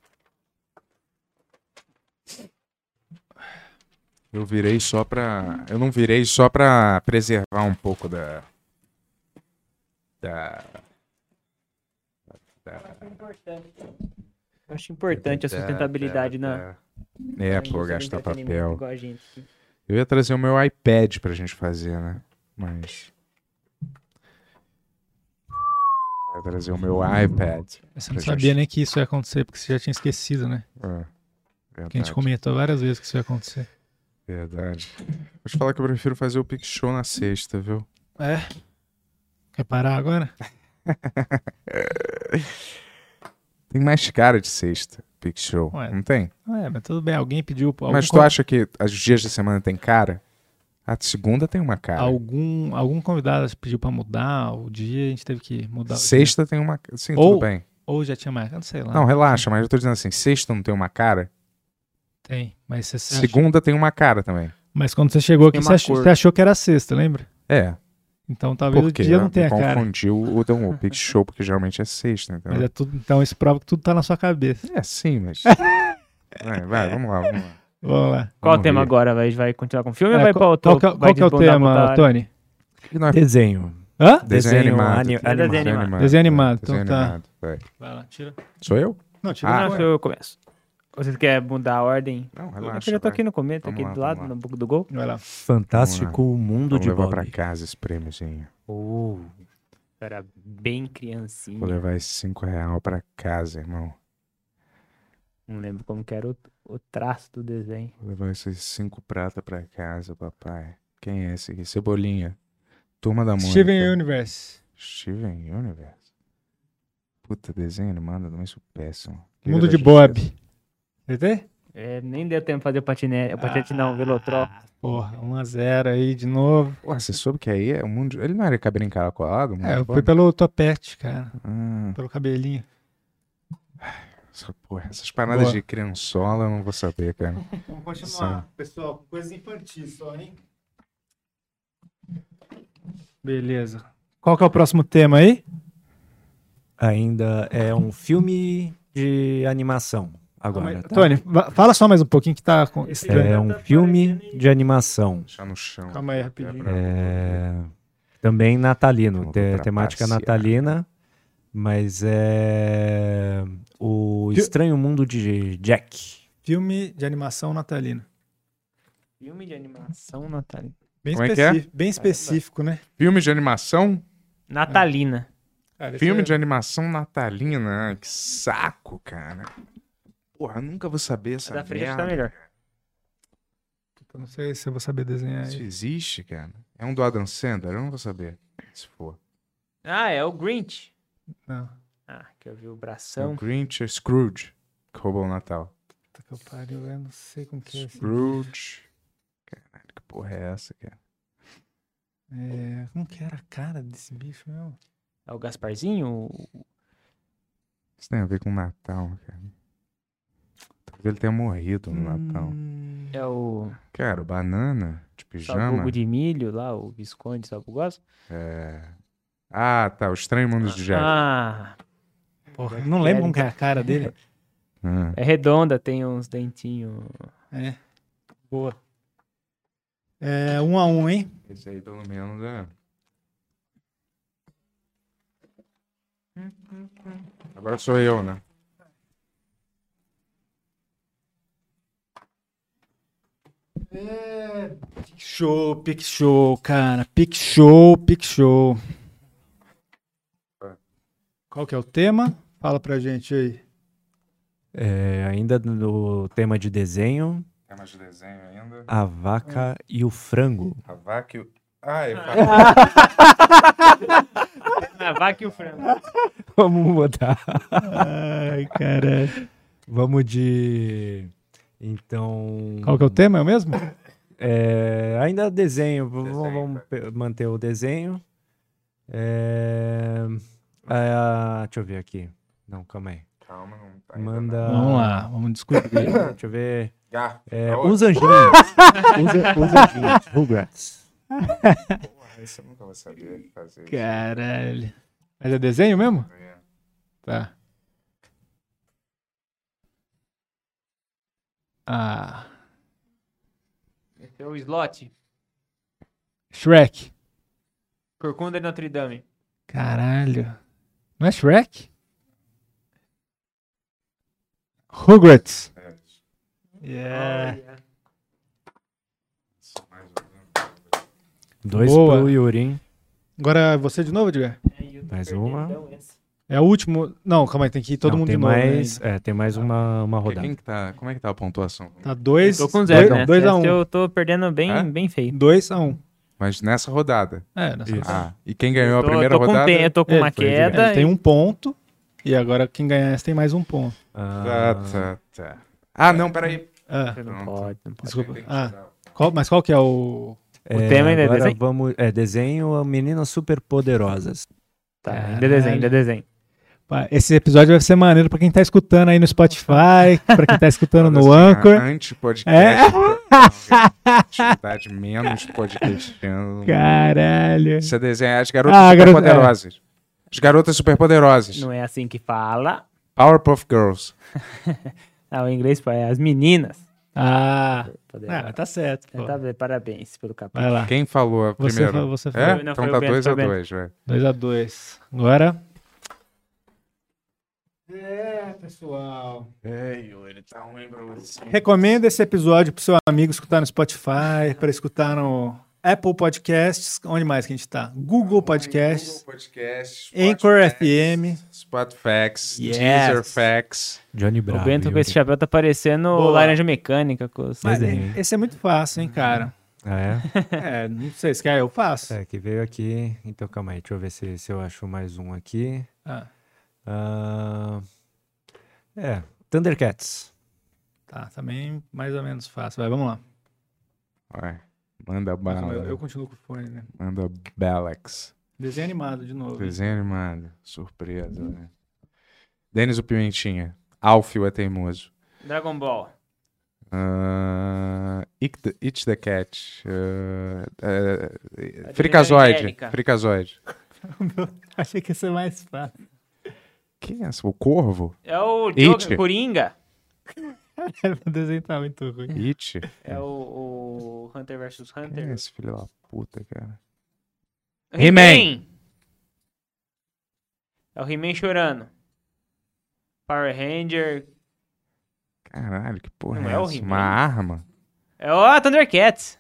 Eu virei só pra... Eu não virei só pra preservar um pouco da... Da... da... Eu acho importante a sustentabilidade na... da- É, na pô, indústria do gastar entretenimento, papel. igual a gente. Eu ia trazer o meu iPad pra gente fazer, né? Mas... Eu ia trazer o meu iPad. Você não Pra sabia gente- nem que isso ia acontecer, porque você já tinha esquecido, né? É, Porque a gente verdade, comentou várias vezes que isso ia acontecer. verdade. Vou te falar que eu prefiro fazer o Pix Show na sexta, viu? É? Quer parar agora? Tem mais cara de sexta, Pix Show. Ué. Não tem? É, mas tudo bem, alguém pediu... Algum, Mas tu acha que os dias da semana tem cara? A segunda tem uma cara. algum, algum convidado pediu pra mudar o dia, a gente teve que mudar o dia. Sexta tem uma... Sim, Ou- tudo bem. Ou já tinha marcado, não sei lá. Não, relaxa, mas eu tô dizendo assim, sexta não tem uma cara? Tem, mas você, você achou- Segunda tem uma cara também. Mas quando você chegou aqui, Tem você uma achou, cor. você achou que era sexta, lembra? É, Então talvez porque o dia não tenha cara. confundiu o, o, o Pix Show, porque geralmente é sexta, entendeu? Mas é tudo, então isso prova que tudo tá na sua cabeça. É, sim, mas... vai, vai, vamos lá, vamos lá. Vamos lá. Qual Vamos o tema ver. agora? Vai, vai continuar com o filme É, ou vai qual- pra outro? Qual, que é- vai qual que é o desbundar pra outra tema, área? Tony? E nós- Desenho. Hã? Desenho Desenho animado. ani- É desenho animado. animado. Desenho animado, Desenho então tá. animado, vai. Vai lá, tira. Sou eu? Não, tira. Ah, Não, eu começo. Você quer mudar a ordem? Não, Eu relaxa. já tô vai. aqui no começo, tô Vamos aqui lá, do lado, vamos lá. no book do gol. Vai lá. Fantástico Mundo Vou de levar Bob. pra casa esse prêmiozinho. Oh, era bem Vou criancinha. levar esses cinco reais pra casa, irmão. Não lembro como que era o, o traço do desenho. Vou levar esses cinco pratas pra casa, papai. Quem é esse aqui? Cebolinha. Turma da Mônica. Steven Universe. Steven Universe. Puta, desenho animado, mas isso é péssimo. Que Mundo de grande Bob. sucesso. Entendeu? É, nem deu tempo de fazer o patinete, o patinete não, o velotrol. Porra, um a zero aí de novo. Pô, você soube que aí é o mundo. Ele não era cabelo encaracolado? É, eu fui pelo topete, cara. Ah, Pelo cabelinho. essa, porra, essas paradas Boa. de criançola eu não vou saber, cara. Vamos continuar. pessoal, com coisas infantis só, hein? Beleza. Qual que é o próximo tema aí? Ainda é um filme de animação. Agora, tá? Tony, va- fala só mais um pouquinho que tá com estranho. É um filme de animação. Deixar no chão. Calma aí, rapidinho. É, também natalino, Vamos te- pra temática passear. natalina, mas é o Fi- Estranho Mundo de Jack. Filme de animação natalino. Filme de animação natalina. Bem, Como é que é? específico, bem específico, né? Filme de animação? Natalina. Cara, Filme esse de animação natalina. Que saco, cara. Porra, eu nunca vou saber A essa da frente tá merda. melhor. Eu não sei se eu vou saber desenhar Isso aí. existe, cara? É um do Adam Sandler? Eu não vou saber. Se for. Ah, é o Grinch. Não. Ah, que eu vi o É o bração. Grinch é Scrooge. Que roubou o Natal. Puta que eu pariu, eu não sei como que é esse. Scrooge. Caralho, que porra é essa, cara? É, como que era a cara desse bicho mesmo? É o Gasparzinho? O- Isso tem a ver com o Natal, cara. Talvez ele tenha morrido no Natal. Hum, É o Cara, o Banana de pijama. Sabugo de Milho lá, o Visconde Sabugoso? É... Ah, tá. O Estranho Mundo de Jack. Ah, porra, eu não lembro como que é a cara dele. Ah. é redonda, tem uns dentinhos. É. Boa. É um a um, hein? Esse aí, pelo menos, é... Agora sou eu, né? Pique show, pique show, cara. Pique show, pique show. Qual que é o tema? Fala pra gente aí. É, ainda no tema de desenho, Tem mais de desenho ainda. A Vaca e o Frango. A vaca e o... Ah, é A vaca e o frango. Vamos mudar. Ai, caralho. Vamos de... Então... Qual que é o tema? É o mesmo? É, ainda desenho, v- Desenho, vamos vai. pe- manter o desenho. É, ah, deixa eu ver aqui. Não, calma aí. Calma, não tá ainda Manda. Vamos lá, vamos discutir. Deixa eu ver. Garfo. É, Tá os ótimo. anjinhos. os, os anjinhos. Rugrats. Porra, isso eu nunca vou saber fazer. isso. Caralho. Mas é desenho mesmo? É. Tá. Ah. Esse é o Slot. Shrek. Corcunda de Notre Dame. Caralho. Não é Shrek? Rugrats. É. Yeah. Olha. Isso, mais ou menos. Dois Boa. pro Yurin. Agora você de novo, Edgar? Aí eu tô Mais perdendo, uma. então, essa. É o último. Não, calma aí, tem que ir todo Não, mundo tem de novo. mais, né? é, tem mais uma, uma Porque rodada. Quem que tá... Como é que tá a pontuação? Tá dois. Tô com zero, dois, né? dois a Essa um. Eu tô perdendo bem, É? bem feio. Dois a um. Mas nessa rodada. É, nessa Isso. Ah, e quem ganhou a Tô- primeira tô com rodada? tem- eu tô com É, uma foi de queda. Ele tem e- um ponto. E agora quem ganhar essa tem mais um ponto. Ah, Ah, tá, tá. Ah, não, peraí. Ah, Você não Pronto. pode, não pode. desculpa. Tem que Ah, tirar. qual, mas qual que é o... é, O tema ainda é agora desenho? Vamos, é desenho Meninas Super Poderosas. Tá, ainda é desenho, ainda é desenho. Pá, esse episódio vai ser maneiro pra quem tá escutando aí no Spotify, pra quem tá escutando no Assim, Anchor. a Anti-podcast. É. Atividade menos podcastando. Caralho. Você desenha as garotas Ah, garota- superpoderosas. As garotas superpoderosas. Não é assim que fala. Powerpuff Girls. Ah, o inglês pô, é as meninas. Ah, Poder- ah, tá certo. Pô. Tá bem, parabéns pelo capítulo. Vai lá. Quem falou a Você primeiro? falou, você É? falou. Não, Então foi o tá Bento, dois foi a o Bento. dois, velho. dois a dois. Agora... É, pessoal. É, Yuri, tá ruim pra você. Recomenda esse episódio pro seu amigo escutar no Spotify, pra escutar no, Apple Podcasts, onde mais que a gente tá? Google Podcasts, Google Podcasts, Anchor Spotify, F M. Spotify, Yes. Deezer Facts. Johnny O Bravo. Bento com Yuri. esse chapéu tá parecendo Boa. laranja mecânica. Com os... Mas Desenho, hein? esse é muito fácil, hein, cara? Ah, é? É, não sei se quer, eu faço. É, que veio aqui. Então, calma aí. Deixa eu ver se, se eu acho mais um aqui. Ah, Ah, é, Thundercats. tá, também mais ou menos fácil. Vai, vamos lá. Vai, manda Calma, bala. eu, eu continuo com o fone, né? Manda Belex. Desenho animado de novo. hein? Desenho animado. Surpresa, né? Denis o Pimentinha. Alfio é teimoso. Dragon Ball. Uh, It, the, It the Cat. Uh, uh, A Fricazoide. Angélica. Fricazoide. Achei que ia ser mais fácil. Quem é essa? O Corvo? É o It. Joker, Coringa. O desenho tá muito ruim. It? É o, o Hunter versus Quem é Hunter. esse filho da puta, cara? He-Man. É o He-Man chorando. Power Ranger. Caralho, que porra Não é é o essa? He-Man? Uma arma? É o Thundercats.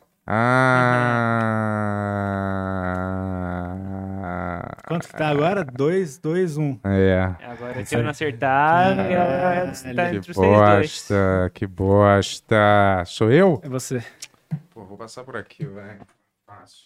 Ah. Quanto que tá agora? dois, dois, um. É. Agora, se eu não acertar, é, é, tá Que entre os três dois. bosta, que bosta. Sou eu? É você. Pô, vou passar por aqui, velho. Fácil.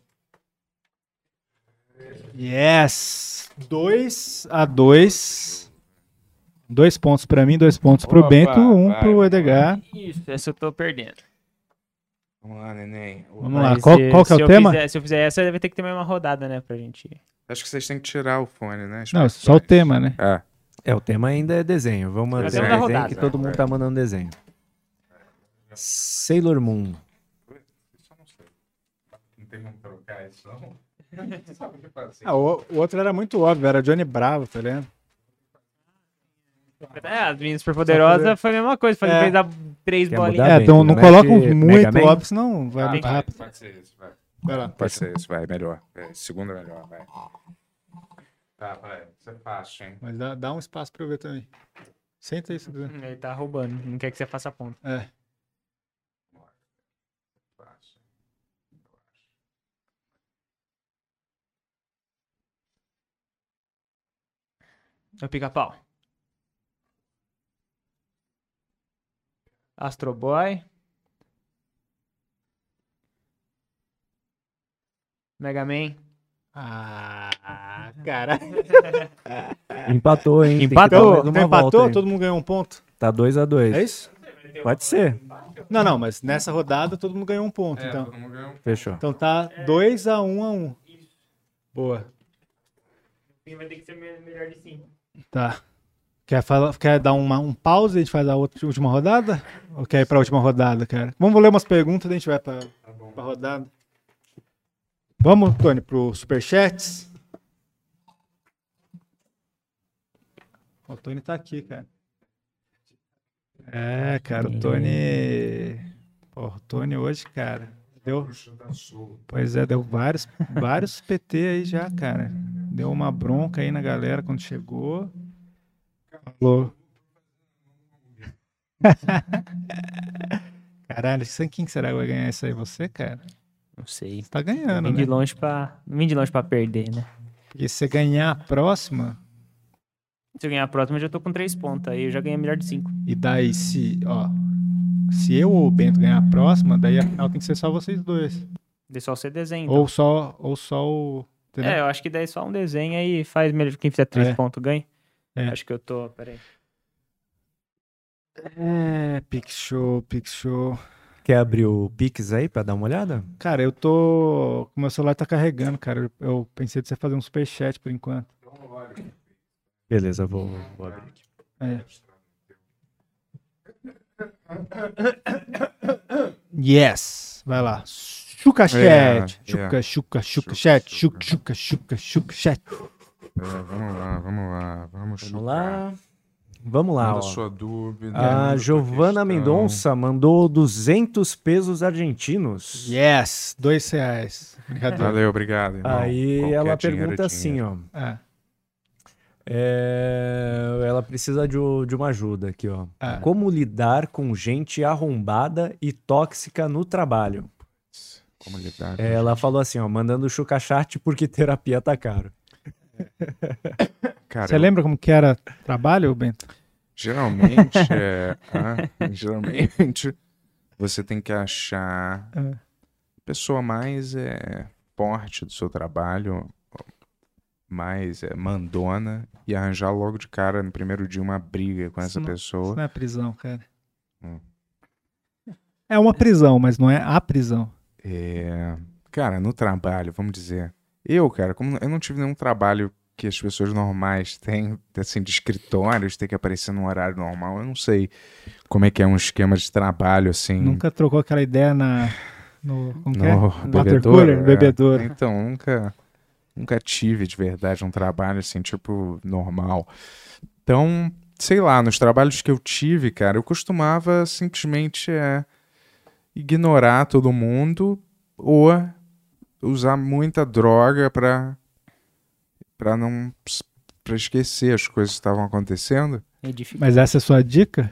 Yes! dois a dois. Dois pontos pra mim, dois pontos pro Opa, Bento, um vai, pro Edgar. Isso, essa eu tô perdendo. Vamos lá, neném. Vamos lá, Mas qual, se- qual que é se o eu tema? fizer- se eu fizer essa, vai ter que ter mais uma rodada, né, pra gente... Acho que vocês têm que tirar o fone, né? Não, só o tema, né? É. É, o tema ainda é desenho. Vamos mandar Desenho. desenho, Rodada. que todo mundo tá mandando desenho. Sailor Moon. Não tem como trocar isso, não? Sabe o que fazer? Ah, o, o outro era muito óbvio, era Johnny Bravo, tá ligado? É, as meninas superpoderosas foi a mesma coisa, foi É. fez dar três Quer bolinhas. mudar? É, bem, então não né? coloca um Mega muito Man? óbvio, senão vai Ah, muito vai, rápido. Pode ser isso, vai. Vai lá. Pode ser isso, vai. Melhor. É, segundo é melhor, vai. Tá, vai. Isso é fácil, hein? Mas dá, dá um espaço pra eu ver também. Senta aí, se quiser. Ele tá roubando, não quer que você faça ponto. É. Fácil. É o pica-pau. Astro Boy. Mega Man. Ah, cara. Empatou, hein? Tem que Empatou? dar mais uma Empatou? volta, hein? Todo mundo ganhou um ponto? Tá dois a dois. É isso? Pode ser. Não, não, mas nessa rodada todo mundo ganhou um ponto, É, então. todo mundo ganhou um Fechou. Então tá dois a um a um. Boa. Vai ter que ser melhor de cinco. Tá. Quer, falar, quer dar uma, um pause e a gente faz a outra, última rodada? Ou quer ir pra última rodada, cara? Vamos ler umas perguntas e a gente vai pra, pra rodada. Vamos, Tony, pro Superchats? O Tony tá aqui, cara. É, cara, o Tony... Pô, o Tony hoje, cara, deu... Pois é, deu vários, vários P T aí já, cara. Deu uma bronca aí na galera quando chegou. Falou. Caralho, quem será que vai ganhar isso aí? Você, cara? Não sei. Você tá ganhando, Vim de né? longe pra. Não vim de longe pra perder, né? Porque se você ganhar a próxima, Se eu ganhar a próxima, eu já tô com três pontos. Aí eu já ganhei melhor de cinco. e daí se, ó, se eu ou o Bento ganhar a próxima, daí a final tem que ser só vocês dois. Deixa só você desenho. Então. Ou só, ou só o... Entendeu? É, eu acho que daí só um desenho aí faz melhor. Quem fizer três É. pontos ganha. É. Acho que eu tô. Peraí. É, Pix Show, Pix Show. Quer abrir o Pix aí pra dar uma olhada? Cara, eu tô... O meu celular tá carregando, cara. Eu pensei de você fazer um superchat por enquanto. Beleza, vou, vou abrir aqui. É. Yes. Vai lá. Chuca chat. Yeah, Chuca, yeah. chuca, chuca Chuca, chat. chuca. Chuca, chuca, chuca, chuca chat. É, vamos lá, vamos lá. Vamos, Vamos lá. Vamos lá, Manda ó. sua dúvida. A manda Giovana sua questão. Mendonça mandou duzentos pesos argentinos. Yes. Dois reais. Brincadeira. Valeu, obrigado. Irmão. Aí Qualquer ela dinheiro é pergunta assim, dinheiro. ó. Ah, É, ela precisa de, o- de uma ajuda aqui, ó. Ah. Como lidar com gente arrombada e tóxica no trabalho? como lidar. com É, ela falou assim, ó, mandando chuca chat porque terapia tá caro. Cara, Você eu- lembra como que era trabalho, Bento? Geralmente, é, ah, geralmente você tem que achar É. a pessoa mais é, forte do seu trabalho, mais é, mandona, e arranjar logo de cara no primeiro dia uma briga com Isso essa não- pessoa. Isso não é prisão, cara. Hum. É uma prisão, mas não é a prisão. É, cara, no trabalho, vamos dizer. Eu, cara, como eu não tive nenhum trabalho que as pessoas normais têm, assim, de escritórios, ter que aparecer num horário normal, eu não sei como é que é um esquema de trabalho, assim. Nunca trocou aquela ideia na. No, como que é? No Water bebedouro. cooler, é. bebedouro. Então, nunca, nunca tive de verdade um trabalho assim, tipo, normal. Então, sei lá, nos trabalhos que eu tive, cara, eu costumava simplesmente é, ignorar todo mundo ou usar muita droga pra, pra não pra esquecer as coisas que estavam acontecendo. Edifica. Mas essa é a sua dica?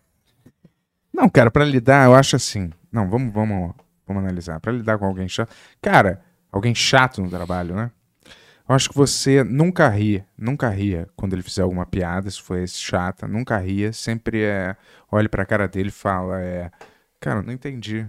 Não, cara, pra lidar, eu acho assim. Não, vamos, vamos, vamos analisar. Pra lidar com alguém chato. Cara, alguém chato no trabalho, né? Eu acho que você nunca ri, nunca ria quando ele fizer alguma piada, se for esse chata, nunca ria. Sempre é. Olhe pra cara dele e fala, é. Cara, não entendi.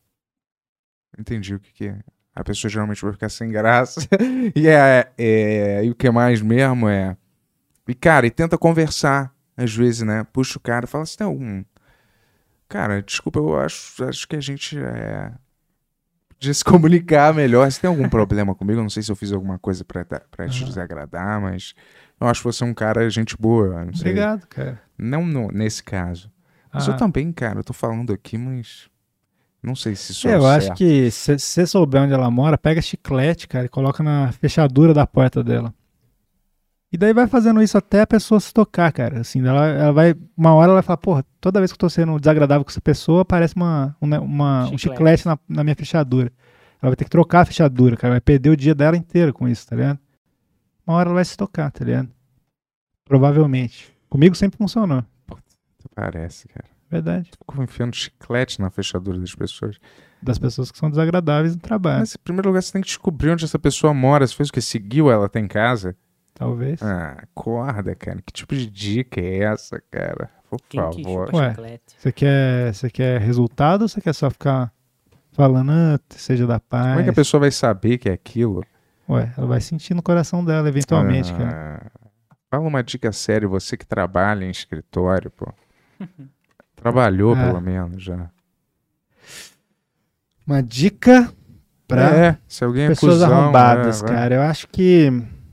Não entendi o que que é. A pessoa geralmente vai ficar sem graça. e, é, é, e o que mais mesmo é. E, cara, e tenta conversar, às vezes, né? Puxa o cara e fala assim, tem algum. Cara, desculpa, eu acho, acho que a gente é, podia se comunicar melhor. Você tem algum problema comigo? Eu não sei se eu fiz alguma coisa pra, pra te Aham. desagradar, mas eu acho que você é um cara gente boa. Não sei. Obrigado, cara. Não no- nesse caso. Mas Ah. eu também, cara, eu tô falando aqui, mas não sei se isso É, é eu o acho certo. que se você souber onde ela mora, pega chiclete, cara, e coloca na fechadura da porta dela. E daí vai fazendo isso até a pessoa se tocar, cara. Assim, ela, ela vai. Uma hora ela vai falar, porra, toda vez que eu tô sendo desagradável com essa pessoa, aparece uma, um, né, uma- um Chiclete. chiclete na, na minha fechadura. Ela vai ter que trocar a fechadura, cara. Vai perder o dia dela inteiro com isso, tá ligado? Uma hora ela vai se tocar, tá ligado? Provavelmente. Comigo sempre funcionou. Parece, cara. Verdade. Ficou enfiando chiclete na fechadura das pessoas. Das pessoas que são desagradáveis no trabalho. Mas, em primeiro lugar, você tem que descobrir onde essa pessoa mora. Você fez o quê? Seguiu ela até em casa? Talvez. Ah, acorda, cara. Que tipo de dica é essa, cara? Por Quem que favor. chupa Ué. chiclete? Você quer, você quer resultado ou você quer só ficar falando, ah, seja da paz? Como é que a pessoa vai saber que é aquilo? Ué, ela vai sentir no coração dela, eventualmente, cara. Ah, fala uma dica séria, você que trabalha em escritório, pô. Trabalhou, Ah. pelo menos, já. Uma dica pra É, se alguém é pessoas cuzão, arrombadas, é, vai. cara. Eu acho que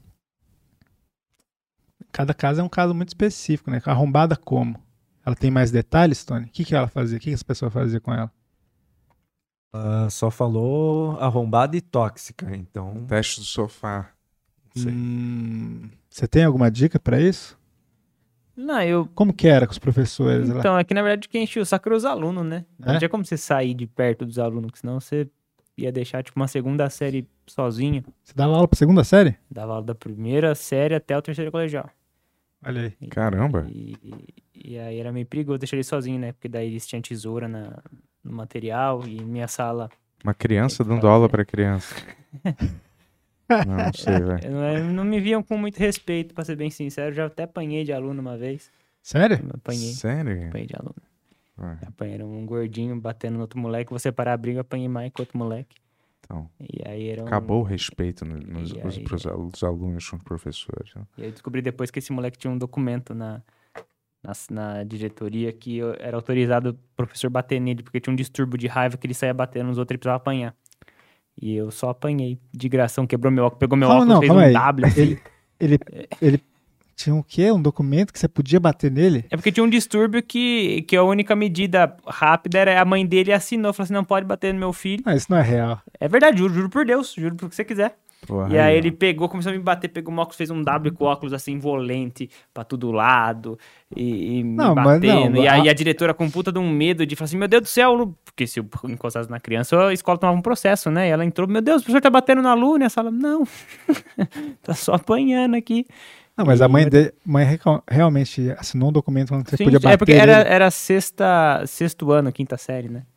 cada caso é um caso muito específico, né? Arrombada como? Ela tem mais detalhes, Tony? O que, que ela fazia? O que, que essa pessoa fazia com ela? Ela só falou arrombada e tóxica, então Teste do sofá. não sei. Hum, você tem alguma dica pra isso? Não, eu. Como que era com os professores? Ela- Então, é que na verdade quem enchia o saco era os alunos, né? Não É? tinha como você sair de perto dos alunos, porque senão você ia deixar, tipo, uma segunda série sozinho. Você dava aula pra segunda série? Dava aula da primeira série até o terceiro colegial. Olha aí. Caramba. E, e aí era meio perigoso deixar ele sozinho, né? Porque daí eles tinham tesoura na, no material e minha sala. Uma criança Tem que dando fazer. aula pra criança. Não, não sei, velho. Eu não, não me viam com muito respeito, pra ser bem sincero. Já até apanhei de aluno uma vez. Sério? Apanhei, Sério? apanhei de aluno. Ué, Apanhei um gordinho batendo no outro moleque. Vou separar a briga, apanhei mais que outro moleque. então, E aí era um... acabou o respeito no- nos, E os- aí- pros al- dos alunos com os professores. né? E aí eu descobri depois que esse moleque tinha um documento na, na, na diretoria que eu- era autorizado o professor bater nele, porque tinha um distúrbio de raiva que ele saía batendo nos outros e ele precisava apanhar. E eu só apanhei de gração, quebrou meu óculos, pegou meu Calma, óculos, não, fez calma um aí. W assim. Ele, ele, ele tinha o quê? Um documento que você podia bater nele? É porque tinha um distúrbio que, que a única medida rápida era a mãe dele assinou, falou assim, não pode bater no meu filho. Ah, isso não é real. É verdade, juro, juro por Deus, juro por que você quiser. Porra, E aí ó. ele pegou, começou a me bater, pegou o óculos, fez um W com o óculos assim, volente pra todo lado, e, e me Não, mas batendo. não, e aí a- a diretora com puta de um medo de falar assim, meu Deus do céu, Lu- porque se eu encostasse na criança, a escola tomava um processo, né? E ela entrou, meu Deus, o professor tá batendo no aluno, e a sala, não, tá só apanhando aqui. Não, mas a E- mãe dele mãe recal- realmente assinou um documento falando que você Sim, podia bater é porque era, nele. era sexta, sexto ano, quinta série, né?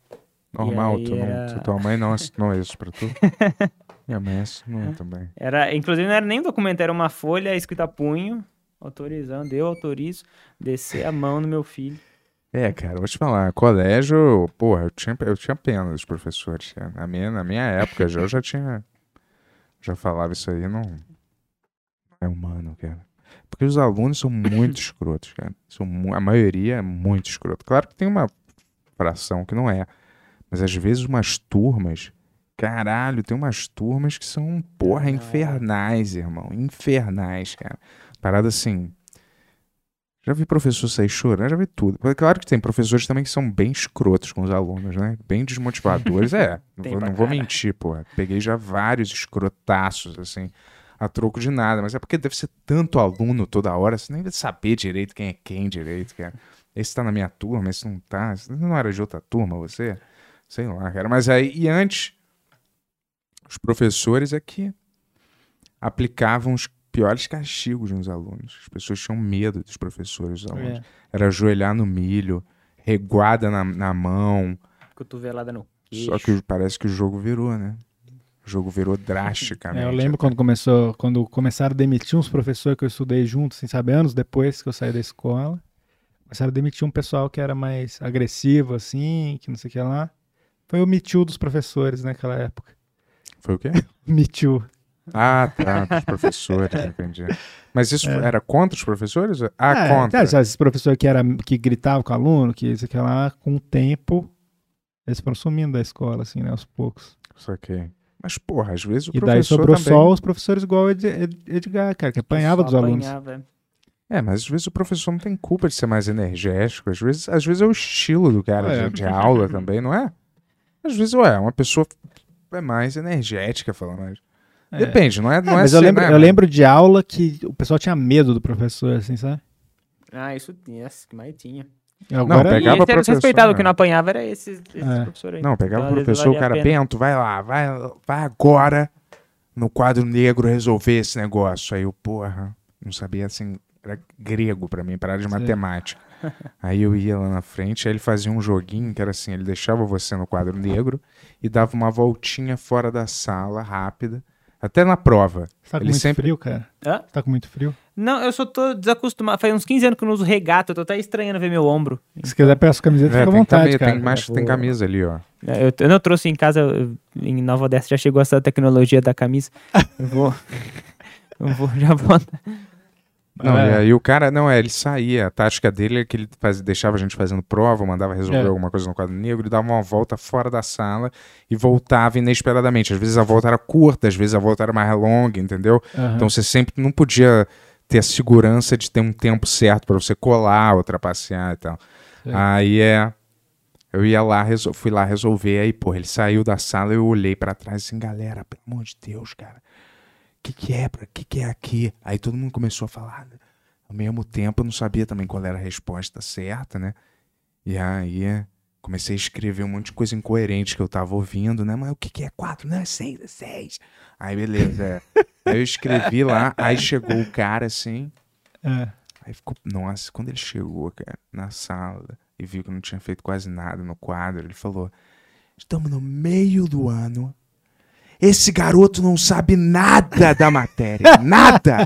Normal, aí tu não, era- tu- tua mãe não assinou isso pra tu? Minha mãe assinou também. Era, inclusive não era nem um documento, era uma folha escrita a punho, autorizando, eu autorizo, descer a mão no meu filho. É, cara, vou te falar, colégio, porra, eu tinha, eu tinha pena dos professores, cara. Na minha, na minha época já, eu já tinha, já falava isso aí, não, não é humano, cara. Porque os alunos são muito escrotos, cara. São, mu- a maioria é muito escroto. Claro que tem uma fração que não é, mas às vezes umas turmas, caralho, tem umas turmas que são, porra, infernais, irmão, infernais, cara. Parada assim... Já vi professor sair chorando, já vi tudo. Claro que tem professores também que são bem escrotos com os alunos, né? Bem desmotivadores. É, não, Tem vou, pra não vou caralho. mentir, pô. Peguei já vários escrotaços, assim, a troco de nada. Mas é porque deve ser tanto aluno toda hora, você nem deve saber direito quem é quem direito, cara. Esse tá na minha turma, esse não tá. Esse não era de outra turma, você? Sei lá, cara. Mas aí, e antes, os professores é que aplicavam os piores castigos nos alunos. As pessoas tinham medo dos professores, dos alunos. É. Era ajoelhar no milho, reguada na, na mão. Cotovelada no queixo. Só que parece que o jogo virou, né? O jogo virou drasticamente. É, eu lembro quando começou, quando começaram a demitir uns professores que eu estudei junto, assim, sabe, anos depois que eu saí da escola, começaram a demitir um pessoal que era mais agressivo, assim, que não sei o que lá. Foi o Me Too dos professores naquela época. Foi o quê? Me Too. Ah, tá, dos professores, entendi. Mas isso era contra os professores? Ah, É, contra. sabe, esses professores que, era, que gritavam com o aluno, que isso aqui lá, com o tempo, eles foram sumindo da escola, assim, né, aos poucos. Saquei. Mas, porra, às vezes o E daí professor sobrou também... só os professores igual o Ed- Ed- Edgar, cara, que apanhava Só dos alunos. apanhava. É, mas às vezes o professor não tem culpa de ser mais energético. Às vezes, às vezes é o estilo do cara É. de, de aula também, não é? Às vezes, ué, uma pessoa é mais energética, falando mais. É. Depende, não é, não É, é mas eu ser, lembro, né, eu lembro de aula que o pessoal tinha medo do professor, assim, sabe? Ah, isso tinha, esse que mais tinha. Agora, Não, E pegava esse era professor, desrespeitado, né? o que não apanhava era esses, esses É. professores aí. Não, pegava Então, o às vezes professor, o valia a cara, pena. Bento, vai lá, vai, vai agora no quadro negro resolver esse negócio. Aí eu, porra, não sabia, assim, era grego pra mim, para de Sim. matemática. Aí eu ia lá na frente, aí ele fazia um joguinho que era assim, ele deixava você no quadro negro e dava uma voltinha fora da sala, rápida, até na prova. Você tá com Ele muito sempre- frio, cara? Hã? Você tá com muito frio? Não, eu só tô desacostumado. Faz uns quinze anos que eu não uso regata, eu tô até estranhando ver meu ombro. Se quiser pegar sua camiseta, É, fica à tem, vontade, cami- cara. tem, mais, tem camisa ali, ó. É, Eu, eu não trouxe em casa, eu- em Nova Odessa já chegou essa tecnologia da camisa. Eu vou. Eu vou, já vou. Não, É. e aí o cara, não, é, ele saía, a tática dele é que ele faz, deixava a gente fazendo prova, mandava resolver É. alguma coisa no quadro negro, ele dava uma volta fora da sala e voltava inesperadamente. Às vezes a volta era curta, às vezes a volta era mais longa, entendeu? Aham. Então você sempre não podia ter a segurança de ter um tempo certo pra você colar, ultrapassar e tal. Sim. Aí é. Eu ia lá, resol- fui lá resolver, aí, porra, ele saiu da sala, eu olhei pra trás assim, galera, pelo amor de Deus, cara. O que que é, o que que é aqui? Aí todo mundo começou a falar. né? Ao mesmo tempo, eu não sabia também qual era a resposta certa, né? E aí, é, comecei a escrever um monte de coisa incoerente que eu tava ouvindo, né? Mas o que que é quatro? Não, é seis, é seis. Aí, beleza, é. Aí eu escrevi lá, aí chegou o cara, assim, É. aí ficou, nossa, quando ele chegou, cara, na sala e viu que eu não tinha feito quase nada no quadro, ele falou: estamos no meio do ano, esse garoto não sabe nada da matéria, nada.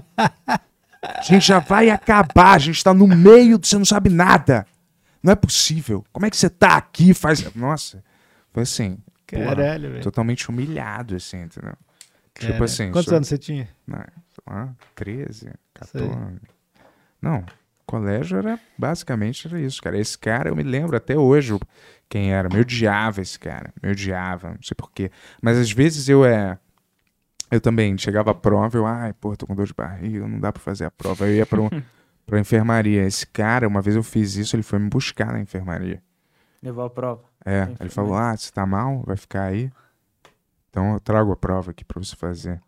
A gente já vai acabar, a gente tá no meio, você não sabe nada. Não é possível. Como é que você tá aqui? Faz. Nossa, foi assim, porra, Caralho, velho. totalmente humilhado, assim, entendeu? Tipo Caralho. assim. Quantos sou- anos você tinha? não, sei lá, treze, quatorze. Não, colégio era basicamente era isso, cara. Esse cara, eu me lembro até hoje o- quem era. Me odiava esse cara. Me odiava, não sei porquê. Mas às vezes eu é. Eu também chegava à prova, eu, ai, pô, tô com dor de barriga, não dá pra fazer a prova. Aí eu ia pro, pra enfermaria. Esse cara, uma vez eu fiz isso, ele foi me buscar na enfermaria. Levou a prova. É, Na ele falou, ah, você tá mal? Vai ficar aí? Então eu trago a prova aqui pra você fazer.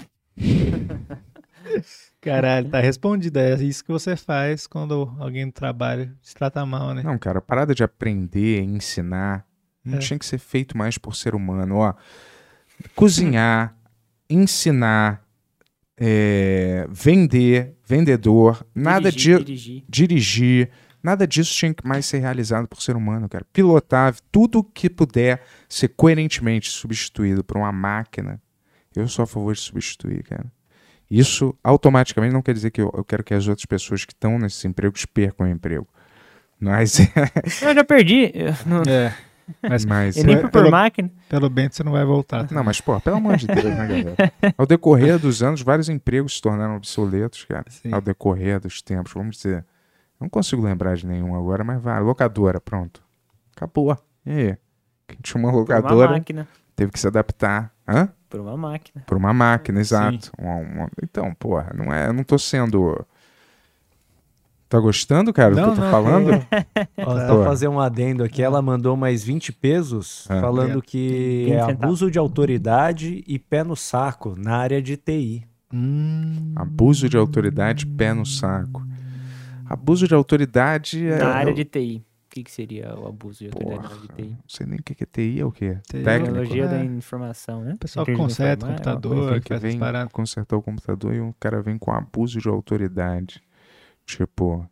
Caralho, tá respondido. É isso que você faz quando alguém no trabalho te trata mal, né? Não, cara, a parada de aprender, ensinar, não É. tinha que ser feito mais por ser humano. Ó, cozinhar, ensinar, é, vender, vendedor, nada dirigir, de dirigir. dirigir, Nada disso tinha que mais ser realizado por ser humano, cara. Pilotar tudo que puder ser coerentemente substituído por uma máquina, eu sou a favor de substituir, cara. Isso automaticamente não quer dizer que eu, eu quero que as outras pessoas que estão nesses empregos percam o emprego. Mas, Eu já perdi. Eu não... É. Mas, mas Eu nem é, fui por pelo- máquina. pelo bem você não vai voltar. não, mas pô, pelo amor de Deus, né, galera? Ao decorrer dos anos, vários empregos se tornaram obsoletos, cara. Sim. Ao decorrer dos tempos, vamos dizer. Não consigo lembrar de nenhum agora, mas vai. Locadora, pronto. Acabou. E aí? Quem tinha uma Por uma locadora máquina. teve que se adaptar. Hã? Por uma máquina. Por uma máquina, exato. Uma- uma- Então, porra, não é, eu não tô sendo. Tá gostando, cara, do Não, que eu tô não, falando? Ó, Tá. só fazer um adendo aqui, ela mandou mais vinte pesos, Ah. falando que vinte é centavos. abuso de autoridade e pé no saco na área de T I. Hum, Abuso de autoridade, pé no saco. Abuso de autoridade é. Na área eu- de T I. O que, que seria o abuso de autoridade na área de T I? Não sei nem o que que é T I, é o quê? T I é Técnico. Tecnologia é. da informação, né? o pessoal que Inteligência conserta o informática, computador, Alguém que que faz as vem paradas. consertar o computador e o cara vem com abuso de autoridade. Tipo.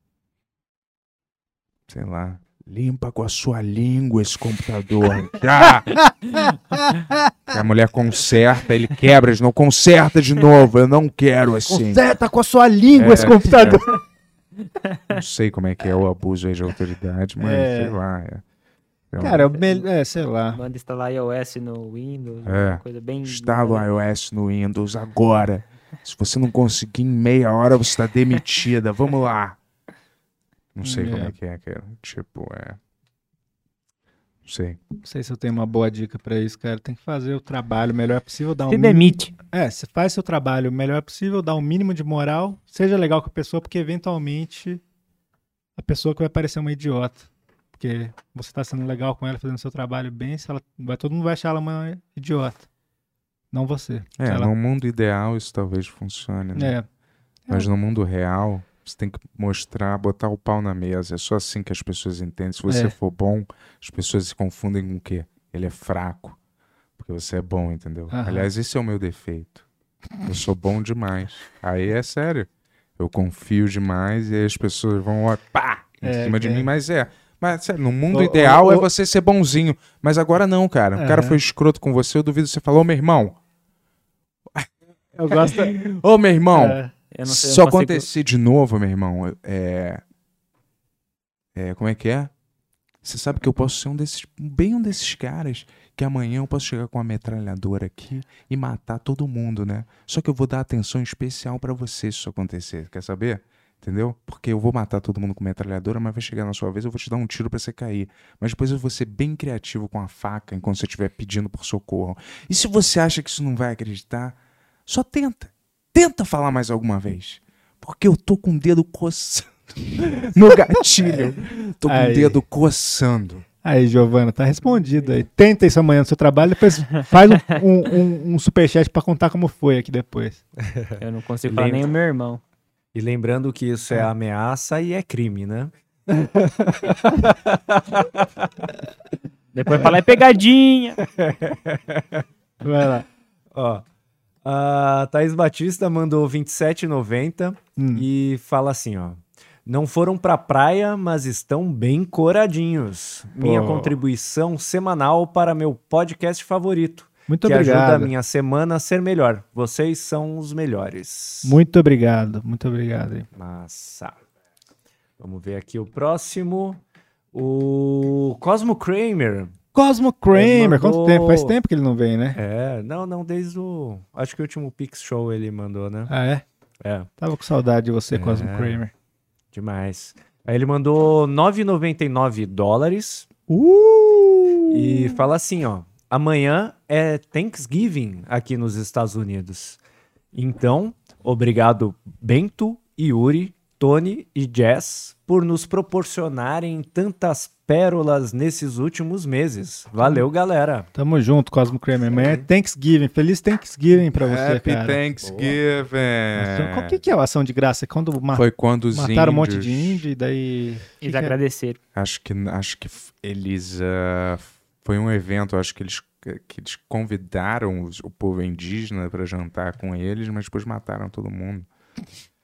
Sei lá. Limpa com a sua língua esse computador. Ah! A mulher conserta, ele quebra, ele não conserta de novo. Eu não quero assim. Conserta com a sua língua É, esse computador. Não sei como é que é o abuso aí de autoridade, mas É. sei lá. É, É um- Cara, é, o mel- é, sei lá. Manda instalar iOS no Windows, É. uma coisa bem... Instala o iOS no Windows agora. Se você não conseguir em meia hora, você está demitida. Vamos lá. Não sei como É. é que é, cara. Tipo, é. Não sei. Não sei se eu tenho uma boa dica pra isso, cara. Tem que fazer o trabalho o melhor possível, dar um Se mínimo... demite. É, você faz seu trabalho o melhor possível, dá um mínimo de moral, seja legal com a pessoa, porque eventualmente a pessoa que vai parecer uma idiota. Porque você tá sendo legal com ela, fazendo seu trabalho bem, se ela... vai, todo mundo vai achar ela uma idiota. Não você. É, Se ela- no mundo ideal isso talvez funcione, né? É, Mas no mundo real, você tem que mostrar, botar o pau na mesa. É só assim que as pessoas entendem. Se você É. for bom, as pessoas se confundem com o quê? Ele é fraco. Porque você é bom, entendeu? Aham. Aliás, esse é o meu defeito. Eu sou bom demais. Aí é sério. Eu confio demais e aí as pessoas vão, ó, pá, em É, cima de é. mim. Mas é. Mas sério, no mundo Ô, ideal ô, é ô. você ser bonzinho. Mas agora não, cara. O cara Aham. foi escroto com você, eu duvido que você falou, ô meu irmão. eu gosto... Ô meu irmão. É, Eu não Se sei, eu isso não consigo- acontecer de novo, meu irmão, é... é. Como é que é? Você sabe que eu posso ser um desses. Bem um desses caras que amanhã eu posso chegar com uma metralhadora aqui e matar todo mundo, né? Só que eu vou dar atenção especial pra você se isso acontecer. Quer saber? Entendeu? Porque eu vou matar todo mundo com metralhadora, mas vai chegar na sua vez, eu vou te dar um tiro pra você cair. Mas depois eu vou ser bem criativo com a faca enquanto você estiver pedindo por socorro. E se você acha que isso não vai acreditar, só tenta. Tenta falar mais alguma vez. Porque eu tô com o dedo coçando no gatilho. Tô com Aí. o dedo coçando. Aí, Giovana, tá respondido aí. Tenta isso amanhã no seu trabalho, depois faz um, um, um, um superchat pra contar como foi aqui depois. Eu não consigo falar Lembra- nem o meu irmão. E lembrando que isso é ameaça e é crime, né? Depois fala é pegadinha. Vai lá. Ó, a Thaís Batista mandou vinte e sete reais e noventa Hum. e fala assim, ó. Não foram pra praia, mas estão bem coradinhos. Minha Pô. contribuição semanal para meu podcast favorito, Muito que ajuda a obrigado. minha semana a ser melhor. Vocês são os melhores. Muito obrigado. Muito obrigado. aí. Massa. Vamos ver aqui o próximo. O Cosmo Kramer. Cosmo Kramer, quanto mandou- tempo? Faz tempo que ele não vem, né? É, não, não, desde o... Acho que o último Pix Show ele mandou, né? Ah, é? É, Tava com saudade de você, É. Cosmo Kramer. demais. Aí ele mandou nove reais e noventa e nove dólares Uh! e fala assim, ó. Amanhã é Thanksgiving aqui nos Estados Unidos. Então, obrigado Bento, Yuri, Tony e Jess por nos proporcionarem tantas pérolas nesses últimos meses. Valeu, galera. Tamo junto, Cosmo Kramer. Amanhã é Thanksgiving. Feliz Thanksgiving pra você, Happy cara. Thanksgiving! Então, qual que, que é a ação de graça? É quando ma- Foi quando os mataram um monte índios- de índio e daí... que Eles que é? agradeceram. Acho que, acho que f- eles. ah, foi um evento, acho que eles, que eles convidaram os- o povo indígena para jantar com eles, mas depois mataram todo mundo.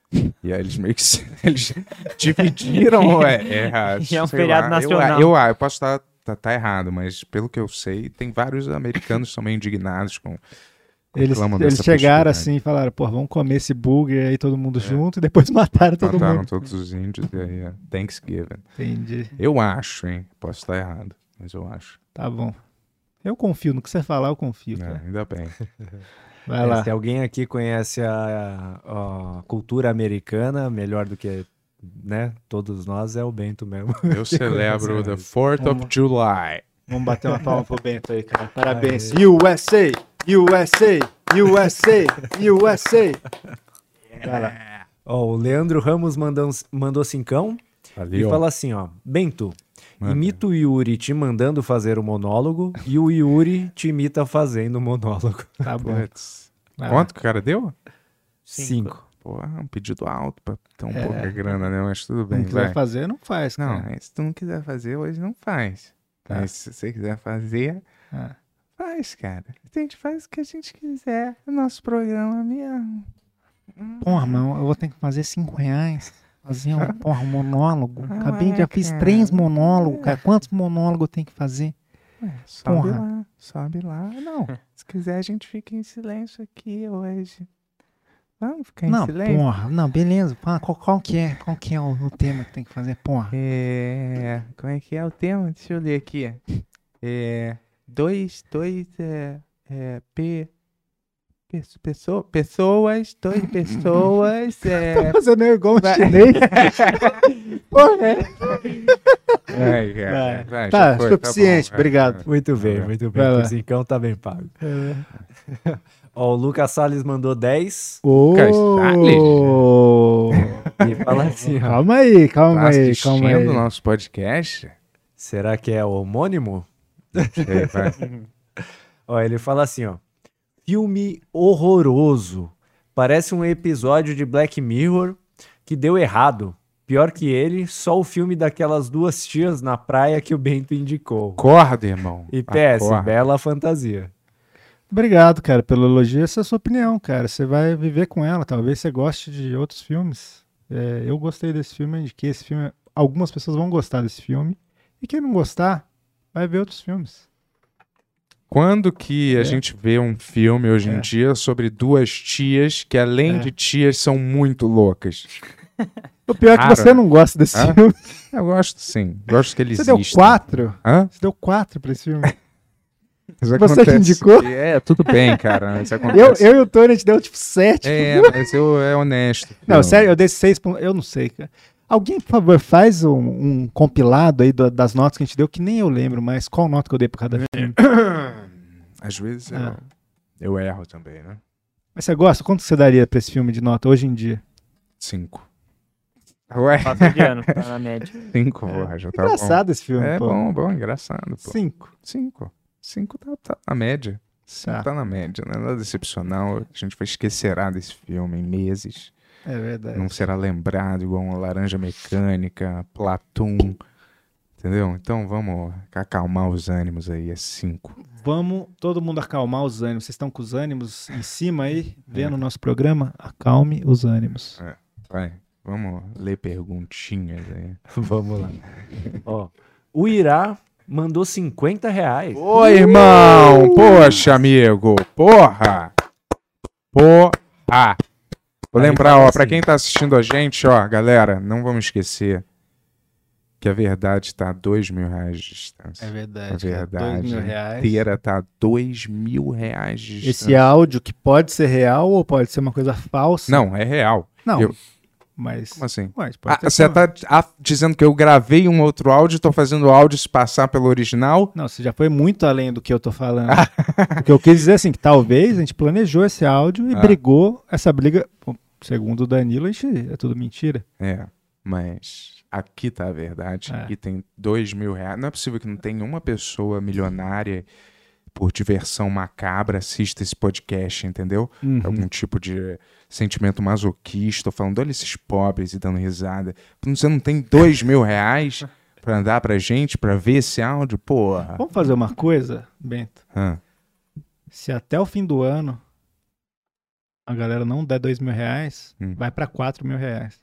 E aí eles meio que se- eles dividiram, é, é, E é um sei feriado lá, eu- nacional. Eu, eu, posso estar tá, tá errado, mas pelo que eu sei, tem vários americanos que são meio indignados com, com Eles, reclamam eles dessa chegaram possibilidade. assim e falaram, pô, vamos comer esse burger aí todo mundo junto e depois mataram todo Mataram mundo. todos os índios e aí é Thanksgiving. Entendi. Eu acho, hein? Posso estar errado, mas eu acho. Tá bom. Eu confio no que você falar, eu confio. É, Cara. ainda bem. Vai É, lá. se alguém aqui conhece a, a- a cultura americana melhor do que, né, todos nós, é o Bento mesmo. Eu celebro the fourth of Vamos. July. Vamos bater uma palma pro Bento aí, cara. Parabéns. U S A! U S A! U S A! U S A! Vai lá. Ó, o Leandro Ramos mandou, mandou cincão Ali, e ó. fala assim, ó. Bento, Manda. imita o Yuri te mandando fazer o monólogo e o Yuri te imita fazendo o monólogo. Tá bom. Puts. Vai lá. Quanto que o cara deu? Cinco. Pô, é um pedido alto pra tão É. pouca grana, né? Mas tudo Se bem, não quiser vai. fazer, não faz, Não, cara. se tu não quiser fazer, hoje não faz. Tá. Mas se você quiser fazer, Ah. faz, cara. A gente faz o que a gente quiser. É nosso programa mesmo. Porra, irmão, eu vou ter que fazer cinco reais. Fazer um, porra, um monólogo. Ah, Acabei de é, já fiz cara. três monólogos, cara. Quantos monólogos eu tenho que fazer? Ué, sobe Porra. lá, sobe lá. Não, se quiser a gente fica em silêncio aqui hoje. Vamos ficar em Não, silêncio? porra, não, beleza. Fala, Qual, qual que é? Qual que é o, o tema que tem que fazer, porra? É... Como é que é o tema? Deixa eu ler aqui. É... Dois, dois, é... é P... pesso- Pessoa, pessoas, dois pessoas, é... Fazendo igual um Vai. chinês. Porra, é. Vai, cara, vai, Tá, já foi, suficiente, bom, vai. obrigado. Muito bem, Vai. muito bem. Vai lá. O cincão tá bem pago. Ó, o Lucas Salles mandou dez Ô, e fala assim, ó. Calma aí, calma Tá aí, assistindo calma aí. o nosso podcast? Será que é homônimo? Sei, vai. Ó, ele fala assim, ó. Filme horroroso. Parece um episódio de Black Mirror que deu errado. Pior que ele, só o filme daquelas duas tias na praia que o Bento indicou. Acorda, irmão. E P S, Acorda. bela fantasia. Obrigado, cara, pelo elogio. Essa é a sua opinião, cara. Você vai viver com ela. Talvez você goste de outros filmes. É, eu gostei desse filme, eu indiquei esse filme. Algumas pessoas vão gostar desse filme. E quem não gostar, vai ver outros filmes. Quando que a É. gente vê um filme hoje É. em dia sobre duas tias que, além É. de tias, são muito loucas? O pior é que Cara. você não gosta desse Hã? filme. Eu gosto sim. Gosto que ele Você existe. deu quatro? Hã? Você deu quatro pra esse filme. Mas Você que acontece- indicou? É, tudo bem, cara. Mas Eu, acontece. eu e o Tony, a gente deu tipo sete. É, mas eu é honesto. Não, Eu- sério, eu dei seis. pontos. Eu não sei, cara. Alguém, por favor, faz um, um compilado aí do- das notas que a gente deu, que nem eu lembro mais qual nota que eu dei pra cada filme. Às vezes Ah. eu, eu erro também, né? Mas você gosta? Quanto você daria pra esse filme de nota hoje em dia? Cinco. Ué, Passa de ano, tá na média. cinco, porra, já tá Engraçado esse bom. filme, É pô. bom, bom, engraçado, pô. Cinco. Cinco. Cinco tá, tá na média. Cinco Tá. tá na média, não é nada excepcional. A gente vai esquecerá desse filme em meses. É verdade. Não será lembrado igual uma Laranja Mecânica, Platum. Entendeu? Então vamos acalmar os ânimos aí, é cinco. Vamos todo mundo acalmar os ânimos. Vocês estão com os ânimos em cima aí, vendo o nosso programa? Acalme os ânimos. Vai, vamos ler perguntinhas aí. Vamos lá. Ó, o Irá mandou cinquenta reais. Oi, irmão! Poxa, amigo! Porra! Porra! Vou Aí lembrar, fala ó, pra assim. quem tá assistindo a gente, ó, galera, não vamos esquecer que a verdade tá a dois mil reais de distância. É A verdade. verdade Dois mil reais. inteira tá a dois mil reais de Esse distância. áudio que pode ser real ou pode ser uma coisa falsa. Não, é real. Não. eu- Mas. Como assim? Mas pode Ah, ter você como. tá ah, dizendo que eu gravei um outro áudio, tô fazendo o áudio se passar pelo original? Não, você já foi muito além do que eu tô falando. O que eu quis dizer assim, que talvez a gente planejou esse áudio e Ah. brigou essa briga. Bom, segundo o Danilo, a gente, é tudo mentira. É, mas aqui tá a verdade. É. E tem dois mil reais. Não é possível que não tenha uma pessoa milionária por diversão macabra assista esse podcast, entendeu? Uhum. Algum tipo de sentimento masoquista, falando, olha esses pobres e dando risada. Você não tem dois mil reais pra andar pra gente, pra ver esse áudio? Porra. Vamos fazer uma coisa, Bento? Ah, Se até o fim do ano a galera não der dois mil reais, Hum. vai pra quatro mil reais.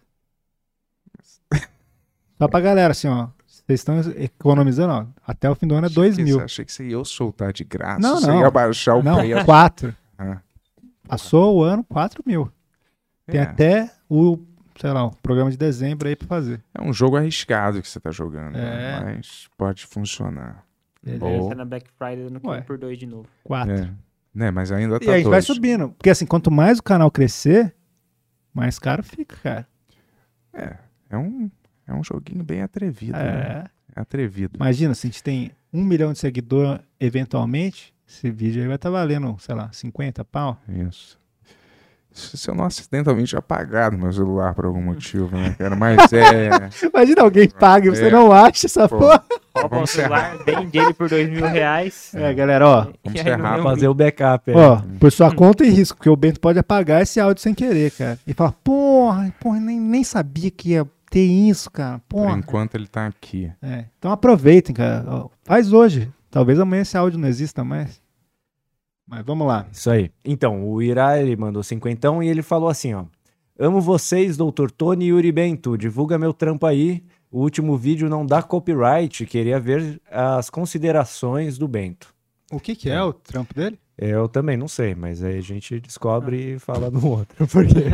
Só pra galera, assim, ó. Vocês estão economizando, ó. Até o fim do ano é dois mil. Achei que você ia soltar de graça. Não, você não. ia baixar o Não, preço. quatro. Ah, Passou o ano, quatro mil. Tem é. até o, sei lá, o programa de dezembro aí pra fazer. É um jogo arriscado que você tá jogando, né? É. Mas pode funcionar. Beleza. Boa. Tá na Black Friday no Ué. por dois de novo. Quatro. É. Né, mas ainda tá E a gente vai dois. subindo. Porque assim, quanto mais o canal crescer, mais caro fica, cara. É, é um, é um joguinho bem atrevido, né? É. É atrevido. Imagina, se a gente tem um milhão de seguidor eventualmente, esse vídeo aí vai estar valendo, sei lá, cinquenta pau. Isso. Se eu não acidentalmente apagar do meu celular por algum motivo, né, cara? Mas é... Imagina alguém paga e você É. não acha essa Pô, porra. Rouba o Vamos encerrar. celular, vende ele por dois mil reais. É, galera, ó. Vamos E aí encerrar. não deu Fazer o backup. é. Ó, por sua conta e risco, porque o Bento pode apagar esse áudio sem querer, cara. E falar, porra, porra, nem, nem sabia que ia ter isso, cara. Por Porra. enquanto ele tá aqui. É, então aproveitem, cara. Ó, faz hoje. Talvez amanhã esse áudio não exista mais. Mas vamos lá. Isso aí. Então, o Ira, ele mandou cinquentão e ele falou assim, ó. Amo vocês, doutor Tony e Yuri Bento. Divulga meu trampo aí. O último vídeo não dá copyright. Queria ver as considerações do Bento. O que que é o trampo dele? Eu também não sei, mas aí a gente descobre e fala no outro. Porque...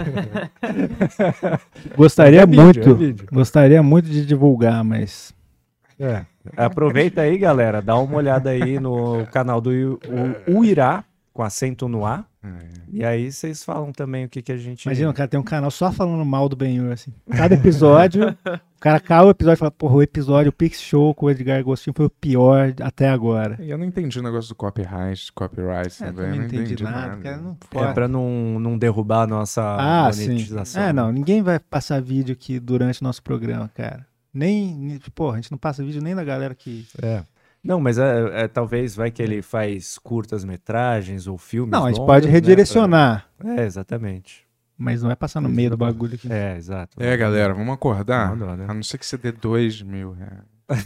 Gostaria É vídeo, muito, é vídeo. gostaria muito de divulgar, mas É. Aproveita aí, galera. Dá uma olhada aí no canal do Yu- o, o Irá, com acento no A. É. E aí vocês falam também o que, que a gente... imagina, o cara tem um canal só falando mal do Ben-Hur, assim. Cada episódio, o cara cai o episódio e fala, porra, o episódio, o Pix Show com o Edgar Agostinho foi o pior até agora. E eu não entendi o negócio do copyright, copyright É, também. também Eu não não entendi entendi nada, nada. cara, não É pode. pra não, não derrubar a nossa Ah, sim. monetização. É, não, ninguém vai passar vídeo aqui durante o nosso programa, cara. Nem, nem- porra, a gente não passa vídeo nem da galera que... É. Não, mas é, é, talvez vai que ele faz curtas metragens ou filmes Não, a gente longos, pode né, redirecionar, pra- É, exatamente. mas não é passar no meio do bagulho aqui. É, exato. É, galera, vamos acordar. Não, não, né? A não ser que você dê dois mil reais.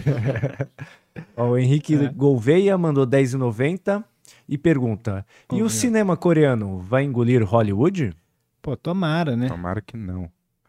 Ó, o Henrique É. Gouveia mandou dez reais e noventa centavos e pergunta, e o Gouveia. cinema coreano vai engolir Hollywood? Pô, tomara, né? Tomara que não.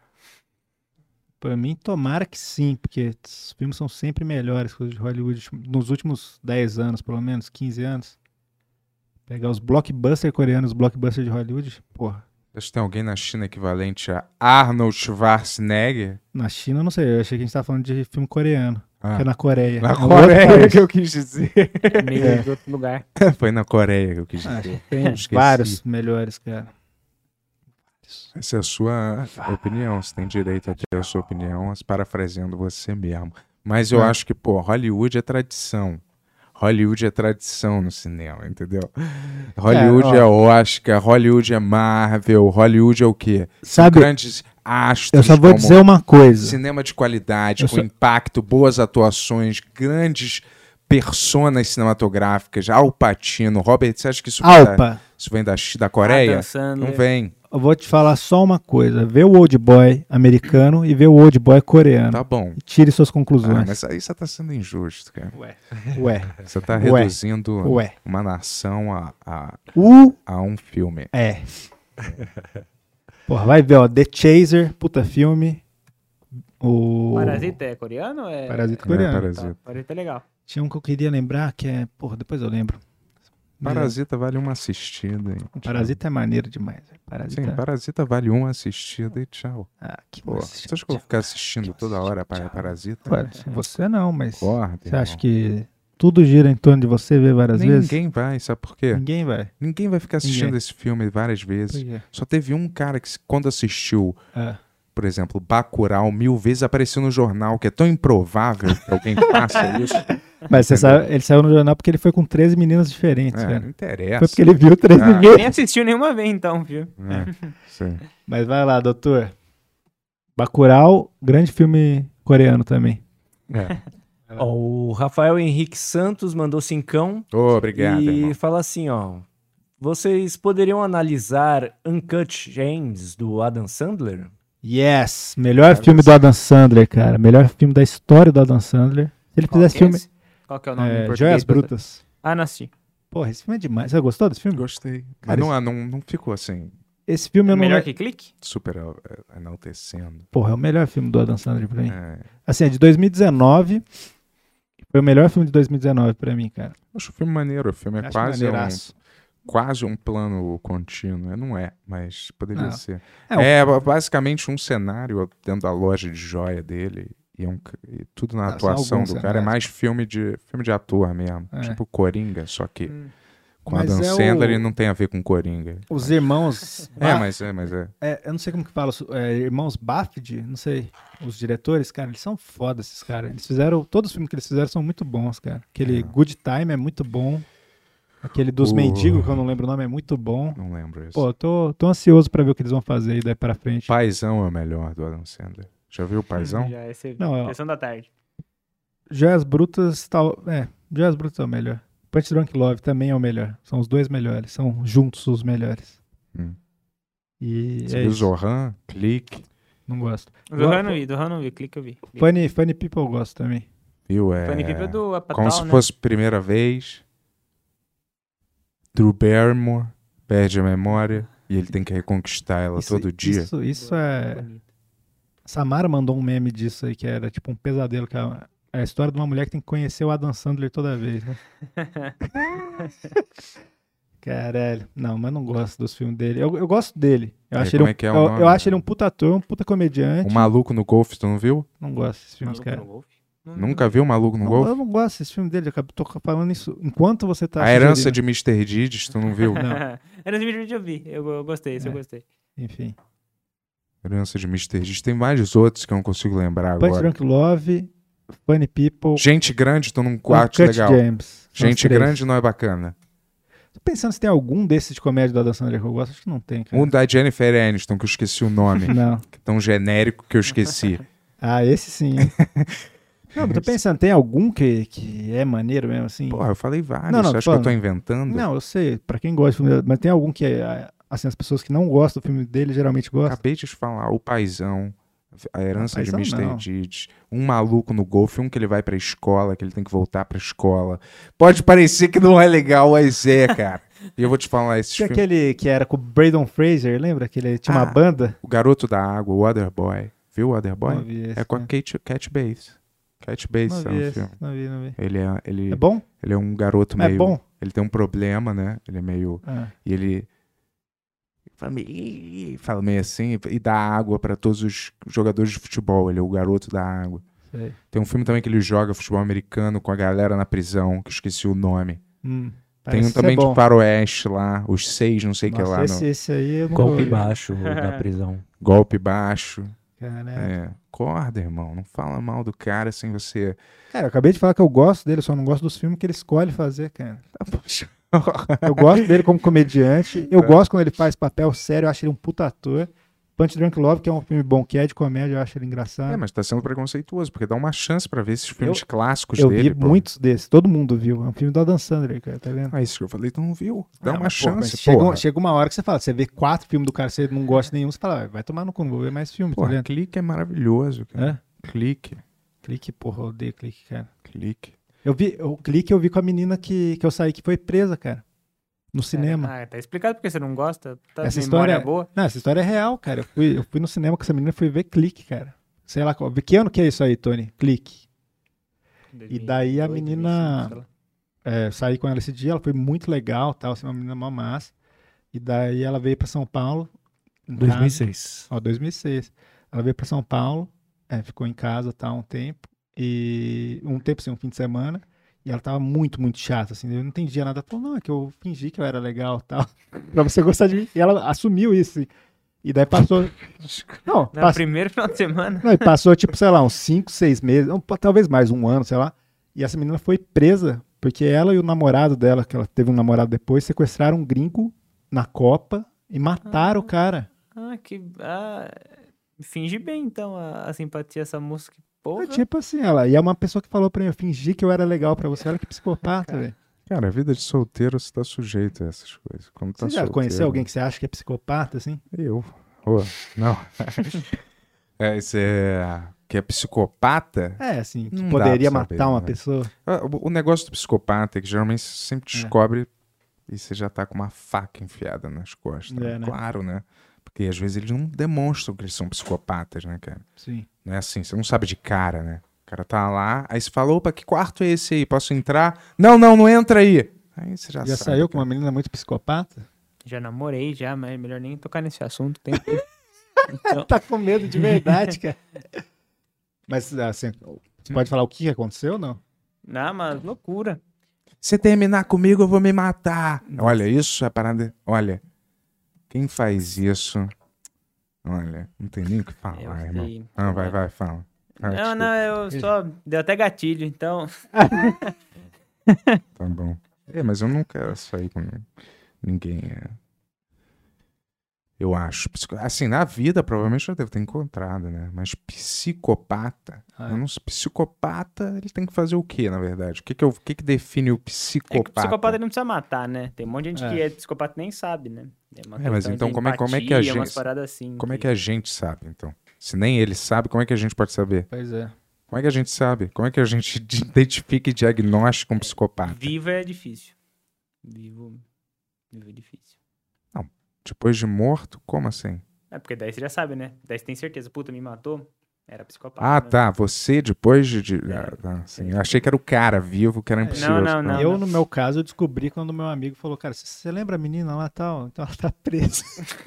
Pra mim, tomara que sim, porque os filmes são sempre melhores que os de Hollywood nos últimos dez anos, pelo menos, quinze anos. Pegar os blockbusters coreanos, os blockbusters de Hollywood, porra. Acho que tem alguém na China equivalente a Arnold Schwarzenegger. Na China, eu não sei, eu achei que a gente tava falando de filme coreano, Ah, que é na Coreia. na É um outro Coreia país. que eu quis dizer. Meio É. de outro lugar. Foi na Coreia que eu quis Ah, dizer. tem Esqueci. vários melhores, cara. Essa é a sua opinião. Você tem direito a ter a sua opinião, mas parafraseando você mesmo. Mas eu É. acho que, pô, Hollywood é tradição. Hollywood é tradição no cinema, entendeu? Hollywood ó. é Oscar, Hollywood é Marvel, Hollywood é o quê? São Sabe, grandes astros. eu só vou como dizer uma coisa. cinema de qualidade, Eu com só- impacto, boas atuações, grandes personas cinematográficas, Al Pacino, Robert, você acha que isso vem da, Alpa, isso vem da, Chi- da Coreia? Adam Sandler. Não vem. eu vou te falar só uma coisa. Vê o Old Boy americano e vê o Old Boy coreano. Tá bom. E tire suas Ah, conclusões. mas aí você tá sendo injusto, cara. Ué, ué, Você tá Ué. reduzindo ué. uma nação a, a, O a um filme. É. Porra, vai ver, ó. The Chaser, puta filme. O. Parasita é coreano ou é... Parasita É, coreano. Parasita. Tá, Parasita é legal. Tinha um que eu queria lembrar que é. Porra, depois eu lembro. Parasita vale uma assistida. hein? O Parasita é maneiro demais. velho. Parasita. Sim, Parasita vale uma assistida e tchau. Ah, que Pô, você você acha que eu vou ficar assistindo toda hora para Parasita? Você não, mas. Porra, Você acha que tudo gira em torno de você ver várias vezes? Ninguém vai, sabe por quê? Ninguém vai. Ninguém vai ficar assistindo Ninguém. esse filme várias vezes. Por quê? Só teve um cara que, quando assistiu, Ah, por exemplo, Bacurau mil vezes, apareceu no jornal, que é tão improvável que alguém faça isso. Mas você Entendeu? sabe, ele saiu no jornal porque ele foi com treze meninas diferentes, É, cara. não interessa. Foi porque ele viu treze Ah. meninas. Nem assistiu nenhuma vez então, viu? É, sim. Mas vai lá, doutor. Bacurau, grande filme coreano também. É. Ó, o Rafael Henrique Santos mandou cincão Ô, obrigado, e irmão. fala assim, ó. Vocês poderiam analisar Uncut Gems do Adam Sandler? Yes! Melhor Cara, filme esse- do Adam Sandler, cara. Melhor filme da história do Adam Sandler. Se ele Qual fizesse que é filme. esse? Qual que é o nome em É, português? Joias pra- Brutas. Ah, não assisti. Porra, esse filme é demais. Você gostou desse filme? Gostei. Cara, Mas não, não, não ficou assim. esse filme eu não... Melhor le- que Clique? Super é, enaltecendo. Porra, é o melhor filme do Adam Sandler pra mim. É, Assim, é de dois mil e dezenove. Foi o melhor filme de dois mil e dezenove pra mim, cara. acho o filme maneiro. O filme é Acho quase um, maneiraço. quase um plano contínuo. Não é, mas poderia Não. ser. É, É, basicamente um cenário dentro da loja de joia dele. E, é um, e tudo na Ah, são atuação alguns do cara. É cenários. mais filme de, filme de ator mesmo. É. Tipo Coringa, só que Hum. com Mas Adam é o- Sandler ele não tem a ver com Coringa. Os irmãos... É, Ba- mas é, mas é. é, eu não sei como que fala. É, irmãos Bafd, não sei. Os diretores, cara, eles são foda, esses caras. Eles fizeram... Todos os filmes que eles fizeram são muito bons, cara. Aquele É. Good Time é muito bom. Aquele dos O- mendigos, que eu não lembro o nome, é muito bom. Não lembro isso. Pô, eu tô, tô ansioso pra ver o que eles vão fazer aí daí pra frente. Paizão é o melhor do Adam Sandler. Já viu o Paizão? Já, esse é Não, é- sessão da tarde. Joias Brutas tal. É, Joias Brutas é o melhor. Punch Drunk Love também é o melhor. São os dois melhores. São juntos os melhores. Hum. E Você é viu isso. Zohan? Clique? Não gosto. Do Han não vi, do Han não vi, Clique eu vi. Funny, Funny People eu gosto também. Viu? É... Funny People é do Apatow, Como se né? fosse primeira vez. Drew Barrymore perde a memória e ele tem que reconquistar ela Isso- todo dia. Isso, isso é. Bonito. Samara mandou um meme disso aí, que era tipo um pesadelo. Que é é a história de uma mulher que tem que conhecer o Adam Sandler toda vez, né? Caralho. Não, mas não gosto dos filmes dele. Eu, eu gosto dele. Eu, É, acho como ele um, é que é o eu, nome? eu acho ele um puta ator, um puta comediante. O Maluco no Golfe, tu não viu? Não gosto desses filmes, Maluco cara. no Golfe? Não- Nunca viu o Maluco no Não, Golfe? eu não gosto desses filmes dele. Eu acabo- tô falando isso enquanto você tá A herança sugerindo. de mister Deeds, tu não viu? Não. Era esse vídeo que eu vi, eu, eu gostei, esse eu É. gostei. Enfim. Herança de mister Deeds. Tem vários outros que eu não consigo lembrar Punch agora. Drunk Love, Funny People, Gente grande, tu não e curte Cut legal. James. São os Gente três. grande não é bacana. Tô pensando se tem algum desses de comédia do Adam Sandler que eu gosto. Acho que não tem, cara. Um da Jennifer Aniston, que eu esqueci o nome. Não. que é tão genérico que eu esqueci. Ah, esse sim. hein? Não, mas tô pensando, tem algum que, que é maneiro mesmo, assim? Porra, eu falei vários. Não, não, Você tô acha que eu tô falando. inventando? Não, eu sei, pra quem gosta de filme, mas tem algum que, é, assim, as pessoas que não gostam do filme dele geralmente gostam? Acabei de te falar. O Paizão, a herança Ah, de Paizão mister não. Deeds. Um maluco no golfe, um que ele vai pra escola, que ele tem que voltar pra escola. Pode parecer que não é legal, mas é, cara. E eu vou te falar, esses Tinha filmes... aquele que era com o Braydon Fraser, lembra? Que ele tinha uma Ah, banda? O Garoto da Água, o Other Boy. Viu o Other Boy? Não vi esse, É com a né? Kate, Cat Bates. Cat Bates Não é vi no esse, filme. não vi, não vi. Ele é, ele, É bom? ele é um garoto É meio... bom? Ele tem um problema, né? Ele é meio... Ah, E ele fala meio, fala meio assim e dá água pra todos os jogadores de futebol. Ele é o garoto da água. sei. Tem um filme também que ele joga futebol americano com a galera na prisão, que eu esqueci o nome. Hum, Tem parece um ser também bom. de faroeste lá, os seis, não sei o que Nossa, lá. esse, No... esse aí eu não Golpe vou- baixo da prisão. Golpe baixo. Caralho. É. Acorda, irmão. Não fala mal do cara sem você... Cara, eu acabei de falar que eu gosto dele, só não gosto dos filmes que ele escolhe fazer, cara. Poxa. Eu gosto dele como comediante. Eu É. gosto quando ele faz papel sério, eu acho ele um puta ator. Punch Drunk Love, que é um filme bom, que é de comédia, eu acho ele engraçado. É, mas tá sendo preconceituoso, porque dá uma chance pra ver esses filmes clássicos eu dele. vi pô. muitos desses, todo mundo viu. É um filme do Adam Sandler, cara, tá vendo? Ah, isso que eu falei, tu não viu. Dá Ah, uma mas, pô, mas chance, chega, pô. um- chega uma hora que você fala, você vê quatro filmes do cara, você não gosta de nenhum, você fala, "Ah, vai tomar no cu, não vou ver mais filme, tá Porra, vendo? Clique é maravilhoso, cara. É? Clique, Clique, porra, eu odeio clique, cara. clique. Eu vi, o clique eu vi com a menina que, que eu saí, que foi presa, cara. No cinema. Ah, tá explicado porque você não gosta. Tá Essa memória história- boa. Não, essa história é real, cara. Eu fui, eu fui no cinema com essa menina, fui ver clique, cara. Sei lá, qual- que ano que é isso aí, Tony? Clique. E daí a menina- sei lá. É, saí com ela esse dia, ela foi muito legal, tal, assim, uma menina mó massa. E daí ela veio pra São Paulo. em dois mil e casa. seis. Ó, dois mil e seis. Ela veio pra São Paulo, é, ficou em casa, tal, um tempo. E um tempo, assim, um fim de semana. E ela tava muito, muito chata, assim. Eu não entendia nada. Ela falou, não, é que eu fingi que eu era legal, tal. Pra você gostar de mim. E ela assumiu isso. assim. E daí passou... Não, No passou... primeiro final de semana. Não, e passou, tipo, sei lá, uns cinco, seis meses, um, talvez mais, um ano, sei lá. E essa menina foi presa, porque ela e o namorado dela, que ela teve um namorado depois, sequestraram um gringo na Copa e mataram o cara. Ah, que. Ah, fingi bem então a, a simpatia essa moça. Que porra. É tipo assim, ela. E é uma pessoa que falou pra mim, eu fingi que eu era legal pra você. Olha que psicopata, velho. Cara, a vida de solteiro você tá sujeito a essas coisas. Quando tá Você já solteiro, conheceu alguém que você acha que é psicopata, assim? Eu. Ô, não. é, esse é... Que é psicopata? É, assim, que Não dá poderia pra matar saber, uma né? pessoa. Ah, O o negócio do psicopata é que geralmente você sempre É. descobre e você já tá com uma faca enfiada nas costas. É, né? Claro, né? Porque às vezes eles não demonstram que eles são psicopatas, né, cara? Sim. Não é assim, você não sabe de cara, né? O cara tá lá, aí você fala, opa, que quarto é esse aí? Posso entrar? Não, não, não entra aí. Aí você já, Já sabe. saiu com cara. uma menina muito psicopata? Já namorei, já, mas é melhor nem tocar nesse assunto. Tem... Então, Tá com medo de verdade, cara. Mas, assim, você pode falar o que aconteceu ou não? não, mas loucura. Se terminar comigo, eu vou me matar. Olha, isso é parada. Olha, quem faz isso. Olha, não tem nem o que falar, Eu irmão. sei. Ah, vai, vai, fala. Ah, Não, desculpa. não, eu só... Deu até gatilho, então... Tá bom. É, mas eu não quero sair com ninguém. É... Eu acho. Psico- Assim, na vida, provavelmente eu devo ter encontrado, né? Mas psicopata. Ah, Eu não sei. Psicopata, ele tem que fazer o quê, na verdade? O que, que, eu- o que, que define o É que o psicopata? psicopata ele não precisa matar, né? Tem um monte de gente É. que é psicopata e nem sabe, né? É, uma É, mas questão então de como é- como é que a empatia, gente- umas paradas assim. Como é que a gente sabe, então? Se nem ele sabe, como é que a gente pode saber? Pois é. Como é que a gente sabe? Como é que a gente identifica e diagnostica um psicopata? Vivo é difícil. Vivo... Vivo é difícil. Depois de morto? Como assim? É, porque daí você já sabe, né? Daí você tem certeza. Puta, me matou? Era psicopata. Ah, né? tá. Você depois de. de- É. ah, tá, sim. Eu achei que era o cara vivo, que era impossível. não, não. eu, no meu caso, eu descobri quando meu amigo falou, cara, você- você lembra a menina lá e tal? Então ela tá presa.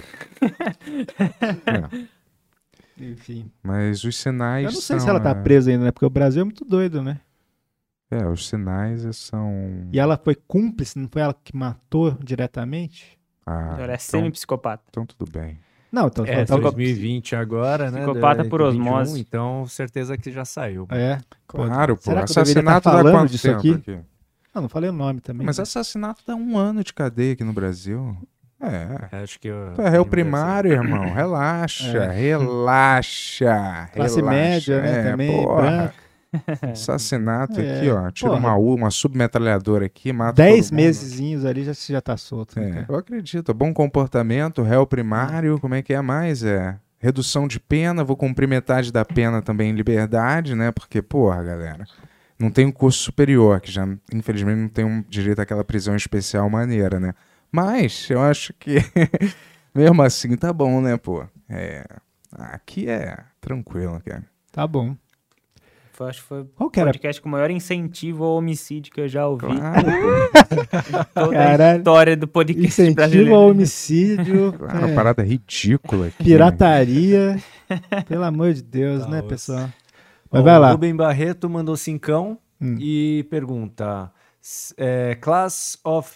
É, Enfim. mas os sinais. Eu não sei são, se ela tá é, presa ainda, né? Porque o Brasil é muito doido, né? É, os sinais são. E ela foi cúmplice, não foi ela que matou diretamente? Ah, Ela é então, semi-psicopata. então tudo bem. Não, então... É, então- dois mil e vinte agora, né? Psicopata de- por de vinte e um, osmose. Então, certeza que já saiu. É. Claro, pô. será que eu deveria Assassinato tá dá falando quanto disso tempo aqui? aqui? Não, não falei o nome também. Mas né? assassinato dá um ano de cadeia aqui no Brasil. É. Acho que eu, Tu é réu primário, irmão. Relaxa, É. relaxa. Classe relaxa. média, né, É, também, porra. branca. Assassinato É, aqui, ó. Tira porra. uma, u- uma submetralhadora aqui, mata Dez todo mundo. mesezinhos ali já, já tá solto. né, É, cara? eu acredito. Bom comportamento, réu primário, como é que é mais? É redução de pena, vou cumprir metade da pena também em liberdade, né? Porque, porra, galera, não tem um curso superior, que já, infelizmente, não tem um direito àquela prisão especial maneira, né? Mas eu acho que, mesmo assim, tá bom, né, pô? É, aqui é tranquilo, cara. Tá bom. Foi, acho que foi o Qual que era? podcast com o maior incentivo ao homicídio que eu já ouvi. Claro, Toda a Caralho. história do podcast Incentivo brasileiro. ao homicídio, claro, uma é, parada ridícula aqui. né? pirataria. Pelo amor de Deus, Tá né, osso. pessoal? Ó, Mas vai o lá. Rubem Barreto mandou cincão Hum. e pergunta: s- é, Class of.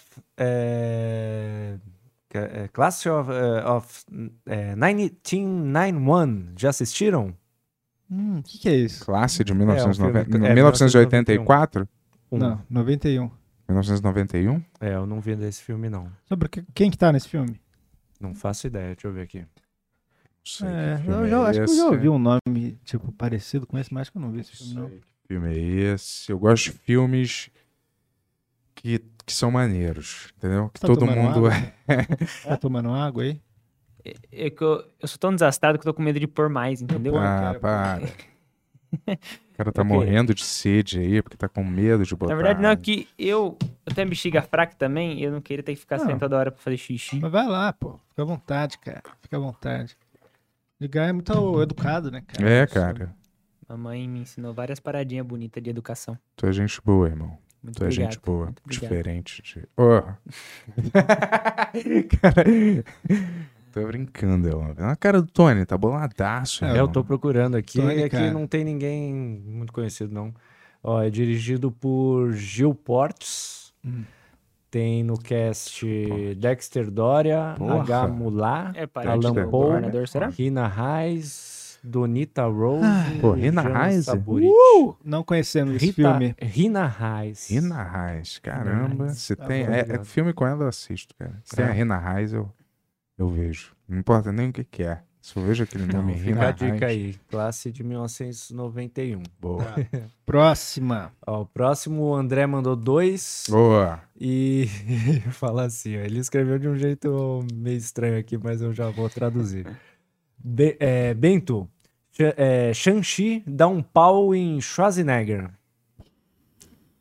É, ca- é, Class of, é, of é, mil novecentos e noventa e um. Já assistiram? Hum, o que, que é isso? Classe de É, um filme- mil novecentos e noventa, é, mil novecentos e oitenta e quatro? Um. Não, noventa e um. mil novecentos e noventa e um? É, eu não vi desse filme, não. Sobre que- quem que tá nesse filme? Não faço ideia, deixa eu ver aqui. Não sei É, que filme eu já, é acho que eu já esse. ouvi um nome, tipo, parecido com esse, mas acho que eu não vi esse filme, não. Que filme é esse? Eu gosto de filmes que, que são maneiros, entendeu? Que Tá todo tomando mundo água? é. Tá tomando água aí? É que eu, eu sou tão desastrado que eu tô com medo de pôr mais, entendeu? Põe, Ah, cara, para. O cara tá Ok. morrendo de sede aí, porque tá com medo de botar. Na verdade, não, é que eu, eu tenho bexiga fraca também, eu não queria ter que ficar Não. saindo toda hora pra fazer xixi. Mas vai lá, pô. Fica à vontade, cara. Fica à vontade. Ligar é muito educado, né, cara? É, Isso. cara. Mamãe me ensinou várias paradinhas bonitas de educação. Tu é gente boa, irmão. Muito Tu é obrigado. gente boa. muito obrigado. Diferente de. Ô. Cara. Tô brincando, Elon. A cara do Tony, tá boladaço. É, irmão. Eu tô procurando aqui, Tony, e aqui cara. não tem ninguém muito conhecido, não. Ó, é dirigido por Gil Portes. Hum. Tem no cast Dexter Doria, Porra. H. Mulá, É, Dexter parente do Alan Poe, governador, será? Rina Reis, Donita Rose, Pô, Rina Jean Reis? Saburit. Uh! Não conhecendo esse Rita, filme. Rina Reis. Rina Reis, caramba. Reis, Se tá tem. bom, É, é obrigado. filme com ela eu assisto, cara. Se tem a É. Rina Reis, eu, eu vejo. Não importa nem o que, que é. Se eu vejo aquele Não, nome fica Rina a dica Reis. aí, classe de mil novecentos e noventa e um. Boa. Próxima. Ó, o próximo, o André mandou dois. Boa. E fala assim, ó, ele escreveu de um jeito meio estranho aqui, mas eu já vou traduzir. Be- é, Bento, Sh- é, Shang-Chi dá um pau em Schwarzenegger.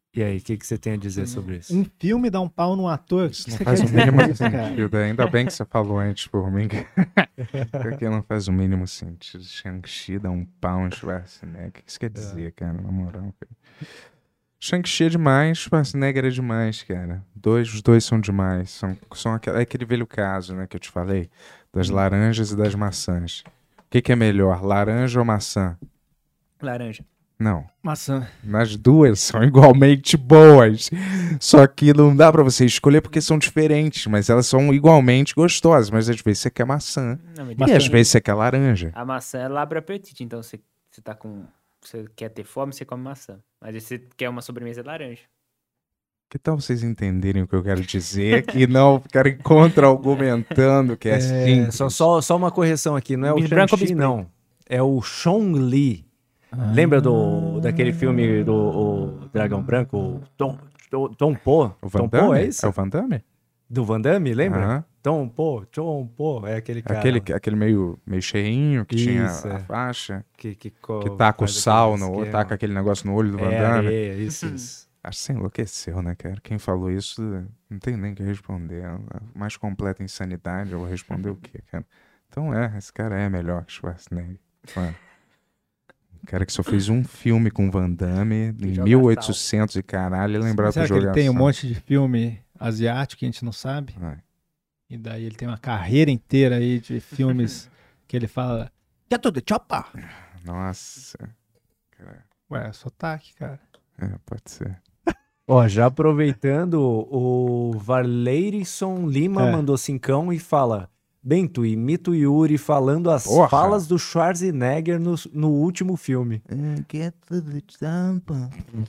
E aí, o que, que você tem a dizer sobre isso? Um filme dá um pau num ator? O que Isso não você faz quer o dizer mínimo com isso, cara? sentido. Ainda bem que você falou antes por mim. Porque não faz o mínimo sentido. Shang-Chi dá um pau em Schwarzenegger. O que isso quer dizer, cara? Na moral, cara. Shang-Chi é demais, Schwarzenegger é demais, cara. Dois, os dois são demais. São, são aquele, é aquele velho caso, né, que eu te falei. Das laranjas e das maçãs. O que, que é melhor, laranja ou maçã? Laranja. Não. Maçã. As duas são igualmente boas. Só que não dá pra você escolher porque são diferentes, mas elas são igualmente gostosas. Mas às vezes você quer maçã. Não, mas E às depende. vezes você quer laranja. A maçã é labra apetite, então você, você tá com... Você quer ter fome, você come maçã. Mas se você quer uma sobremesa, é laranja. Que tal vocês entenderem o que eu quero dizer e não ficarem contra-argumentando que é, É, simples? só, só, só uma correção aqui, não é o Bis branco ou Shang-Chi, bis não. É o Chong Li. Lembra do, daquele filme do o Dragão Branco? O Tom, Tom, Tom Po? O Van Tom Po, Damme? é isso? É o Van Damme? Do Van Damme, lembra? Aham. Tom Po, Tom Po, é aquele cara Aquele, aquele meio, meio cheinho que tinha Isso, a é. faixa, que, que, co- que taca o faz sal, aquele no, ou esquema. taca aquele negócio no olho do Van É, Damme. areia, isso, isso. Acho que você enlouqueceu, né, cara? Quem falou isso não tem nem o que responder. A mais completa insanidade, eu vou responder o quê, cara? Então é, esse cara é melhor que Schwarzenegger. Mano. O cara que só fez um filme com Van Damme em joga mil e oitocentos e caralho, e lembrava Será pra que ele jogar tem um sal. monte de filme asiático que a gente não sabe? Ai, E daí ele tem uma carreira inteira aí de filmes que ele fala Get to the chopper! nossa. Cara, Ué, é sotaque, cara. é, pode ser. Ó, já aproveitando, o Varleirson Lima É. mandou cincão e fala: Bento, imita o Yuri falando as Porra. falas do Schwarzenegger no, no último filme. Get to the chopper.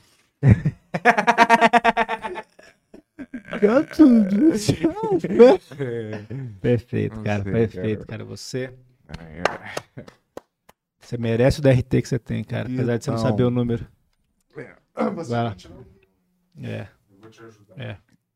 Perfeito, Não cara, sei, perfeito, cara. cara. Você, Ai, ai. você merece o D R T que você tem, cara, apesar de você não Então. saber o número. Ah, você Vai lá. continua? É, Eu vou te ajudar. é.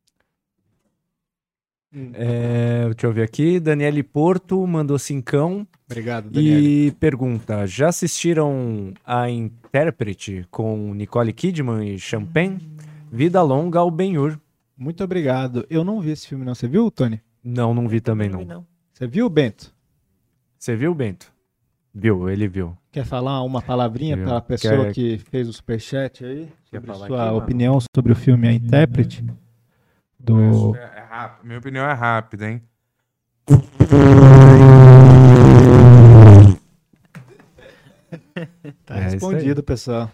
É, deixa eu ver aqui. Daniele Porto mandou cincão Obrigado, Daniel. e pergunta: já assistiram a Intérprete com Nicole Kidman e Champagne? Vida longa ao Ben-Hur. Muito obrigado. Eu não vi esse filme, não. Você viu, Tony? Não, não vi também vi, não. Você viu, Bento? Você viu, Bento? Viu, ele viu. Quer falar uma palavrinha Eu para a pessoa quero- que fez o superchat aí? Quer Sobre falar sua aqui, mano? opinião sobre o filme A Intérprete? Do... É, é rápido. Minha opinião é rápida, hein? Tá É isso aí. respondido, pessoal.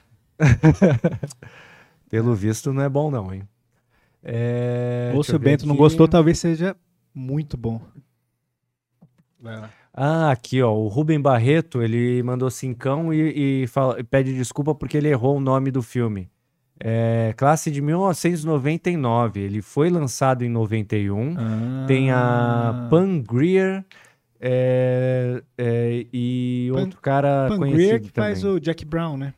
Pelo visto, não é bom, não, hein? É, Ou deixa se eu o ver Bento não aqui. gostou, talvez seja muito bom. Vai lá. Ah, aqui, ó. O Rubem Barreto, ele mandou cincão e, e fala- e pede desculpa porque ele errou o nome do filme. É classe de mil novecentos e noventa e nove. Ele foi lançado em noventa e um. Tem a Pam Grier é, é, e Pam- outro cara Pam Grier conhecido que faz também. o Jack Brown, né?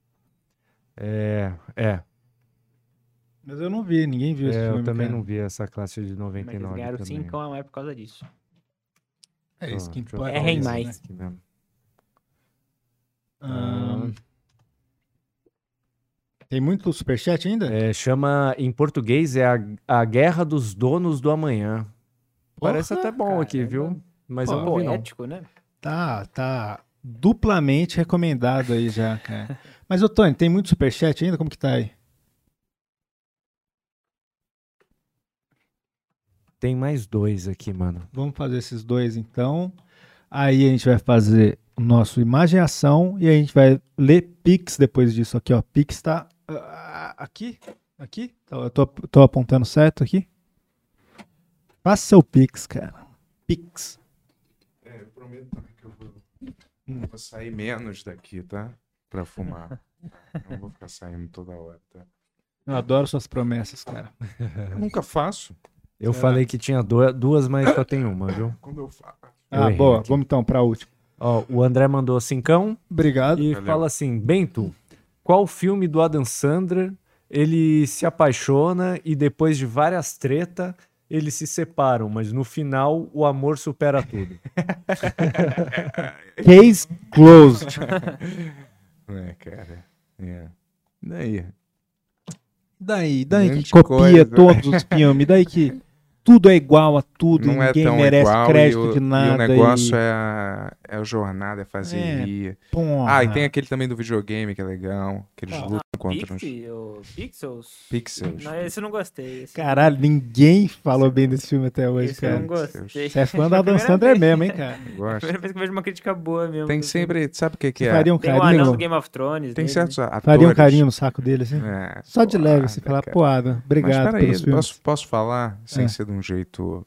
É, é, Mas eu não vi, ninguém viu esse é, filme. eu também cara. não vi essa classe de noventa Mas e eles nove ganharam também. cinco, não é por causa disso. É isso Ó, que deixa eu importa. Errem ver mais. isso aqui mesmo. Ahn, Tem muito superchat ainda? É, chama, em português, é a, a Guerra dos Donos do Amanhã. Parece Porra, até bom aqui, caramba. viu? Mas Pô, eu não vi, não. Poético, né? Tá, tá duplamente recomendado aí já, cara. Mas, ô Tony, tem muito superchat ainda? Como que tá aí? Tem mais dois aqui, mano. Vamos fazer esses dois, então. Aí a gente vai fazer o nosso Imagem e Ação e a gente vai ler Pix depois disso aqui, ó. Pix tá ah, aqui, aqui. Então, eu tô, tô apontando certo aqui. Faça seu Pix, cara. Pix. É, eu prometo também que eu vou, eu vou sair menos daqui, tá? Pra fumar. Eu não vou ficar saindo toda hora, tá? Eu adoro suas promessas, cara. Eu nunca faço. Eu Será? falei que tinha do- duas, mas só tem uma, viu? Quando eu faço. Eu Ah, errei boa. aqui. Vamos então pra última. Ó, o André mandou cincão Obrigado. e Valeu. fala assim: Bento, qual filme do Adam Sandler ele se apaixona e depois de várias tretas eles se separam, mas no final o amor supera tudo? Case closed. É, cara. É. Daí. Daí, daí Grande que copia coisa. todos os filmes, daí que tudo é igual a tudo, Não é ninguém tão merece igual crédito e o, de nada. e o negócio e... é, a, é a jornada, é fazer É, rir. Porra. Ah, e tem aquele também do videogame que é legal, que eles Ah, lutam contra uns Pixie, ou Pixels? pixels. Não, esse eu não gostei. Esse, Caralho, ninguém falou bem desse filme até hoje, esse eu cara. não gostei. Você é fã da Adam Primeira Sandler vez. mesmo, hein, cara? Eu É a gosto. primeira vez que eu vejo uma crítica boa mesmo. Tem do filme. sempre, sabe o que, que Você é? faria um Tem o anão carinho? do Game of Thrones. Tem dele, certos né? atores. Faria um carinho no saco dele, assim? É, Só de leve, você porrada, falar, cara. pô, Adam, Mas obrigado peraí, pelos filmes. posso, posso falar sem É. ser de um jeito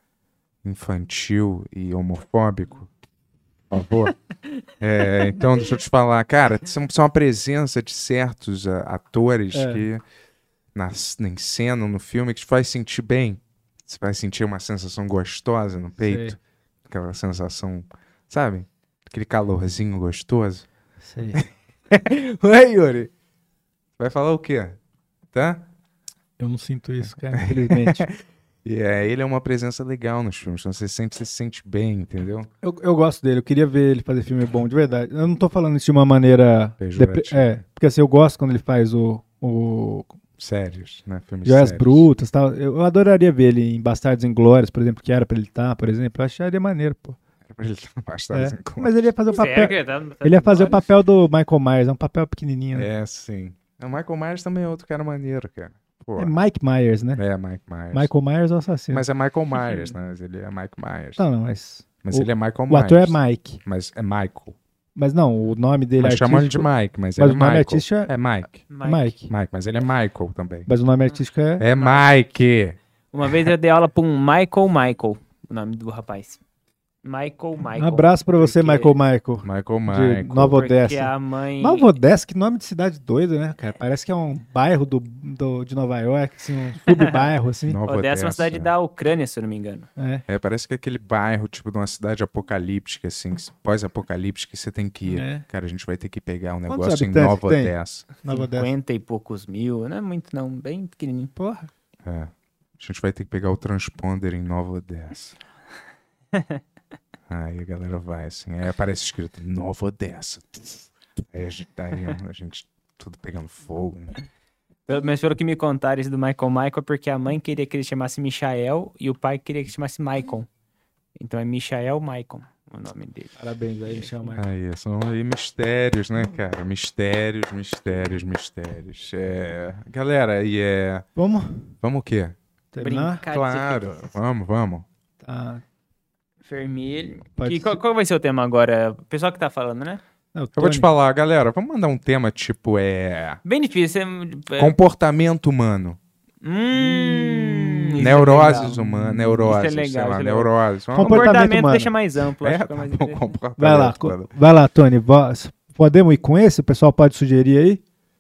infantil e homofóbico? Por favor. É, então, deixa eu te falar. Cara, são, são a presença de certos ah, atores É. que na, em cena, no filme, que te faz sentir bem. Você vai sentir uma sensação gostosa no peito. Sei. Aquela sensação, sabe? Aquele calorzinho gostoso. Sei. Oi, Yuri. Vai falar o quê? Tá? Eu não sinto isso, cara, infelizmente. E é, ele é uma presença legal nos filmes. Então você sempre se sente bem, entendeu? Eu, eu gosto dele, eu queria ver ele fazer filme bom, de verdade. Eu não tô falando isso de uma maneira... Pejorativa. depre- É, porque assim, eu gosto quando ele faz o... o Sérios, né? Filmes Joias sérios. Brutas e tal. Eu, eu adoraria ver ele em Bastardos Inglórios, por exemplo, que era pra ele estar, por exemplo. Eu acharia maneiro, pô. Ele tá bastante É. incômodo. Mas ele ia fazer o Sério papel... que ele tá- tá Ele ia fazer o demais? papel do Michael Myers, é um papel pequenininho, né? É, sim. O Michael Myers também é outro cara maneiro, cara. Pô, É Mike Myers, né? é Mike Myers. Michael Myers é o assassino. Mas é Michael Myers, né? Mas ele é Mike Myers. Não, não, mas... Mas o- ele é Michael O Myers. ator é Mike. Mas é Michael. Mas não, o nome dele Mas é chamam ele de artístico... Mike, mas, Mas ele o é nome Michael. artístico é- É Mike. Mike. Mike. Mike, mas ele é Michael também. Mas o nome artístico é... É Mike. Uma vez eu dei aula pra um Michael Michael, o nome do rapaz. Michael Michael. Um abraço pra você, Porque- Michael Michael. Michael De Michael. Nova Porque Odessa. a mãe... Nova Odessa, que nome de cidade doida, né, cara? Parece que é um bairro do, do- de Nova York, assim, um subbairro, assim. Nova Odessa é uma cidade Odessa. da Ucrânia, se eu não me engano. É. É, parece que é aquele bairro, tipo, de uma cidade apocalíptica, assim, pós-apocalíptica, que você tem que ir. É. Cara, a gente vai ter que pegar um Quantos negócio em habitantes Nova que tem? Odessa. Nova Odessa. cinquenta e poucos mil, não é muito não, bem pequenininho. Porra. É. A gente vai ter que pegar o transponder em Nova Odessa. Aí a galera vai, assim, aí aparece escrito Nova Odessa. Aí a gente, aí a gente tudo pegando fogo, né? Pelo- Mas pelo que me contaram isso do Michael Michael, é porque a mãe queria que ele chamasse Michael e o pai queria que chamasse Michael. Então é Michael Michael o nome dele. Parabéns aí, chama. Aí, são aí mistérios, né, cara? Mistérios, mistérios, mistérios. É... Galera, e é... Vamos Vamos o quê? terminar? Brincar de Claro, ser vamos, vamos. Tá. vermelho. Pode Que- ser. qual, qual vai ser o tema agora? O pessoal que tá falando, né? Não, Eu vou te Tony. falar, galera, vamos mandar um tema tipo, é... Bem difícil. É... Comportamento humano. Hum, isso é Neuroses legal. humanas, neuroses, Isso é legal, sei lá, isso é legal. neuroses. Vamos- Comportamento Comportamento humano. deixa mais amplo. É, acho que fica mais tá bom, interessante. comportamento Vai lá, humano. co- vai lá, Tony. vo- Podemos ir com esse? O pessoal pode sugerir aí?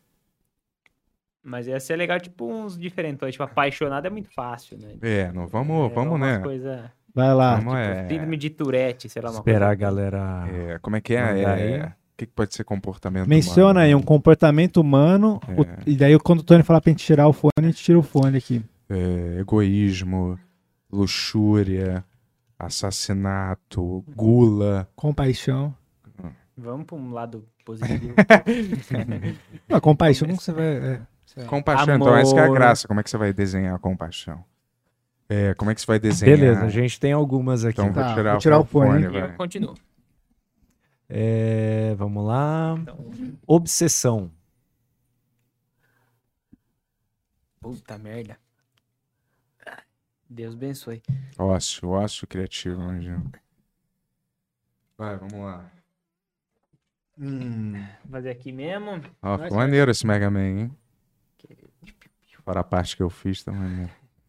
Mas ia ser legal, tipo, uns diferentões. Tipo, apaixonado é muito fácil, né? É, não, vamos, É, vamos, umas né? Coisa, Vai lá. Vamos, tipo, é, síndrome de Tourette, sei lá, uma Esperar a coisa. galera. é, como é que é? Mandar É, aí. O que, que pode ser comportamento Menciona humano? aí um comportamento humano. o- É. E daí, quando o Tony falar pra gente tirar o fone, a gente tira o fone aqui. É, egoísmo, luxúria, assassinato, gula. Compaixão. Vamos pra um lado positivo. Ah, compaixão, como você vai. é, sei lá. Compaixão, então essa que é a Amor. graça. Como é que você vai desenhar a compaixão? É, como é que você vai desenhar? Beleza, a gente tem algumas aqui. Então Tá, vou tirar, vou tirar o fone, E eu vai. continuo. É, vamos lá. Obsessão. Puta merda. Deus abençoe. Ócio, ócio criativo, imagina. Vai, vamos lá. Vou fazer aqui mesmo. Ó, ficou maneiro esse Mega Man, hein? Fora a parte que eu fiz, tá maneiro.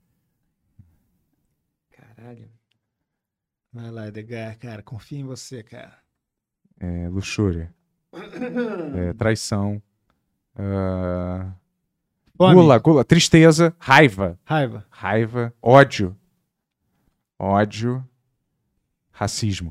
Caralho. Vai lá, Edgar, cara. Confia em você, cara. É, luxúria. É, traição. ah, Fome. gula, gula. Tristeza. Raiva. Raiva. Raiva. Ódio. Ódio. Racismo.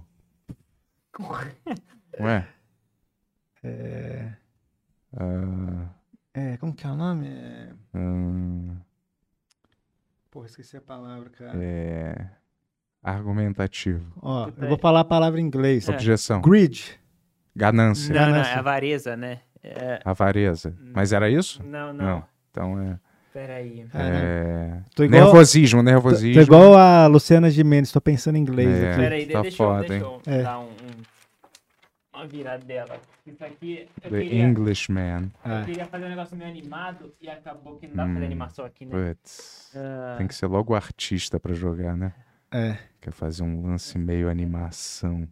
Ué? É... Ah, é, como que é o nome? É... hum, Porra, esqueci a palavra, cara. é, argumentativo. Ó, Puta, eu vou é. falar a palavra em inglês. É. Objeção. Greed. Ganância. Não, não, é Ganância. avareza, né? É, Avareza. Mas era isso? não, não. Não. Então é. Peraí. É... Tô igual, Nervosismo, tô, nervosismo. tô igual a Luciana Gimenez, tô pensando em inglês É. aqui. Peraí, tá deixa, eu, foda, deixa hein? eu É. dar um, um- uma virada dela. Isso aqui, eu The queria, Englishman. eu Ah. queria fazer um negócio meio animado e acabou que não dá pra fazer Hum, animação aqui, né? Putz. Ah, Tem que ser logo artista pra jogar, né? É. Quer fazer um lance meio animação.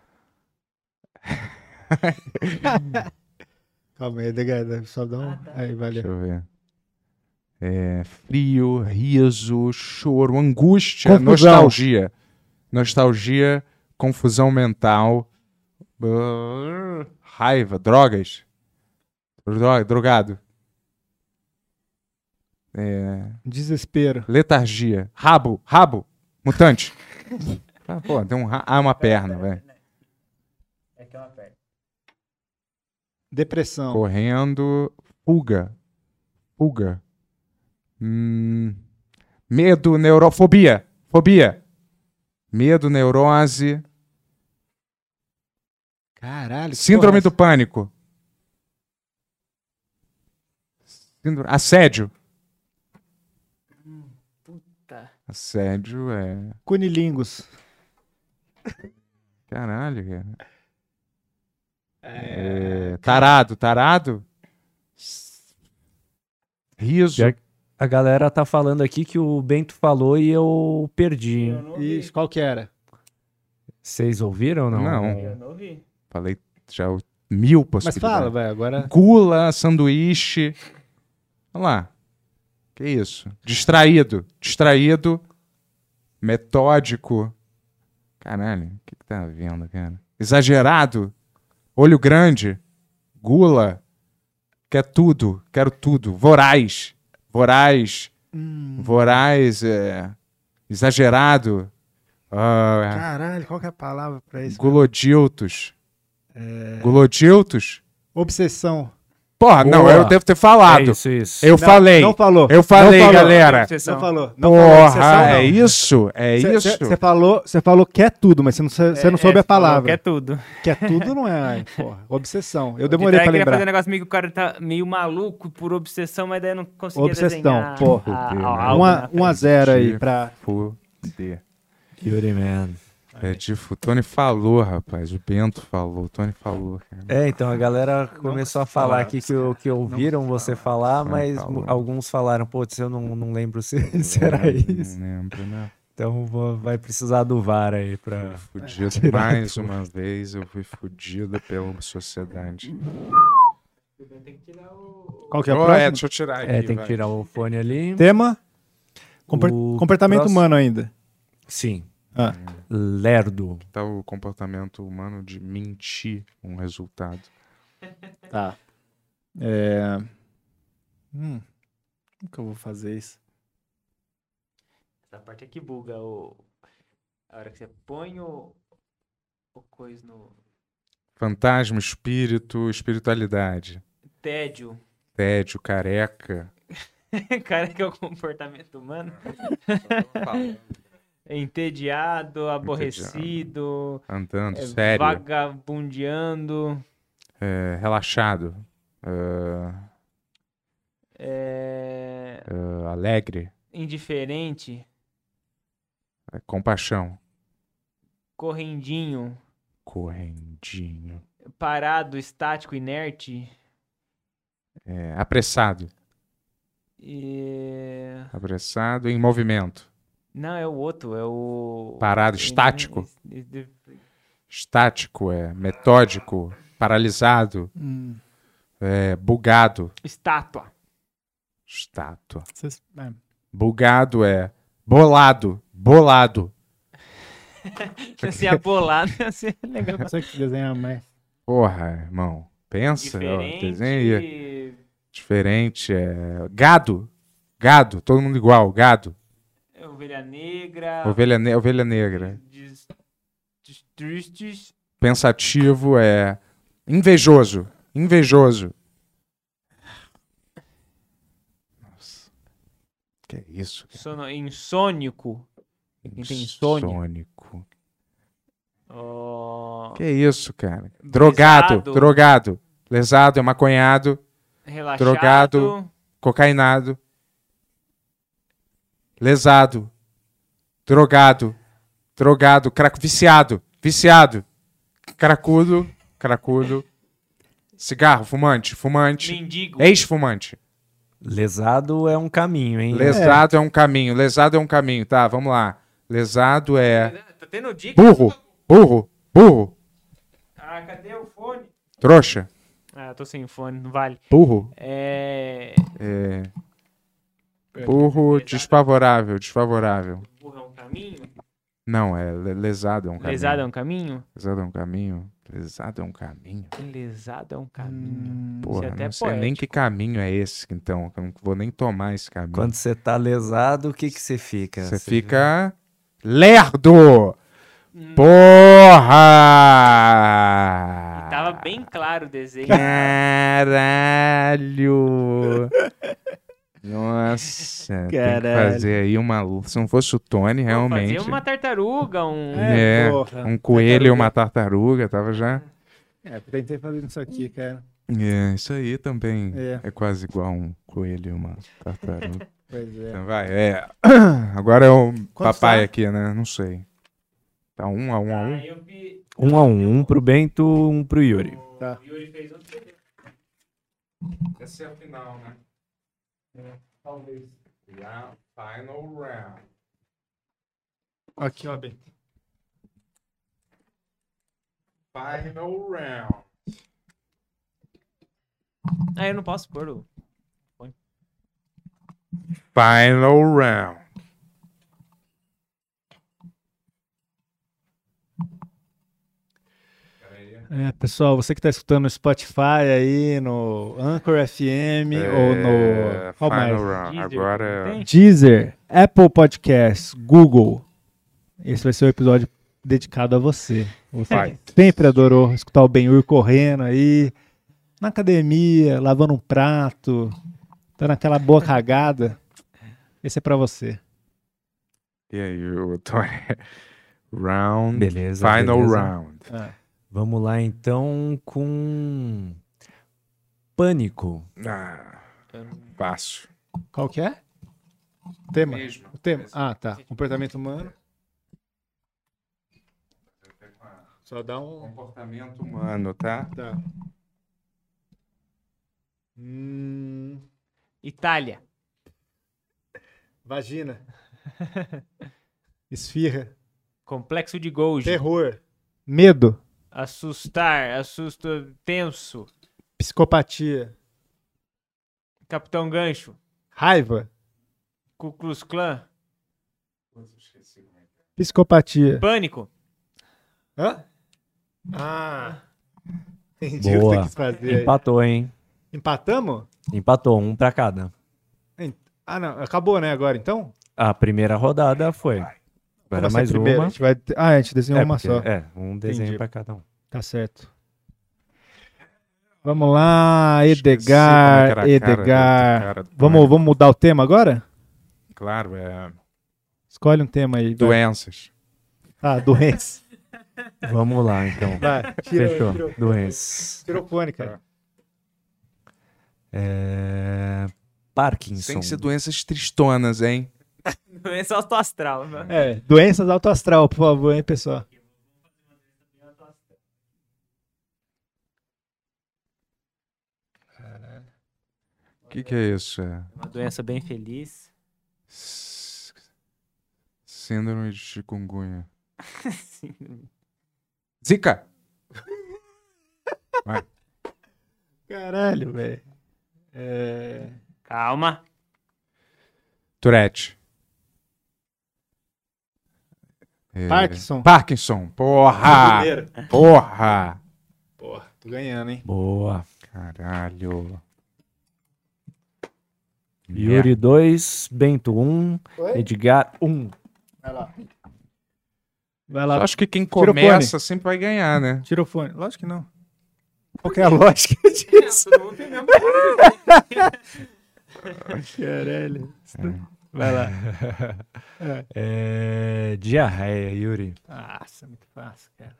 Calma aí, Edgar, só dá um... Ah, tá. Aí, valeu. Deixa eu ver. É, frio, riso, choro, angústia, Confusão. nostalgia. Nostalgia, confusão mental, uh, raiva, drogas. Dro- Drogado. É, Desespero. letargia. Rabo, rabo, mutante. Ah, pô, tem um ra... Ah, uma perna, velho. é que é uma perna. Depressão. Correndo, fuga. Fuga. Hum, medo, neurofobia. Fobia. Medo, neurose. Caralho. que Síndrome porra do pânico. Síndrome- Assédio. Tá. Assédio é. é essa? Cunilingus. Caralho, cara. É, Tarado, tarado. Riso. Pior que A galera tá falando aqui que o Bento falou e eu perdi. Eu hein? não ouvi. Isso, qual que era? Vocês ouviram ou não? Não. Eu não ouvi. Falei já o- mil Mas possibilidades. fala, vai, agora... Gula, sanduíche. Olha lá. Que isso? Distraído. Distraído. Metódico. Caralho, o que, que tá vendo, cara? Exagerado. Olho grande. Gula. Quer tudo. Quero tudo. Voraz. Voraz. Hum, Voraz. É... Exagerado. Ah, caralho, qual que é a palavra pra isso? gulodiltos. Gulodiltos? Obsessão. Porra, não, Boa. eu devo ter É falado. isso, isso. Eu Não, falei. Não falou. Eu falei, Não falou. galera. Obsessão. Não falou. Não falou Porra, obsessão, é não. isso? É isso? Você falou, você falou que é tudo, mas você não, você não É, soube é, a palavra. Que é tudo. Que é tudo não é, ai, porra. Obsessão. Eu O demorei Vitória pra queria fazer um lembrar. negócio meio que o cara tá meio maluco por obsessão, mas daí eu não conseguia Obsessão, desenhar porra. a- a- Fuder, algo Um na a- frente. um a zero aí Fuder. pra... Fuder. Yuri Man. É tipo, o Tony falou, rapaz. O Bento falou, o Tony falou. Cara. É, então a galera começou a falar aqui que, o- que ouviram você falar, Não mas falou. alguns falaram, putz, eu não, não lembro se, se era isso. Não lembro, né? Então vou- vai precisar do V A R aí pra. Fui fudido tirar mais tudo. uma vez. Eu fui fudido pela sociedade. Qual que é a Oh, é, próxima? deixa eu tirar aqui. É, tem que vai. tirar o fone ali. Tema? Compor- O Comportamento próximo- humano ainda. Sim. Ah. Lerdo. Tá o comportamento humano de mentir um resultado. Tá. É... Hum, como que eu vou fazer isso? Essa parte aqui buga o... A hora que você põe o... O coisa no... Fantasma, espírito, espiritualidade. Tédio. Tédio, careca. Cara, que é o comportamento humano. Entediado, aborrecido, Andando, é, sério. vagabundeando, É, relaxado. é, é, é, alegre. indiferente, é, compaixão. correndinho, Correndinho. parado, estático, inerte. é, apressado. E... Apressado em movimento. Não, é o outro, é o... Parado, estático. E- e- Estático, é metódico, paralisado, Hum, é, bugado. Estátua. Estátua. vocês- é. Bugado é bolado, bolado. Assim, abolado, assim, legal. Não sei que desenhar mais. Porra, irmão. Pensa, ó, Diferente. desenha aí. Diferente, é gado. Gado, todo mundo igual, gado. Ovelha negra. Ovelha, ne- ovelha negra. Des- des- Tristes. Pensativo é invejoso, invejoso. Nossa. Que é isso? cara? Sono... Insônico. Quem tem insônia? Insônico. Ó, Que é isso, cara? Drogado, Lesado. drogado. Lesado é maconhado, relaxado. drogado. cocainado. lesado, drogado, drogado, craco, viciado, viciado, cracudo, cracudo, cigarro, fumante, fumante, Mendigo. ex-fumante. Lesado é um caminho, hein? Lesado é um caminho, lesado é um caminho, tá, vamos lá. Lesado é Tá tendo dica? burro, burro, burro, Ah, cadê o fone? trouxa, Ah, tô sem fone, não vale. burro, É. é, burro, desfavorável, desfavorável. Burro é um caminho? Não, é le- lesado é um caminho. Lesado é um caminho? Lesado é um caminho. Lesado é um caminho. Lesado é um caminho. Hum, Porra, é até não sei nem poético. que caminho é esse, então. Eu não vou nem tomar esse caminho. Quando você tá lesado, o que que você fica? Você fica lerdo! Hum. Porra! Tava bem claro o desenho. Caralho! Nossa, tem que Caralho. fazer aí uma... Se não fosse o Tony, realmente... Fazia uma tartaruga, um. É, porra. um coelho e uma tartaruga, tava já... É, tentei fazer isso aqui, cara. É, isso aí também É. é quase igual um coelho e uma tartaruga. Pois é. Então vai, é. Agora é o Quanto papai tá? aqui, né? Não sei. Tá um a um a um? Ah, eu vi. Um a um, um pro Bento, um pro Yuri. Tá. O Yuri fez outro. Essa é a final, né? Talvez. Yeah, final round. Aqui, ó, bem. Final round. Ah, eu não posso pôr o. Final round. É, pessoal, você que tá escutando no Spotify aí, no Anchor F M ou no. É, Qual final mais? round. Deezer, Agora não é. tem? Deezer, Apple Podcasts, Google. Esse vai ser o episódio dedicado a você. Você Vai. sempre adorou escutar o Ben-Hur correndo aí, na academia, lavando um prato, tá naquela boa cagada. Esse é pra você. E aí, o Tony? Round. Beleza, Final beleza. round. Vamos lá então com Pânico. Ah, fácil. Qual que é? O tema? Mesmo. O tema? Ah, tá. Comportamento humano. Só dá um. Comportamento humano, tá? Tá. Hum, Itália. vagina. Esfirra. Complexo de Golgi. Terror. Medo. Assustar. Assusto. Tenso. Psicopatia. Capitão Gancho. Raiva. Ku Klux Klan. Psicopatia. Pânico. Hã? Ah. Entendi o que Boa. você quis fazer aí. Empatou, hein? Empatamos? Empatou, um pra cada. Ah, não. Acabou, né, agora, então? A primeira rodada foi. Agora Como mais assim, primeiro? uma. A gente vai... Ah, a gente desenhou É, uma porque- só. É, um desenho Entendi. pra cada um. Tá certo. Vamos lá, Esqueci como é que Edgar, era a cara do- Edgar. do cara do Vamos, Pânico. vamos mudar o tema agora? Claro, é. Escolhe um tema aí. vai. Doenças. Ah, doença. Vamos lá, então. Vai, tira, Fechou. tirou, Doenças. tirou o fone, cara. É... Parkinson. Tem que ser doenças tristonas, hein? Doença autoastral. Né? É, doenças autoastral, por favor, hein, pessoal. O que, que é isso? É Uma doença bem feliz. s- síndrome de chikungunya. Zika! Vai. Caralho, velho. É... Calma. Tourette. É, Parkinson. Parkinson. Porra! Primeiro. Porra! Porra, tô ganhando, hein? Boa. Caralho. Yuri dois, Bento um, Oi? Edgar um. Vai lá. Vai Eu lá. acho que quem Tira o começa sempre vai ganhar, né? Tira o fone. Lógico que não. Qual que é a lógica disso? Todo mundo tem mesmo. Caralho. Vai lá. É... Diarreia, Yuri. Nossa, é muito fácil, cara.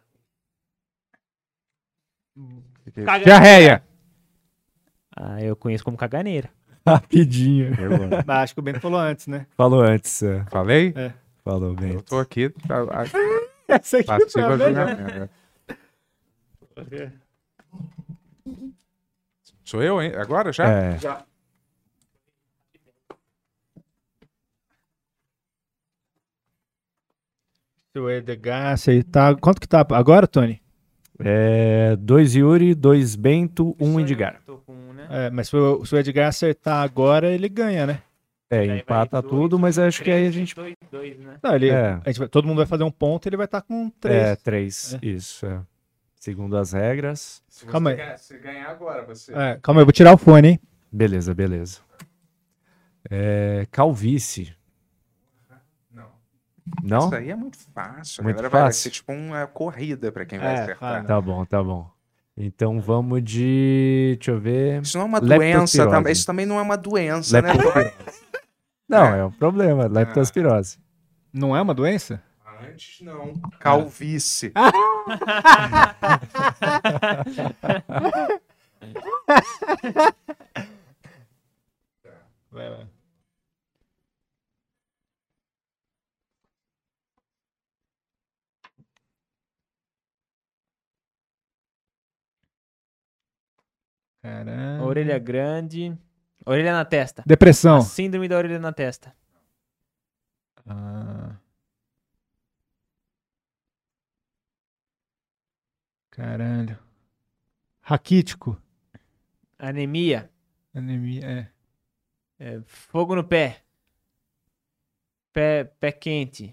Caga- Diarreia! Ah, eu conheço como caganeira. Rapidinho. Ah, acho que o Bento falou antes, né? Falou antes. é. Falei? É. Falou bem. Eu tô aqui. Tá, a- Essa aqui passiva também. julgamento. Sou eu, hein? Agora já? É. Seu Edgar, você tá... Quanto que tá agora, Tony? É, dois Yuri, dois Bento, um Edgar. Tô com um, né? É, mas se o, se o Edgar acertar agora, ele ganha, né? É, Daí vai empata dois, tudo, mas acho que aí a gente. Dois, dois, né? Não, ele, É. a gente vai- todo mundo vai fazer um ponto e ele vai estar com três. É, três. Isso, é. Segundo as regras. Se Calma aí. ganhar, se ganhar agora, você. É, calma aí, eu vou tirar o fone, hein? Beleza, beleza. É, calvície. Não. Não? Isso aí é muito fácil. Muito a galera vai fácil? ser tipo uma corrida pra quem vai É, acertar. claro. Tá bom, tá bom. Então vamos de. Deixa eu ver. Isso não é uma Leptospirose. doença, também. Isso também não é uma doença, né? Leptospirose. Não, é um problema. Leptospirose. Não é uma doença? Antes não. Calvície. Vai lá. Caramba. Orelha grande. Orelha na testa. Depressão. A síndrome da orelha na testa. Ah. Caralho. Raquítico. Anemia. Anemia, é. É, fogo no pé. Pé, pé quente.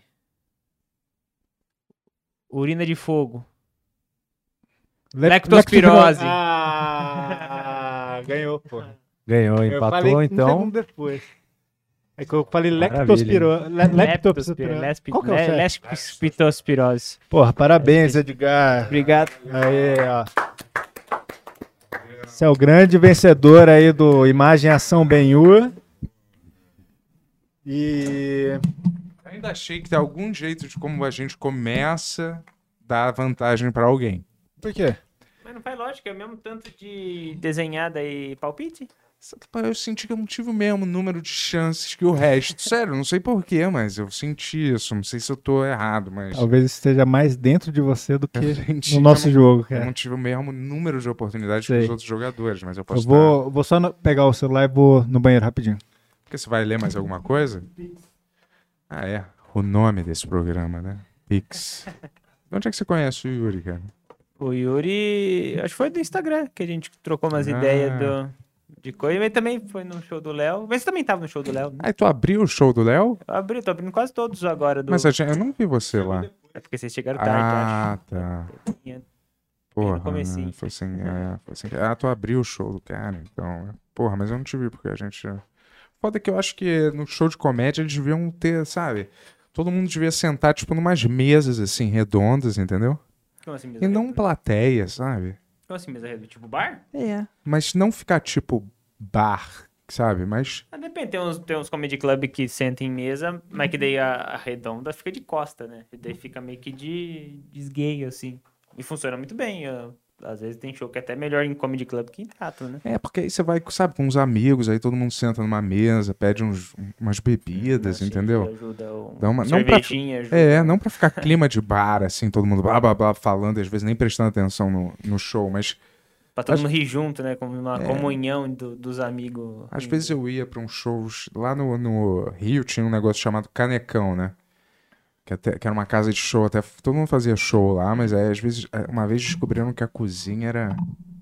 Urina de fogo. Lep- Leptospirose. Ah, ganhou, pô. Ganhou, Eu empatou, falei um então. segundo depois. É que eu falei Maravilha. leptospirose. Le- Leptospirose. Leptospirose. Qual que é o Le- certo? Leptospirose. Porra, parabéns, Edgar. Obrigado. Aí, ó. Você é o grande vencedor aí do Imagem Ação Benhur. E... Ainda achei que tem algum jeito de como a gente começa dar vantagem pra alguém. Por quê? Mas não faz lógica, é o mesmo tanto de desenhada e palpite? Eu senti que eu não tive o mesmo número de chances que o resto. Sério, não sei porquê, mas eu senti isso. Não sei se eu tô errado, mas. Talvez esteja mais dentro de você do eu que senti no que nosso eu jogo, não, eu cara. não tive o mesmo número de oportunidades que Sei. os outros jogadores, mas eu Eu posso vou, vou só no- pegar o celular e vou no banheiro rapidinho. dar. Porque você vai ler mais alguma coisa? Ah, é. O nome desse programa, né? Pix. De onde é que você conhece o Yuri, cara? O Yuri, acho que foi do Instagram que a gente trocou umas Ah. ideias do, de coisa. Mas também foi no show do Léo. Mas você também tava no show do Léo, né? Aí tu abriu o show do Léo? Eu abri, tô abrindo quase todos agora. Do... Mas a gente- eu não vi você lá. É porque vocês chegaram tarde, Ah, tá. acho. Tinha- Porra, comecinho. né? Foi sem, é, foi sem... Ah, tu abriu o show do cara, então. Porra, mas eu não te vi porque a gente. Foda que eu acho que no show de comédia eles deviam ter, sabe? Todo mundo devia sentar, tipo, numas mesas, assim, redondas, entendeu? Como assim, mesa E não redonda? plateia, sabe? Como assim, mesa redonda? Tipo bar? É. Mas não ficar, tipo, bar, sabe? Mas. Ah, depende, tem uns, tem uns comedy club que sentam em mesa, mas que daí a, a redonda fica de costa, né? E daí fica meio que de, de esgueio, assim. E funciona muito bem. eu- às vezes tem show que é até melhor em comedy club que em teatro, né? É, porque aí você vai, sabe, com uns amigos, aí todo mundo senta numa mesa, pede uns, umas bebidas, Achei que entendeu? Ajuda um, Dá uma- não pra- cervejinha, ajuda. É, não pra ficar clima de bar, assim, todo mundo blá blá blá falando, e às vezes nem prestando atenção no, no show, mas Pra todo Acho- mundo rir junto, né? Como uma É. comunhão do- dos amigos. às rindo. vezes eu ia pra uns shows, lá no, no Rio tinha um negócio chamado Canecão, né? Que, até, que era uma casa de show, até todo mundo fazia show lá, mas aí às vezes, é, uma vez descobriram que a cozinha era...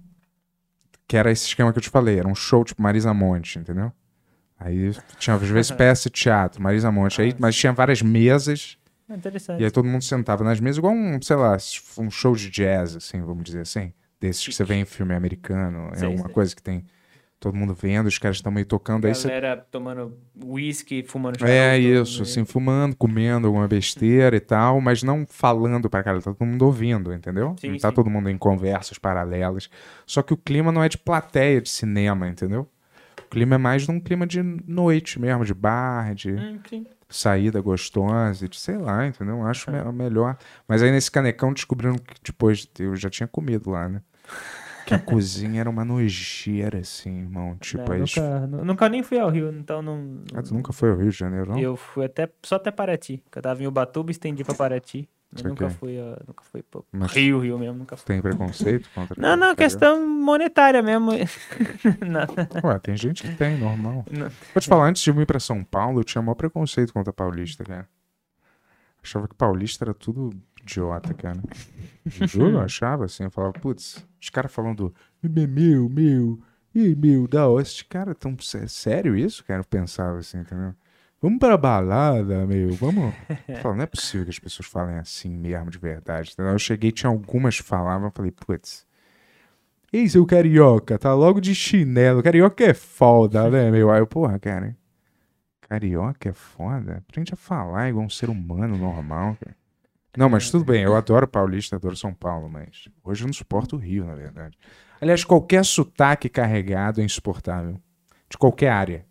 Que era esse esquema que eu te falei, era um show tipo Marisa Monte, entendeu? Aí tinha às vezes peça de teatro, Marisa Monte, aí, mas tinha várias mesas... É interessante. E aí todo mundo sentava nas mesas, igual um, sei lá, um show de jazz, assim, vamos dizer assim. Desses que você vê em filme americano, em Sei, alguma sei. coisa que tem todo mundo vendo, os caras estão meio tocando. Aí você... Galera tomando whisky, fumando charuto. É isso, né? assim, fumando, comendo alguma besteira e tal, mas não falando pra cara, tá todo mundo ouvindo, entendeu? Sim, não tá sim. todo mundo em conversas paralelas. Só que o clima não é de plateia de cinema, entendeu? O clima é mais de um clima de noite mesmo, de bar, de... Hum, sim. saída gostosa, de sei lá, entendeu? Eu acho me- melhor. Mas aí nesse canecão descobriram que depois eu já tinha comido lá, né? Que a cozinha era uma nojeira, assim, irmão. Tipo, É, aí... nunca, nu- nunca nem fui ao Rio, então não. Ah, tu nunca foi ao Rio de Janeiro, não? Eu fui até, só até Paraty. Que eu tava em Ubatuba e estendi pra Paraty. Eu Isso nunca aqui. fui, a- nunca fui pro Mas Rio, Rio mesmo, nunca fui. tem preconceito contra... Não, não, carioca? questão monetária mesmo. Não. Ué, tem gente que tem, normal. Não. Vou te falar, antes de eu vir pra São Paulo, eu tinha maior preconceito contra paulista, cara. Achava que paulista era tudo idiota, cara. Juro, eu achava assim. Eu falava, putz, os caras falando, meu, meu, e meu, da hora. Esses caras tão sé- sério isso, cara? Eu pensava assim, entendeu? Vamos pra balada, meu, vamos. Eu falava, não é possível que as pessoas falem assim mesmo, de verdade. Entendeu? Eu cheguei, tinha algumas que falavam, eu falei, putz. Ei, seu carioca, tá logo de chinelo. Carioca é foda, né, meu? Aí eu, porra, cara. Carioca é foda? Aprende a falar igual um ser humano normal, cara. Não, mas tudo bem, eu adoro paulista, adoro São Paulo, mas hoje eu não suporto o Rio, na verdade. Aliás, qualquer sotaque carregado é insuportável. De qualquer área.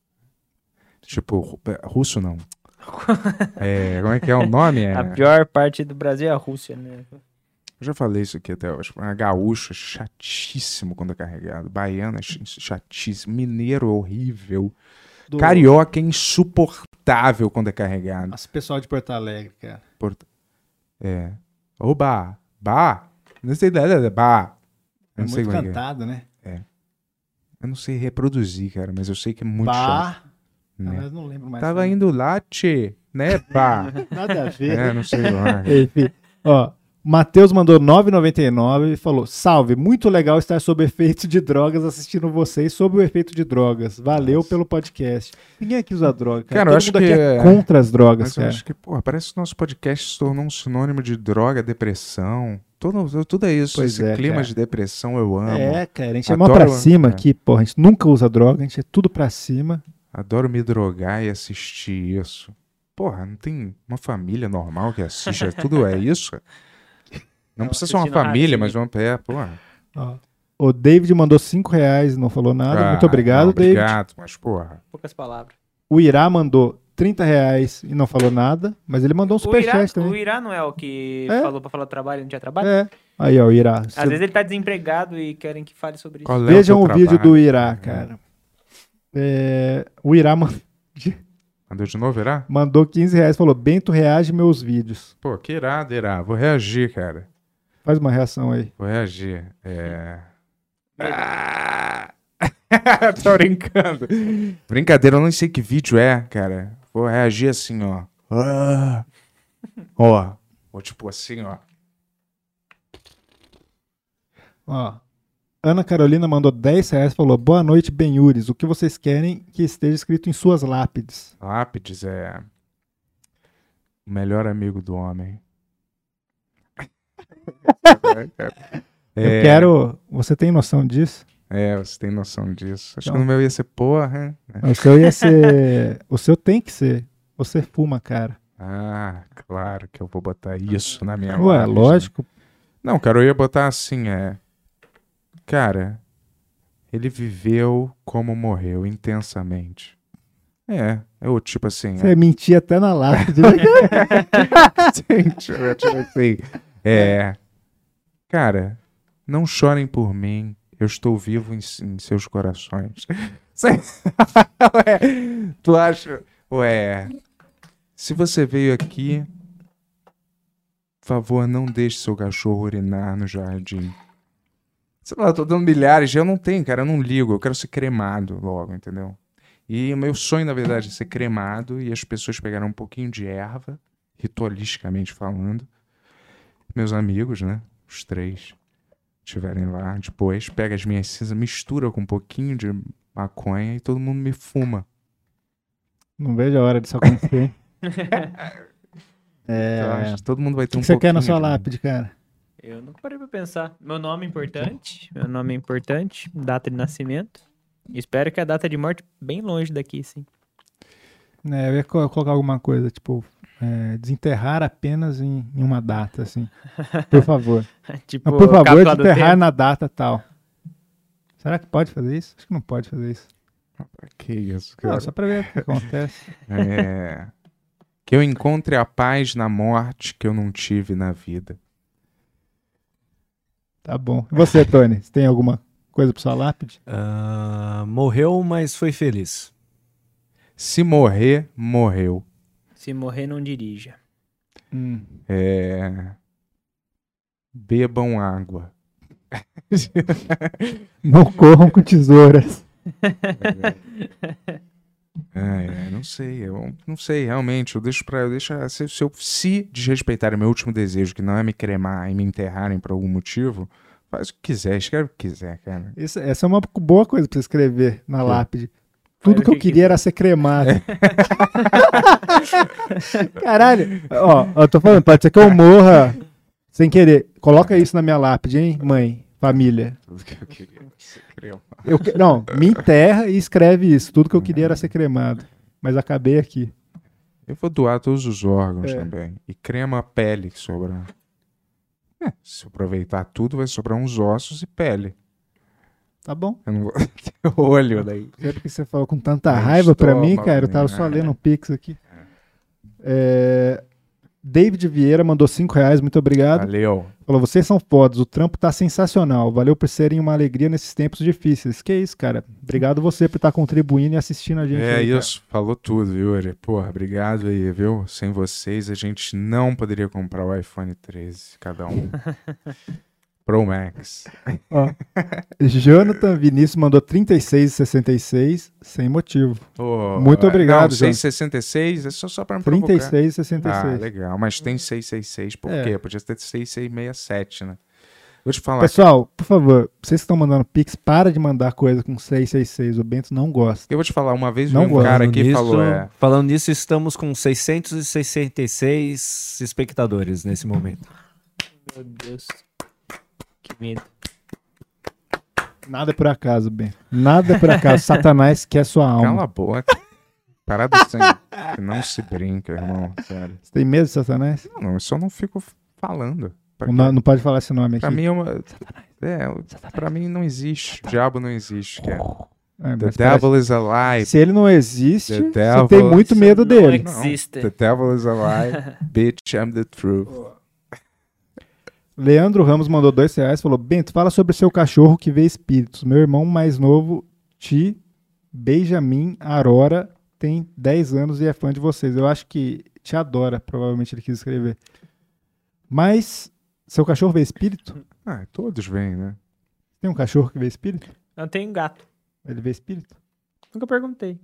Tipo, ru- russo não. É, como é que é o nome? É... A pior parte do Brasil é a Rússia, né? Eu já falei isso aqui até hoje. A gaúcha, chatíssimo quando é carregado. Baiana, ch- chatíssimo. Mineiro, horrível. Do... Carioca é insuportável quando é carregado. Nossa, pessoal de Porto Alegre, cara. Porto... É. Oba! Bah! Não sei nada, bah! É Eu não sei muito como é que é. cantado, né? Eu não sei reproduzir, cara, mas eu sei que é muito chato. Bah. Né? Ah, mas eu não lembro mais. Tava também. indo lá, tchê, né, pá? Nada a ver. É, não sei lá. Enfim, ó, Matheus mandou nove reais e noventa e nove e falou: salve, muito legal estar sob efeito de drogas assistindo vocês sob o efeito de drogas. Valeu Nossa. pelo podcast. Ninguém aqui usa droga, cara. Cara, eu Todo acho mundo aqui que é é- contra as drogas, Mas eu cara. acho que, porra, parece que o nosso podcast se tornou um sinônimo de droga, depressão. Tudo, tudo é isso. Pois Esse é, clima cara. de depressão eu amo. É, cara, a gente é mó Adoro- pra cima é. aqui, porra. A gente nunca usa droga, a gente é tudo pra cima. Adoro me drogar e assistir isso. Porra, não tem uma família normal que assiste, é tudo é isso? Não Não, precisa ser uma assistindo família, ratinho. mas uma pé, porra. Ó. O David mandou cinco reais, não falou nada. Ah, Muito obrigado, não, David. Obrigado, mas porra. Poucas palavras. O Irá mandou trinta reais e não falou nada, mas ele mandou um O Irá, superchat o também. Irá não é o que É. falou pra falar do trabalho e não tinha trabalho? É. Aí, ó, o Irá. Às Cê- vezes ele tá desempregado e querem que fale sobre isso. Qual é Vejam teu o vídeo trabalho? do Irá, cara. É, o Irá man- Mandou de novo, Irá? mandou quinze reais e falou: Bento, reage meus vídeos. Pô, que irado, Irá. Vou reagir, cara. Faz uma reação aí. Vou reagir. É... Ah! Tô brincando. Brincadeira, eu não sei que vídeo é, cara. Vou reagir assim, ó. Ah! Ó. Ou tipo assim, ó. Ó. Ana Carolina mandou dez reais e falou: Boa noite, Benhures. O que vocês querem que esteja escrito em suas lápides? Lápides é... O melhor amigo do homem. Eu É, quero. Você tem noção disso? É, você tem noção disso. Acho Então. que no meu ia ser porra. né? O seu ia ser. O seu tem que ser. Você fuma, cara. Ah, claro que eu vou botar isso na minha Ué, lápide, né? lógico. Não, cara, eu ia botar assim, é... Cara, ele viveu como morreu, intensamente. É, eu tipo assim... Você mentia até na lápide. né? Gente, eu, tipo assim... É... Cara, não chorem por mim, eu estou vivo em, em seus corações. Ué, tu acha... Ué... Se você veio aqui, por favor, não deixe seu cachorro urinar no jardim. Sei lá, eu tô dando milhares, eu não tenho, cara, eu não ligo, eu quero ser cremado logo, entendeu? E o meu sonho, na verdade, é ser cremado e as pessoas pegaram um pouquinho de erva, ritualisticamente falando. Meus amigos, né, os três, estiverem lá depois, pega as minhas cinzas, mistura com um pouquinho de maconha e todo mundo me fuma. Não vejo a hora disso acontecer. É. Eu acho que todo mundo vai ter O um que você quer na pouquinho sua de- lápide, cara? Eu nunca parei pra pensar. Meu nome é importante. Meu nome é importante. Data de nascimento. Espero que a data de morte bem longe daqui, sim. É, eu ia co- colocar alguma coisa, tipo, é, desenterrar apenas em, em uma data, assim. Por favor. tipo, Mas, por favor, cápsula do desenterrar tempo. na data tal. Será que pode fazer isso? Acho que não pode fazer isso. Que isso, Não, cara. só pra ver o que acontece. É... Que eu encontre a paz na morte que eu não tive na vida. Tá bom. E você, Tony? Você tem alguma coisa pra sua lápide? Ah, morreu, mas foi feliz. Se morrer, morreu. Se morrer, não dirija. Hum. É... Bebam água. Não corram com tesouras. É, é, não sei, eu não sei, realmente, eu deixo pra, eu deixo, se, se eu se desrespeitarem meu último desejo, que não é me cremar e me enterrarem por algum motivo, faz o que quiser, escreve o que quiser, cara. Isso- essa é uma boa coisa pra você escrever na Que? lápide. Tudo Olha que eu o que que- queria era ser cremado. Caralho. Ó, eu tô falando, pode ser que eu morra sem querer. Coloca isso na minha lápide, hein, mãe, família. Tudo que eu queria ser cremado. Eu, que- não, me enterra e escreve isso. Tudo que eu queria era ser cremado. Mas acabei aqui. Eu vou doar todos os órgãos É. também. E crema a pele que sobrar. É, se eu aproveitar tudo, vai sobrar uns ossos e pele. Tá bom. Eu não vou ter olho daí. É porque você falou com tanta Meu raiva pra mim, estômago, cara. Eu tava né? só lendo um pix aqui. É, David Vieira mandou cinco reais, muito obrigado. Valeu. Falou, vocês são fodas, o trampo tá sensacional. Valeu por serem uma alegria nesses tempos difíceis. Que isso, cara. Obrigado você por estar contribuindo e assistindo a gente. É aí, cara. isso, falou tudo, Yuri. Porra, obrigado aí, viu? Sem vocês, a gente não poderia comprar o iPhone treze, cada um. Pro Max. Ó, Jonathan Vinícius mandou trinta e seis e sessenta e seis, sem motivo. Ô, Muito obrigado, Não, seiscentos e sessenta e seis é só, só pra me trinta e provocar. seis e sessenta e Ah, seis. legal. Mas tem seiscentos e sessenta e seis, por É. quê? Podia ter seiscentos e sessenta e sete, né? Vou te falar. Pessoal, por favor, vocês que estão mandando pix, para de mandar coisa com seiscentos e sessenta e seis. O Bento não gosta. Eu vou te falar, uma vez Não veio um gosto. cara Falando aqui e nisso, falou, é... falando nisso, estamos com seiscentos e sessenta e seis espectadores nesse momento. Meu Deus. Que medo. Nada é por acaso, Bento. Nada é por acaso. Satanás quer sua Cala alma. a boca. Parada assim. Que não se brinca, irmão. Sério. Você tem medo de Satanás? Não, eu só não fico falando. Pra, Não, não pode falar esse nome pra aqui. mim é uma... É, pra mim não existe. O diabo não existe, cara. É, The mas devil is alive. parece- Se ele não existe, The você devil- tem muito medo Não dele. Não, existe. The devil is alive. Bitch, I'm the truth. Leandro Ramos mandou dois reais, falou, Bento, fala sobre seu cachorro que vê espíritos. Meu irmão mais novo, Ti, Benjamin Arora, tem dez anos e é fã de vocês. Eu acho que te adora, provavelmente ele quis escrever. Mas, seu cachorro vê espírito? Ah, todos vêm, né? Tem um cachorro que vê espírito? Eu tenho gato. Ele vê espírito? Nunca perguntei.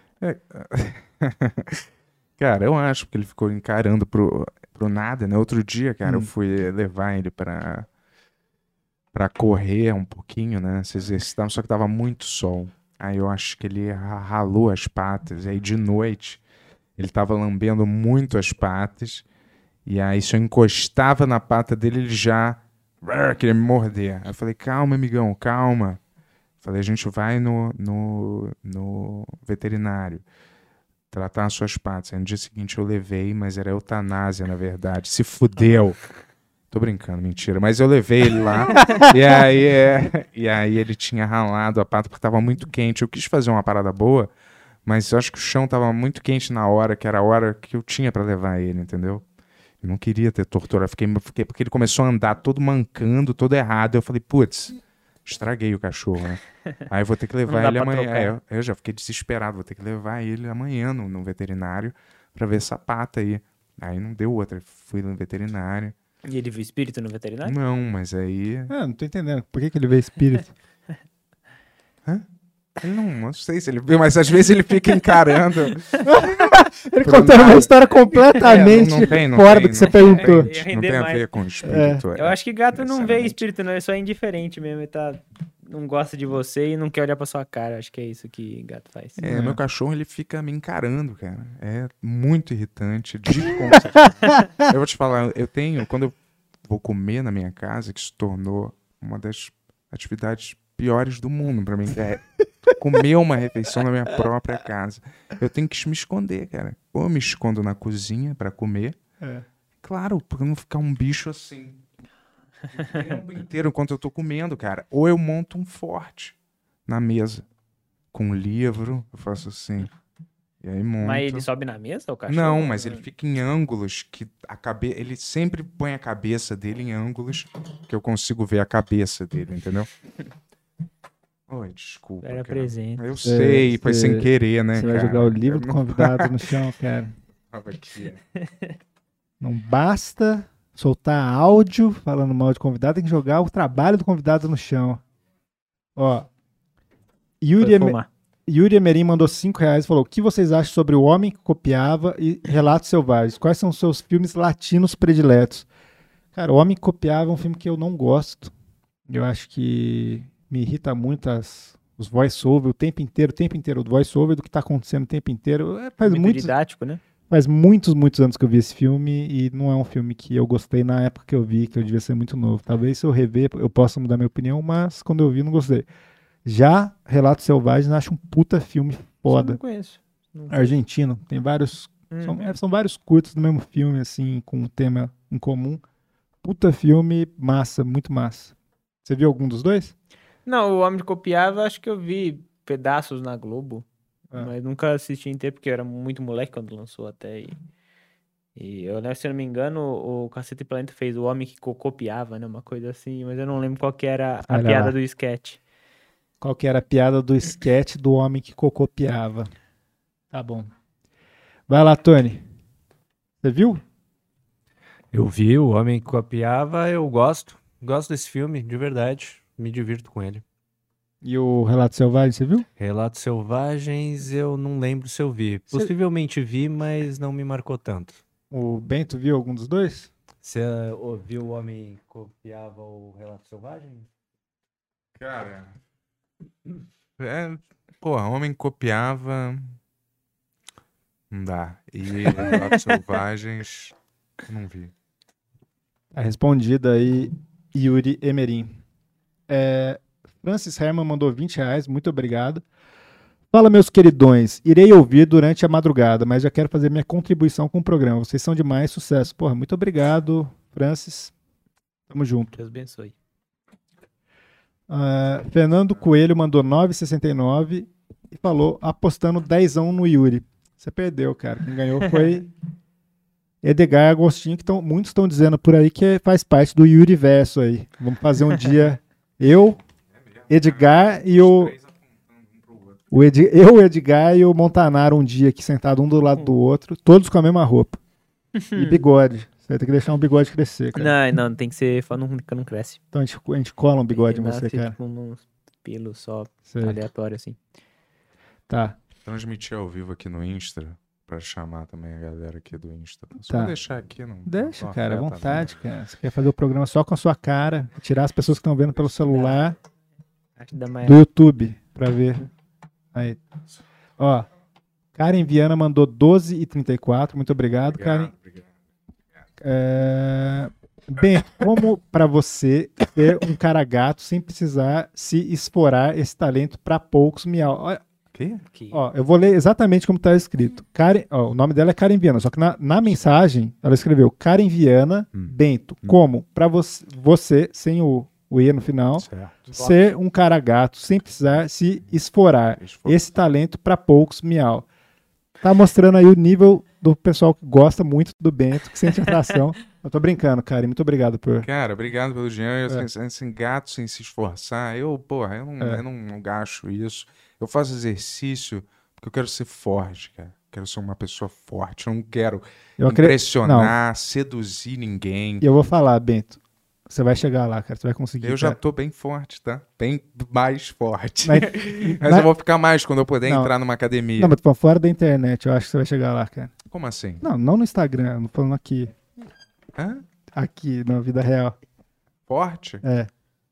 Cara, eu acho que ele ficou encarando pro, pro nada, né? Outro dia, cara, Hum. eu fui levar ele pra, pra correr um pouquinho, né? Se exercitar, só que tava muito sol. Aí eu acho que ele ra- ralou as patas. E aí de noite, ele tava lambendo muito as patas. E aí se eu encostava na pata dele, ele já brrr, queria me morder. Aí eu falei, calma, amigão, calma. Falei, a gente vai no, no, no veterinário tratar as suas patas. Aí no dia seguinte eu levei, mas era eutanásia, na verdade. Se fudeu. Tô brincando, mentira. Mas eu levei ele lá. e, aí, é, e aí ele tinha ralado a pata porque tava muito quente. Eu quis fazer uma parada boa, mas eu acho que o chão tava muito quente na hora, que era a hora que eu tinha pra levar ele, entendeu? Eu não queria ter tortura. Eu fiquei, fiquei, porque ele começou a andar todo mancando, todo errado. Eu falei, putz, estraguei o cachorro, né? Aí eu vou ter que Não levar dá ele pra amanhã. trocar. É, eu, eu já fiquei desesperado, vou ter que levar ele amanhã no, no veterinário pra ver essa pata aí. Aí não deu outra. Fui no veterinário. E ele viu espírito no veterinário? Não, mas aí. Ah, não tô entendendo. Por que, que ele vê espírito? Ele não, não sei se ele viu, mas às vezes ele fica encarando. Ele Por contando uma nada. história completamente É, não- não tem, não fora tem, do que você não perguntou. tem, Ia Não render tem a mais. ver com espírito. Eu acho que gato não vê necessariamente. espírito, não. Ele só é indiferente mesmo. Ele tá... não gosta de você e não quer olhar pra sua cara. Acho que é isso que gato faz. É, meu cachorro ele fica me encarando, cara. É muito irritante. De conta. Eu vou te falar, eu tenho, quando eu vou comer na minha casa, que se tornou uma das atividades piores do mundo pra mim, que é comer uma refeição na minha própria casa. Eu tenho que me esconder, cara. Ou eu me escondo na cozinha pra comer. É. Claro, pra não ficar um bicho assim o tempo inteiro enquanto eu tô comendo, cara. Ou eu monto um forte na mesa com um livro, eu faço assim. E aí monta. Mas ele sobe na mesa, o cachorro? Não, mas ele fica em ângulos que a cabeça. Ele sempre põe a cabeça dele em ângulos que eu consigo ver a cabeça dele, entendeu? Oi, desculpa. Era cara. presente. Eu sei, foi cê- sem querer, né, Você cara? vai jogar o livro Eu do não convidado no chão, cara. tava aqui. Não basta soltar áudio falando mal de convidado, tem que jogar o trabalho do convidado no chão. Ó, Yuri, Foi Eme- fumar. Yuri Emerim mandou cinco reais e falou: o que vocês acham sobre O Homem que Copiava e Relatos Selvagens? Quais são os seus filmes latinos prediletos? Cara, O Homem que Copiava é um filme que eu não gosto. Eu acho que me irrita muito as, os voice-over o tempo inteiro, o tempo inteiro, o voice-over do que tá acontecendo o tempo inteiro. É, faz, Muito muitos, didático, né? faz muitos, muitos anos que eu vi esse filme e não é um filme que eu gostei na época que eu vi, que eu devia ser muito novo. Talvez se eu rever eu possa mudar minha opinião, mas quando eu vi não gostei. Já Relatos Selvagens eu acho um puta filme Só foda. Não conheço. Não- Argentino, tem vários Hum. são, é, são vários curtos do mesmo filme, assim, com um tema em comum. Puta filme, massa, muito massa. Você viu algum dos dois? Não, o Homem que Copiava, acho que eu vi pedaços na Globo, Ah. mas nunca assisti inteiro, porque eu era muito moleque quando lançou até. E, e eu lembro, se eu não me engano, o Cacete e Planeta fez O Homem que Co- Copiava, né? Uma coisa assim, mas eu não lembro qual que era a Olha piada lá. do sketch. Qual que era a piada do sketch do homem que cocopiava? Tá bom. Vai lá, Tony. Você viu? Eu vi O Homem que Copiava, eu gosto. Gosto desse filme, de verdade. Me divirto com ele. E o Relato Selvagem, você viu? Relatos Selvagens, eu não lembro se eu vi. Cê- Possivelmente vi, mas não me marcou tanto. O Bento viu algum dos dois? Você ouviu O Homem que Copiava o Relato Selvagem? Cara. É, porra, homem copiava. Não dá. E Relatos Selvagens. Eu não vi. Tá respondida aí, Yuri Emerim. É, Francis Herman mandou vinte reais, muito obrigado. Fala, meus queridões. Irei ouvir durante a madrugada, mas já quero fazer minha contribuição com o programa. Vocês são demais, sucesso. Porra, muito obrigado, Francis. Tamo junto. Deus abençoe. Ah, Fernando Coelho mandou nove e sessenta e nove e falou apostando dezão no Yuri. Você perdeu, cara. Quem ganhou foi Edgar e Agostinho, que tão, muitos estão dizendo por aí que faz parte do Yuri Verso aí. Vamos fazer um dia eu, Edgar e o, o Ed, eu, o Edgar e o Montanaro um dia aqui sentado um do lado do outro, todos com a mesma roupa. E bigode. Você vai ter que deixar um bigode crescer, cara. Não, não, tem que ser. Não, não cresce. Então a gente, a gente cola um bigode em Tem que você, nascer, cara. tipo, uns pelos só Sei. aleatório, assim. Tá. Transmitir ao vivo aqui no Insta. Pra chamar também a galera aqui do Insta. Só Tá. deixar aqui. Não, Deixa, não cara, à afeta vontade, cara. Você quer fazer o programa só com a sua cara, tirar as pessoas que estão vendo pelo celular Acho que dá mais. do YouTube pra ver. Aí. Ó, Karen Viana mandou doze e trinta e quatro. Muito obrigado, Obrigado, Karen. obrigado. É... Bem, como pra você ser um cara gato sem precisar se explorar esse talento pra poucos miau. Olha, Quê? Que... ó, eu vou ler exatamente como tá escrito. Karen, ó, o nome dela é Karen Viana, só que na, na mensagem ela escreveu Karen Viana Hum. Bento. Hum. Como pra você, você sem o, o E no final, Certo. ser um cara gato sem precisar se explorar. Esfor- Esse talento pra poucos miau. Tá mostrando aí o nível do pessoal que gosta muito do Bento, que sente atração. Eu tô brincando, Karen. Muito obrigado por. Cara, obrigado pelo dinheiro. É. Assim, assim, gato sem se esforçar. Eu, porra, eu não, É. eu não, não gasto isso. Eu faço exercício porque eu quero ser forte, cara. Quero ser uma pessoa forte. Eu não quero Eu acredito. impressionar, seduzir ninguém. E eu vou falar, Bento. Você vai chegar lá, cara. Você vai conseguir. Eu já cara. tô bem forte, tá? Bem mais forte. Mas- Mas mas- eu vou ficar mais quando eu puder Não. entrar numa academia. Não, mas tô falando fora da internet. Eu acho que você vai chegar lá, cara. Como assim? Não, não no Instagram. Eu tô falando aqui. Hã? Aqui, na vida real. Forte? É.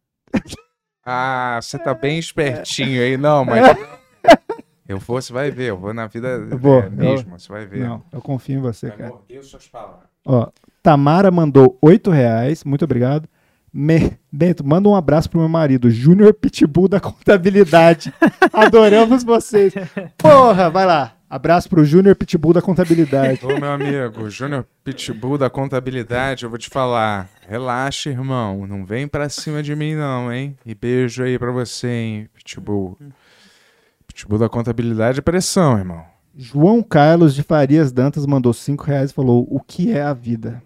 Ah, você tá bem espertinho aí. Não, mas... Eu vou, você vai ver. Eu vou na vida Eu vou, é, eu- mesmo, você vai ver. Não, eu confio em você, Vai cara. morder suas palavras. Ó, Tamara mandou oito reais. Muito obrigado. Me... Bento, manda um abraço pro meu marido, Júnior Pitbull da Contabilidade. Adoramos vocês. Porra, vai lá. Abraço pro Júnior Pitbull da Contabilidade. Ô, meu amigo, Júnior Pitbull da Contabilidade, eu vou te falar. Relaxa, irmão. Não vem pra cima de mim, não, hein? E beijo aí pra você, hein, Pitbull. Pitbull da Contabilidade é pressão, irmão. João Carlos de Farias Dantas mandou cinco reais e falou: o que é a vida?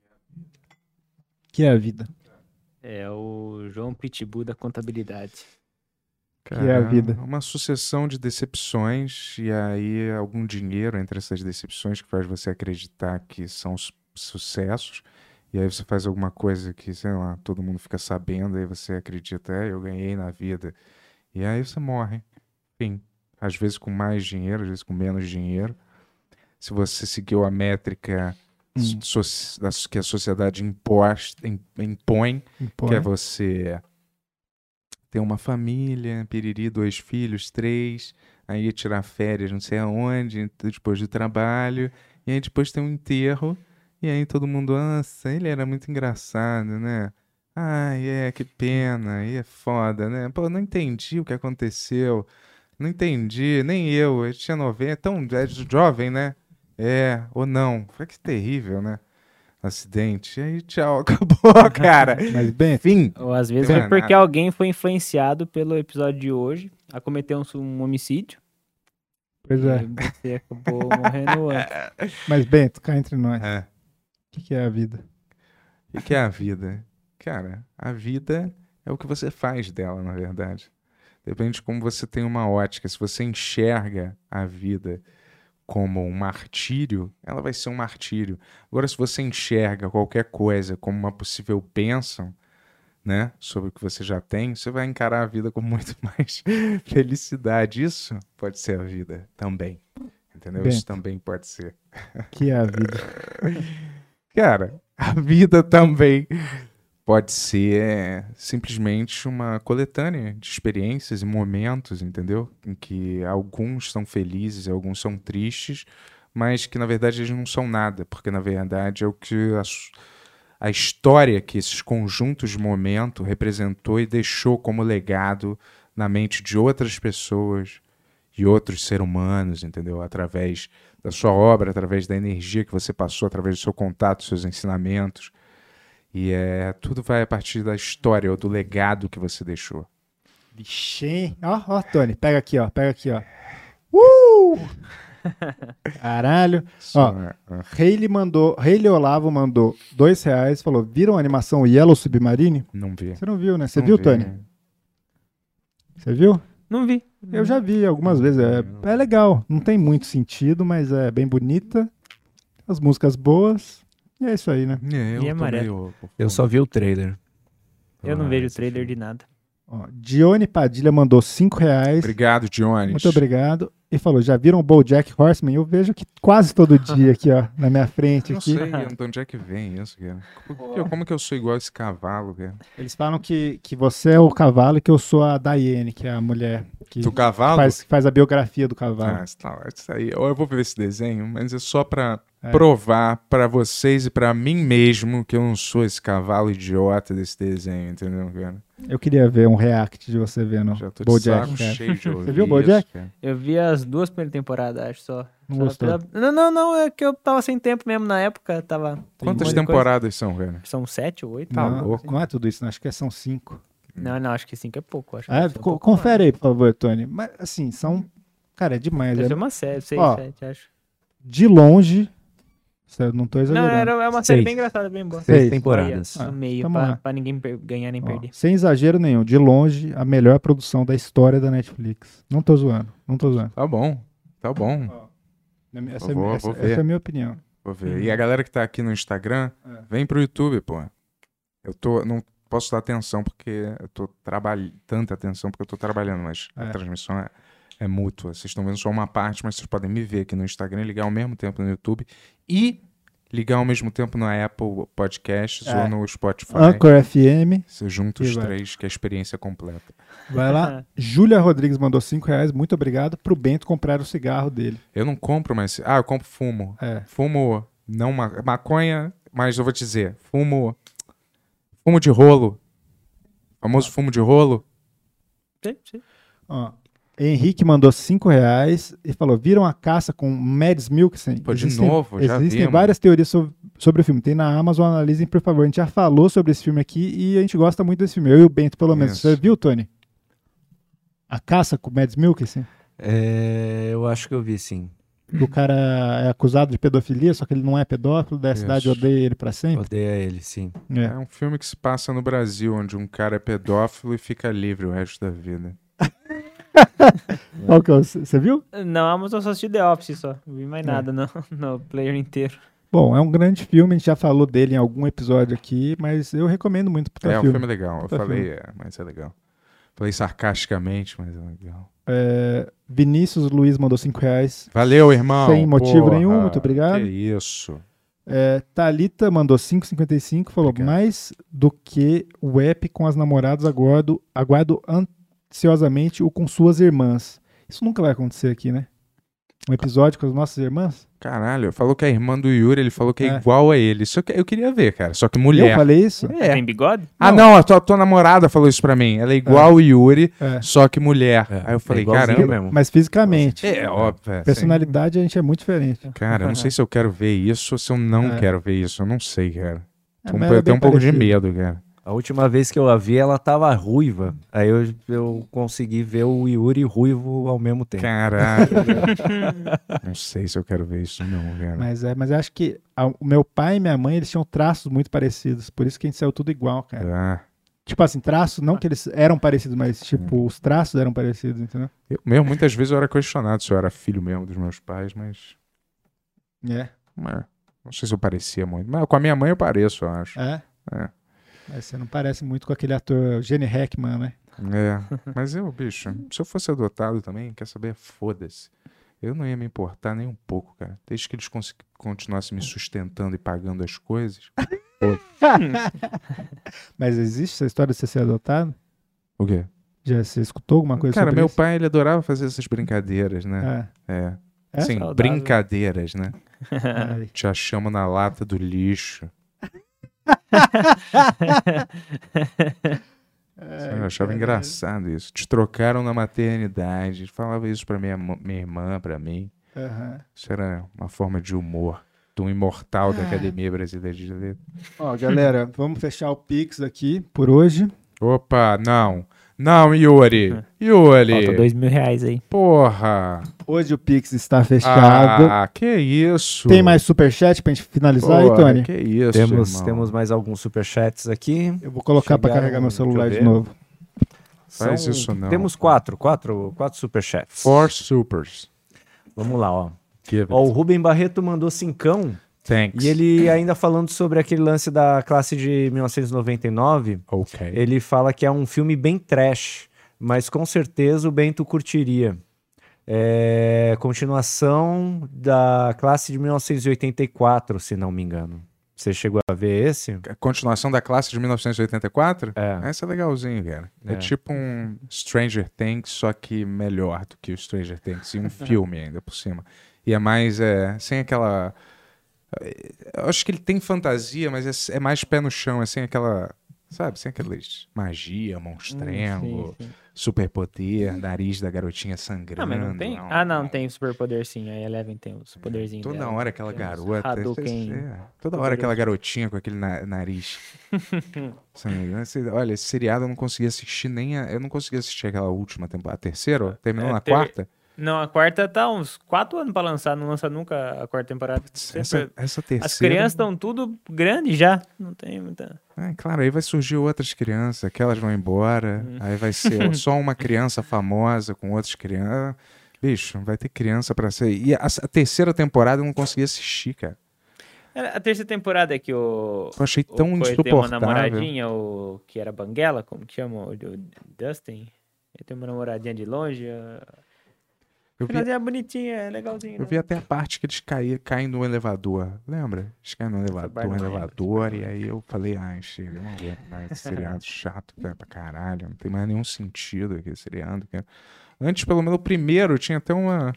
O que é a vida? É o João Pitbull da contabilidade. Que é a vida. Uma sucessão de decepções e aí algum dinheiro entre essas decepções que faz você acreditar que são su- sucessos. E aí você faz alguma coisa que, sei lá, todo mundo fica sabendo, aí você acredita, é, eu ganhei na vida. E aí você morre. Enfim, às vezes com mais dinheiro, às vezes com menos dinheiro. Se você seguiu a métrica Hum. so- da- que a sociedade imposta, im- impõe, Impõe. que é você ter uma família, piriri, dois filhos, três, aí tirar férias não sei aonde, depois do trabalho, e aí depois tem um enterro, e aí todo mundo, nossa, ele era muito engraçado, né? Ai, é, que pena, e é foda, né? Pô, não entendi o que aconteceu, não entendi, nem eu, eu tinha noventa, tão é jovem, né? É, ou não, foi que terrível, né? Acidente, e aí tchau, acabou, cara. Mas, bem, Enfim, Ou às vezes Não foi é porque nada. alguém foi influenciado pelo episódio de hoje a cometer um, su- um homicídio. pois E é. você acabou morrendo antes. Mas, Bento, cá entre nós. é. O que, que é a vida? O que que é a vida? Cara, a vida é o que você faz dela, na verdade. Depende de como você tem uma ótica. Se você enxerga a vida como um martírio, ela vai ser um martírio. Agora, se você enxerga qualquer coisa como uma possível bênção, né, sobre o que você já tem, você vai encarar a vida com muito mais felicidade. Isso pode ser a vida também. Entendeu? Bento. Isso também pode ser. O que é a vida? Cara, a vida também pode ser é, simplesmente uma coletânea de experiências e momentos, entendeu? Em que alguns são felizes e alguns são tristes, mas que na verdade eles não são nada, porque na verdade é o que a, s- a história que esses conjuntos de momento representou e deixou como legado na mente de outras pessoas e outros seres humanos, entendeu? Através da sua obra, através da energia que você passou, através do seu contato, seus ensinamentos. E é, tudo vai a partir da história ou do legado que você deixou. Vixe, hein? Ó, ó, Tony, pega aqui, ó, pega aqui, ó. Uh! Caralho. Ó, Só- ah, Hayley mandou, Hayley Olavo mandou dois reais, falou, viram a animação Yellow Submarine? não vi. Você não viu, né? Você Não viu, vi. Tony? Você viu? Não vi. Eu já vi algumas vezes. É, é legal. Não tem muito sentido, mas é bem bonita. As músicas boas. E é isso aí, né? É, eu E tô amarelo. meio por Eu fora. só vi o trailer. Eu não Ah, vejo esse trailer filme. de nada. Ó, Dione Padilha mandou cinco reais. Obrigado, Jones. Muito obrigado. E falou, já viram o BoJack Horseman? Eu vejo que quase todo dia aqui, ó, na minha frente Eu não aqui. sei de onde é que vem isso, cara. Como que, eu, como que eu sou igual esse cavalo, cara? Eles falam que, que você é o cavalo e que eu sou a Diane, que é a mulher que Do cavalo? faz, que faz a biografia do cavalo. Ah, isso tá lá, isso aí. Ou eu vou ver esse desenho, mas é só pra É. provar pra vocês e pra mim mesmo que eu não sou esse cavalo idiota desse desenho, entendeu, cara? Eu queria ver um react de você vendo Já tô de BoJack, saco cara. cheio de ouvir Você viu o isso, BoJack? cara. Eu vi as duas primeiras temporadas, acho só. Não Só gostou? pela- Não, não, não, é que eu tava sem tempo mesmo na época, tava... tem um Quantas monte de coisa. temporadas são, cara? São sete ou oito? Tá não, louco. não é tudo isso, não. Acho que são cinco. Não, não, acho que cinco é pouco. Acho que Ah, deve ser um co- pouco confere aí, por favor, Tony. Mas, assim, são... Cara, é demais. mais. Deve É ser uma série, seis, Ó, sete, acho. de longe... Eu não tô Não, exagerando. era, é uma série Seis. bem engraçada, bem boa. Seis Seis. temporadas. No Ah, meio, tamo pra, lá. pra ninguém per- ganhar nem Ó, perder. sem exagero nenhum, de longe, a melhor produção da história da Netflix. Não tô zoando, não tô zoando. Tá bom, tá bom. Essa, é, vou- essa- vou ver. essa é a minha opinião. Vou ver. E a galera que tá aqui no Instagram, É. vem pro YouTube, pô. Eu tô, não posso dar atenção porque eu tô trabalhando, tanta atenção porque eu tô trabalhando, mas a É. transmissão é, é mútua. Vocês estão vendo só uma parte, mas vocês podem me ver aqui no Instagram, ligar ao mesmo tempo no YouTube e ligar ao mesmo tempo no Apple Podcasts É. ou no Spotify. Anchor F M, Você junta E os vai. três, que é a experiência completa. vai lá. Júlia Rodrigues mandou cinco reais, muito obrigado, pro Bento comprar o cigarro dele. Eu não compro mais. Ah, eu compro fumo. É. Fumo, não ma- maconha, mas eu vou te dizer, fumo. Fumo de rolo. Famoso fumo de rolo. Sim, sim. Ó, Henrique mandou cinco reais e falou, viram a caça com Mads Mikkelsen? Pô, de novo, já Existem vimos. várias teorias sobre, sobre o filme. Tem na Amazon, analisem, por favor. A gente já falou sobre esse filme aqui e a gente gosta muito desse filme. Eu e o Bento, pelo menos. Isso. Você viu, Tony? A caça com Mads Mikkelsen? É, eu acho que eu vi, sim. O cara é acusado de pedofilia, só que ele não é pedófilo, daí a cidade Isso. odeia ele pra sempre. Odeia ele, sim. É. É um filme que se passa no Brasil, onde um cara é pedófilo e fica livre o resto da vida. Qual que é o- Você viu? Não, mas eu só assisti The Office só. Não vi mais É. nada no, no player inteiro. Bom, é um grande filme, a gente já falou dele em algum episódio aqui, mas eu recomendo muito pro É teu um filme. filme legal. Eu Tá falei, filme. é, mas é legal. Falei sarcasticamente, mas é legal. É, Vinícius Luiz mandou cinco reais. Valeu, irmão. Sem motivo Porra, nenhum, muito obrigado. Que isso. É, Thalita mandou cinco e cinquenta e cinco, falou, Obrigado. mais do que o app com as namoradas, aguardo, aguardo ansiosamente o com suas irmãs. Isso nunca vai acontecer aqui, né? Um episódio com as nossas irmãs? Caralho, falou que é irmã do Yuri, ele falou que é, É. igual a ele. Isso que eu queria ver, cara. Só que Eu mulher. falei isso? É. Tem bigode? Ah, não, a tua, tua namorada falou isso pra mim. Ela é igual o Yuri, É. só que mulher. É, Aí eu falei, é igualzinho caramba. mesmo. Mas fisicamente. É, óbvio. é, Personalidade a gente é muito diferente. sim. Cara, eu não sei se eu quero ver isso ou se eu não É. quero ver isso. Eu não sei, cara. É, Tô um- mas ela é eu tenho um bem pouco de parecida. medo, cara. A última vez que eu a vi, ela tava ruiva. Aí eu, eu consegui ver o Yuri ruivo ao mesmo tempo. Caralho. Não sei se eu quero ver isso, não, cara. Mas, é, mas eu acho que a- o meu pai e minha mãe, eles tinham traços muito parecidos. Por isso que a gente saiu tudo igual, cara. Ah, Tipo assim, traços, não que eles eram parecidos, mas tipo, os traços eram parecidos, entendeu? eu mesmo, muitas vezes eu era questionado se eu era filho mesmo dos meus pais, mas... É. mas não sei se eu parecia muito. Mas com a minha mãe eu pareço, eu acho. É? É. Mas você não parece muito com aquele ator Gene Hackman, né? É, mas eu, bicho, se eu fosse adotado também, quer saber? Foda-se. Eu não ia me importar nem um pouco, cara. Desde que eles cons- continuassem me sustentando e pagando as coisas. Mas existe essa história de você ser adotado? O quê? Já você escutou alguma coisa Cara, sobre meu isso? pai, ele adorava fazer essas brincadeiras, né? É. É. É? Sim, Saudável. brincadeiras, né? Ai. Te achamos na lata do lixo. Eu achava engraçado isso. Te trocaram na maternidade. Falava isso pra minha, mo- minha irmã, pra mim. Aham. Isso era uma forma de humor. De um imortal da Academia Brasileira de Direito. Ó, galera, vamos fechar o Pix aqui por hoje. Opa, não. Não, Yuri. Yuri. Falta dois mil reais aí. Porra. Hoje o Pix está fechado. Ah, que isso. Tem mais superchat pra gente finalizar aí, Porra, Tony? Que isso, Temos, irmão. temos mais alguns superchats aqui. Eu vou colocar pra Chegaram, carregar meu deixa eu celular de ver. novo. Faz São- isso não. Temos quatro, quatro, quatro superchats. Four supers. Vamos lá, ó. Give it. Ó, o Rubem Barreto mandou cincão. Thanks. E ele ainda falando sobre aquele lance da classe de mil novecentos e noventa e nove, Ok. ele fala que é um filme bem trash, mas com certeza o Bento curtiria. É continuação da classe de mil novecentos e oitenta e quatro, se não me engano. Você chegou a ver esse? A continuação da classe de mil novecentos e oitenta e quatro? É. Essa é legalzinho, cara. É. É. tipo um Stranger Things, só que melhor do que o Stranger Things. E um filme ainda por cima. E é mais, é, sem aquela... Eu acho que ele tem fantasia, mas é, é mais pé no chão, é sem aquela... Sabe, sem aquelas magia, monstrengo, Sim, sim. superpoder, nariz da garotinha sangrando. Ah, mas não tem? Ah, não, tem superpoder sim. A Eleven tem os poderzinhos Toda dela. hora aquela Tem uns garota. Hadouken. é, toda hora aquela garotinha com aquele na- nariz. Sangrando. Esse- Olha, esse seriado eu não conseguia assistir nem. A, eu não conseguia assistir aquela última temporada. A terceira? ó? Terminou É, na ter- quarta? Não, a quarta tá uns quatro anos pra lançar. Não lança nunca a quarta temporada. Sempre- Essa, essa terceira. As crianças estão tudo grande já. Não tem muita... É, claro, aí vai surgir outras crianças, aquelas vão embora. Uhum. Aí vai ser só uma criança famosa com outras crianças. Bicho, vai ter criança pra ser. E a, a terceira temporada eu não consegui assistir, cara. É, a terceira temporada é que o... Eu achei o tão coisa tem uma insuportável. namoradinha, o que era Banguela, como que chama? O, o Dustin. Ele tem uma namoradinha de longe. A... Eu vi, Finalzinha bonitinha, é legalzinho. eu vi até a parte que eles caí, caem no elevador. Lembra? Eles caem no elevador, parte no não lembro, elevador, essa e parte aí eu falei, ai, chega, eu não aguento mais esse seriado chato pra, pra caralho. Não tem mais nenhum sentido aquele seriado. Cara. Antes, pelo menos, o primeiro tinha até uma.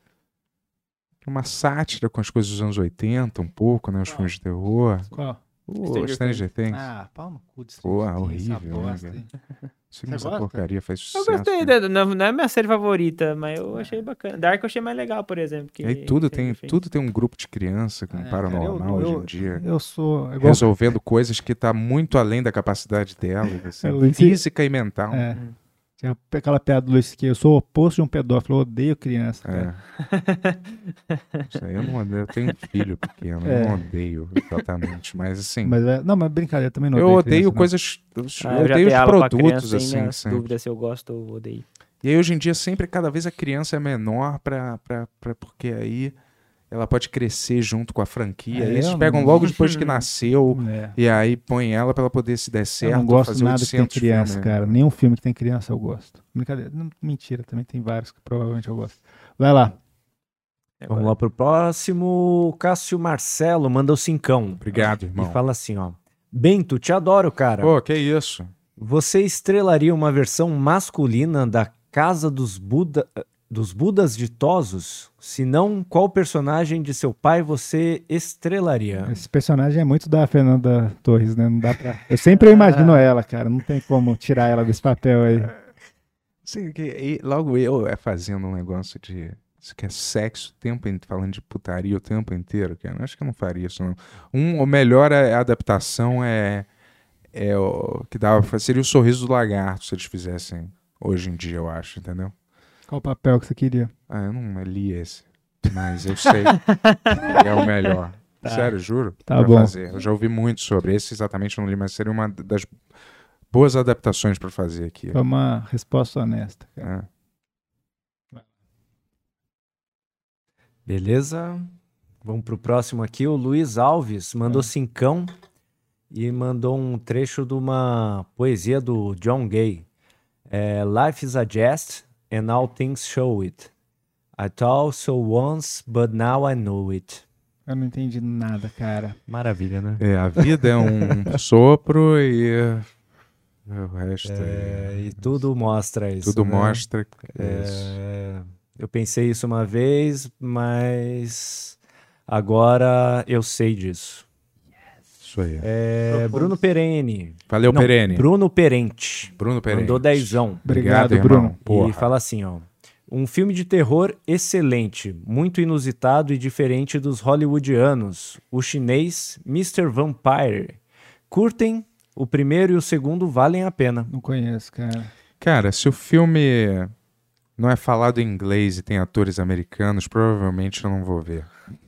Uma sátira com as coisas dos anos oitenta, um pouco, né? Os filmes de terror. Qual? O Stranger Stranger Things. Ah, pau no cu de Pô, Stranger Things, essa horrível, né, bosta, cara? hein? Sim, Você essa gosta? porcaria faz Eu sucesso. gostei, né? da- não, não é minha série favorita, mas eu achei bacana. Dark eu achei mais legal, por exemplo. Que E aí tudo tem, Stranger Things. tudo tem um grupo de criança com É, cara, paranormal eu- hoje eu- em dia. Eu sou. Igual, Resolvendo coisas que tá muito além da capacidade dela, assim, É, o Lindsay- física e mental. é, Tinha aquela piada do Luiz que eu sou o oposto de um pedófilo, eu odeio criança, cara. É. Isso aí eu não odeio. Eu tenho um filho pequeno, eu É. não odeio exatamente. Mas assim, Mas é, não, mas brincadeira, também não eu odeio odeio criança, não. coisas. Eu Ah, eu já odeio dei os aula pra produtos, criança, assim. sem minhas sempre. dúvidas se eu gosto ou odeio. E aí, hoje em dia, sempre, cada vez a criança é menor, pra, pra, pra, porque aí ela pode crescer junto com a franquia. É, Eles eu pegam não- logo depois que nasceu, É. e aí põe ela pra ela poder, se der certo, Eu não gosto fazer nada que tem oitocentos criança, filmes. cara. Nenhum filme que tem criança eu gosto. Brincadeira. Não, mentira, também tem vários que provavelmente eu gosto. Vai lá. Vamos lá pro próximo. Cássio Marcelo manda o cincão. Obrigado, E irmão. fala assim, ó. Bento, te adoro, cara. Pô, que isso? Você estrelaria uma versão masculina da Casa dos, Buda, dos Budas Ditosos? Se não, qual personagem de seu pai você estrelaria? Esse personagem é muito da Fernanda Torres, né? Não dá pra... Eu sempre imagino ela, cara. Não tem como tirar ela desse papel aí. Sei que, e logo eu é fazendo um negócio de. Isso que é sexo o tempo inteiro, falando de putaria o tempo inteiro, cara. Eu acho que eu não faria isso, não. Um, o melhor é, a adaptação é. é o que dava, seria o Sorriso do Lagarto, se eles fizessem hoje em dia, eu acho, entendeu? Qual o papel que você queria? Ah, eu não li esse. Mas eu sei que é o melhor. Sério, juro. Tá pra bom. fazer. Eu já ouvi muito sobre esse, exatamente não li, mas seria uma das boas adaptações pra fazer aqui. Foi uma resposta honesta. É. Beleza? Vamos pro próximo aqui. O Luiz Alves mandou cincão e mandou um trecho de uma poesia do John Gay. É, Life is a jest and all things show it. I thought so once, but now I know it. Eu não entendi nada, cara. Maravilha, né? É, a vida é um sopro e o resto É, é, e tudo mostra isso. tudo né? mostra isso. É, eu pensei isso uma vez, mas agora eu sei disso. Isso aí. É, Bruno Perene. Valeu, Não, Perene. Bruno Perente. Bruno Perene. Mandou dezão. Obrigado, irmão. Bruno. Porra. E fala assim, ó. Um filme de terror excelente, muito inusitado e diferente dos hollywoodianos. O chinês mister Vampire. Curtem? O primeiro e o segundo valem a pena. Não conheço, cara. Cara, se o filme não é falado em inglês e tem atores americanos, provavelmente eu não vou ver.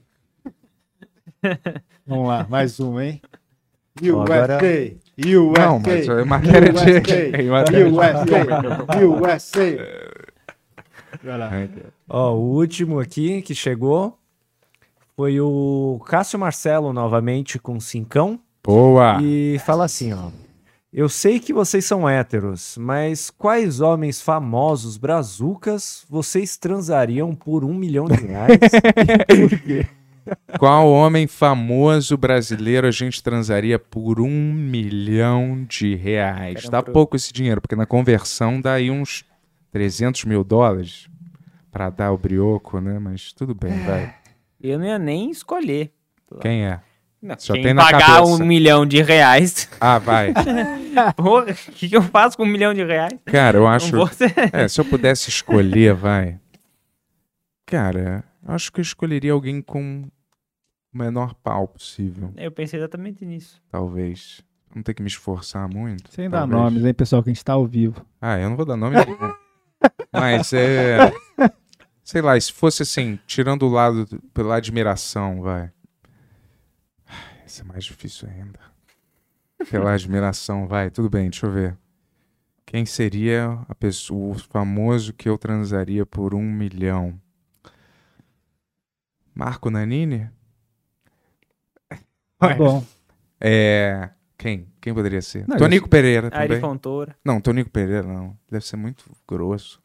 Vamos lá, mais um, hein? Ó, agora- U S A, U S A, Não, mas é matéria de- é matéria de- U S A, U S A. Vai lá. Ó, o último aqui que chegou foi o Cássio Marcelo novamente com cincão. Boa! E fala assim, ó. Eu sei que vocês são héteros, mas quais homens famosos brazucas vocês transariam por um milhão de reais? Por quê? Qual homem famoso brasileiro a gente transaria por um milhão de reais? Caramba. Dá pouco esse dinheiro, porque na conversão dá aí uns trezentos mil dólares pra dar o brioco, né? Mas tudo bem, vai. Eu não ia nem escolher. Quem é? Não, Só quem tem na pagar cabeça. um milhão de reais. Ah, vai. Porra, o que, que eu faço com um milhão de reais? Cara, eu Não acho... vou ser- É, se eu pudesse escolher, vai. Cara, eu acho que eu escolheria alguém com o menor pau possível, Eu pensei exatamente nisso. talvez. Não ter que me esforçar muito. Sem dar talvez. nomes, hein, pessoal, que a gente tá ao vivo. Ah, eu não vou dar nome nenhum. Mas é... Sei lá, se fosse assim, tirando o lado do- pela admiração, vai. Ai, esse é mais difícil ainda. Pela admiração, vai. Tudo bem, deixa eu ver. Quem seria a pessoa, o famoso que eu transaria por um milhão? Marco Nanini? Tá bom. É... Quem? Quem poderia ser? Não, Tonico Pereira Ari também. Fontoura. Não, Tonico Pereira não. Deve ser muito grosso.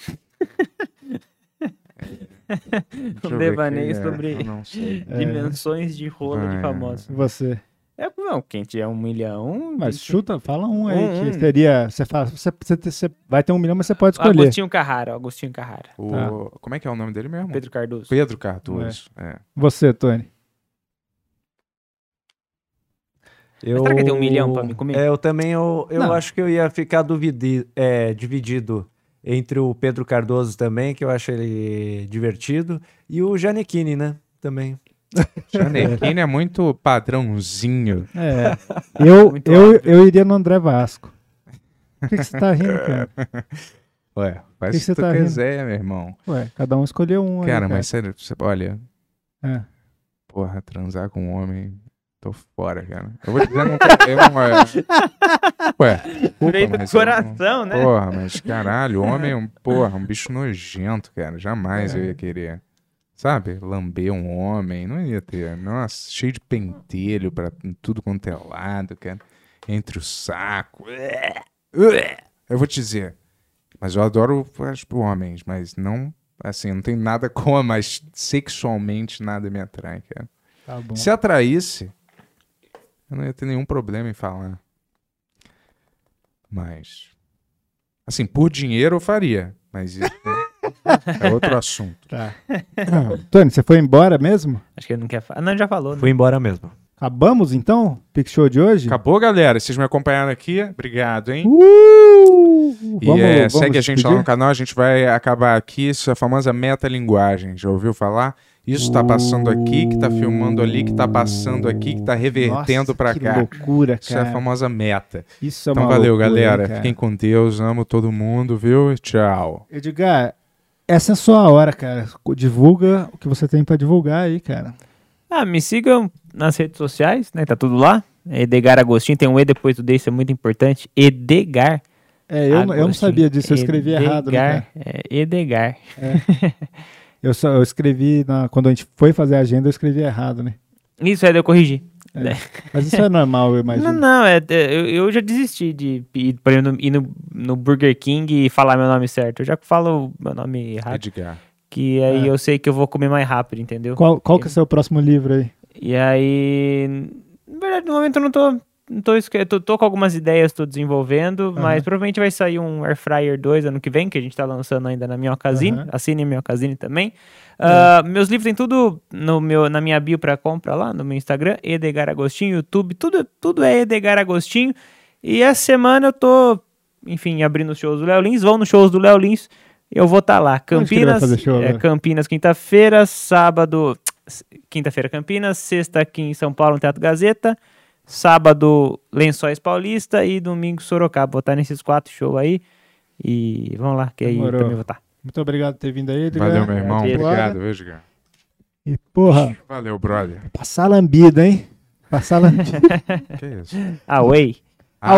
Deixa eu Um ver devaneio quem é. sobre Eu não sei. dimensões de rola Vai. de famosos. Você. É, não, quem tiver um milhão... Mas tem que- chuta, fala um aí, Um, que um. seria... Você, fala, você, você, você vai ter um milhão, mas você pode escolher. Agostinho Carrara, Agostinho Carrara. O... Tá. Como é que é o nome dele mesmo? Pedro Cardoso. Pedro Cardoso. É. Você, Tony. Eu... será que tem um milhão pra me comer? É, eu também, eu, eu Não. acho que eu ia ficar duvidi- é, dividido entre o Pedro Cardoso também, que eu acho ele divertido, e o Giannichini, né, também. Giannichini é muito padrãozinho. É. Eu, Muito eu, óbvio. eu iria no André Vasco. Por que, que você tá rindo, cara? Ué, faz Que o que que você tu tá rindo? quiser, meu irmão. Ué, cada um escolheu um aí, Cara, cara. mas sério, você, olha, É. porra, transar com um homem, tô fora, cara. Eu vou dizer, não tem, eu não, é... Ué, desculpa, Veio do mas eu não- coração, né? Porra, mas caralho, homem é um, porra, um bicho nojento, cara. Jamais eu ia querer. Sabe? Lamber um homem, não ia ter. Nossa, cheio de pentelho pra tudo quanto é lado, cara. Entre o saco. Eu vou te dizer. Mas eu adoro as homens, mas não, assim, não tem nada com, mas sexualmente nada me atrai, cara. Tá bom. Se atraísse, eu não ia ter nenhum problema em falar. Mas, assim, por dinheiro eu faria, mas isso é outro assunto. Tá. Tony, você foi embora mesmo? Acho que ele não quer falar. Não, ele já falou, né? Fui embora mesmo. Acabamos, então? Pix Show de hoje? Acabou, galera? Vocês me acompanharam aqui? Obrigado, hein? Uh! E Vamos, é, vamos segue a gente lá despedir? no canal, a gente vai acabar aqui, isso é a famosa metalinguagem, já ouviu falar? Isso tá passando aqui, que tá filmando ali, que tá passando aqui, que tá revertendo Nossa, pra que cá. loucura, Isso é a cara. famosa meta. Isso é Então uma valeu, loucura, galera. hein, cara. Fiquem com Deus, amo todo mundo, viu? Tchau. Edgar, essa é a sua hora, cara. Divulga o que você tem pra divulgar aí, cara. Ah, me sigam nas redes sociais, né? Tá tudo lá. Edgar Agostinho, tem um E depois do D, isso é muito importante. Edgar. É, eu, não- eu não Agostinho. sabia disso, eu escrevi errado, né, Edgar, cara? é, Edgar. Eu, só, eu escrevi, na- quando a gente foi fazer a agenda, eu escrevi errado, né? Isso é de eu corrigir. Mas isso é normal, eu imagino. Não, não, é, é, eu, eu já desisti de ir, por exemplo, ir no, no Burger King e falar meu nome certo. Eu já falo meu nome errado, Edgar. que aí É. eu sei que eu vou comer mais rápido, entendeu? Qual, qual que é o seu próximo livro aí? E aí, na verdade, no momento eu não tô, não tô, esque- tô, tô com algumas ideias, tô desenvolvendo, mas provavelmente vai sair um Air Fryer dois ano que vem, que a gente tá lançando ainda na Minhocasine, Aham. assine Minhocasine também. Ah, meus livros tem tudo no meu, na minha bio pra compra lá, no meu Instagram, Edgar Agostinho, YouTube, tudo, tudo é Edgar Agostinho. E essa semana eu tô, enfim, abrindo os shows do Léo Lins, vão nos shows do Léo Lins, eu vou estar lá. Onde que ele vai Campinas, fazer show é, agora? Campinas quinta-feira, sábado, quinta-feira Campinas, sexta aqui em São Paulo no Teatro Gazeta, sábado Lençóis Paulista e domingo Sorocaba. Vou estar nesses quatro shows aí e vamos lá, que aí eu Demorou. também vou estar. Muito obrigado por ter vindo aí, Edgar. Valeu, meu irmão. Prazer. Obrigado, viu, Edgar? E, porra, Valeu, brother. passar lambida, hein? Passar lambida. Que isso? Away. Ah,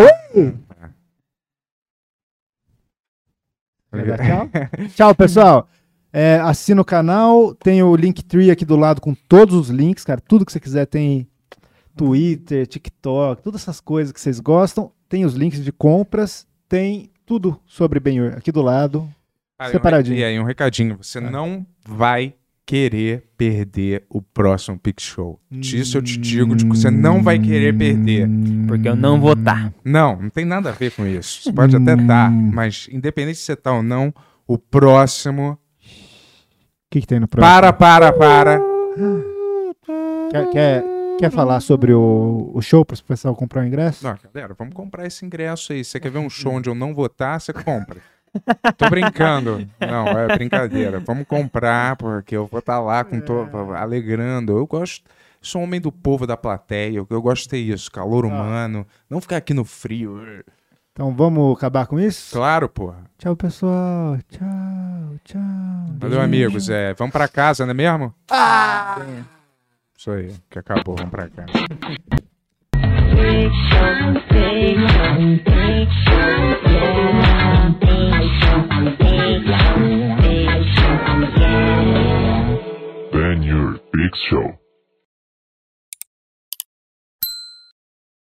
Vai dar tchau? Tchau, pessoal. É, assina o canal, tem o Linktree aqui do lado com todos os links, cara. Tudo que você quiser tem Twitter, TikTok, todas essas coisas que vocês gostam. Tem os links de compras, tem tudo sobre Ben-Hur aqui do lado. Ah, Separadinho. E aí, um recadinho. Você não vai querer perder o próximo Pix Show. Disso eu te digo, de que você não vai querer perder. Porque eu não vou estar. Não, não tem nada a ver com isso. Você pode até estar, mas independente se você tá ou não, o próximo... O que, que tem no próximo? Para, para, para. Quer, quer, quer falar sobre o, o show para o pessoal comprar o ingresso? Não, galera, vamos comprar esse ingresso aí. Você quer ver um show onde eu não vou estar, você compra. Tô brincando. Não, é brincadeira. Vamos comprar, porque eu vou estar lá com to... alegrando. Eu gosto, sou um homem do povo da plateia. Eu, eu gosto de ter isso, calor humano. Não ficar aqui no frio. Então vamos acabar com isso? Claro, porra. Tchau, pessoal. Tchau, tchau. Valeu, amigos. É, vamos pra casa, não é mesmo? Ah! Isso aí, que acabou. Vamos pra casa. Big show, big show, big show, yeah.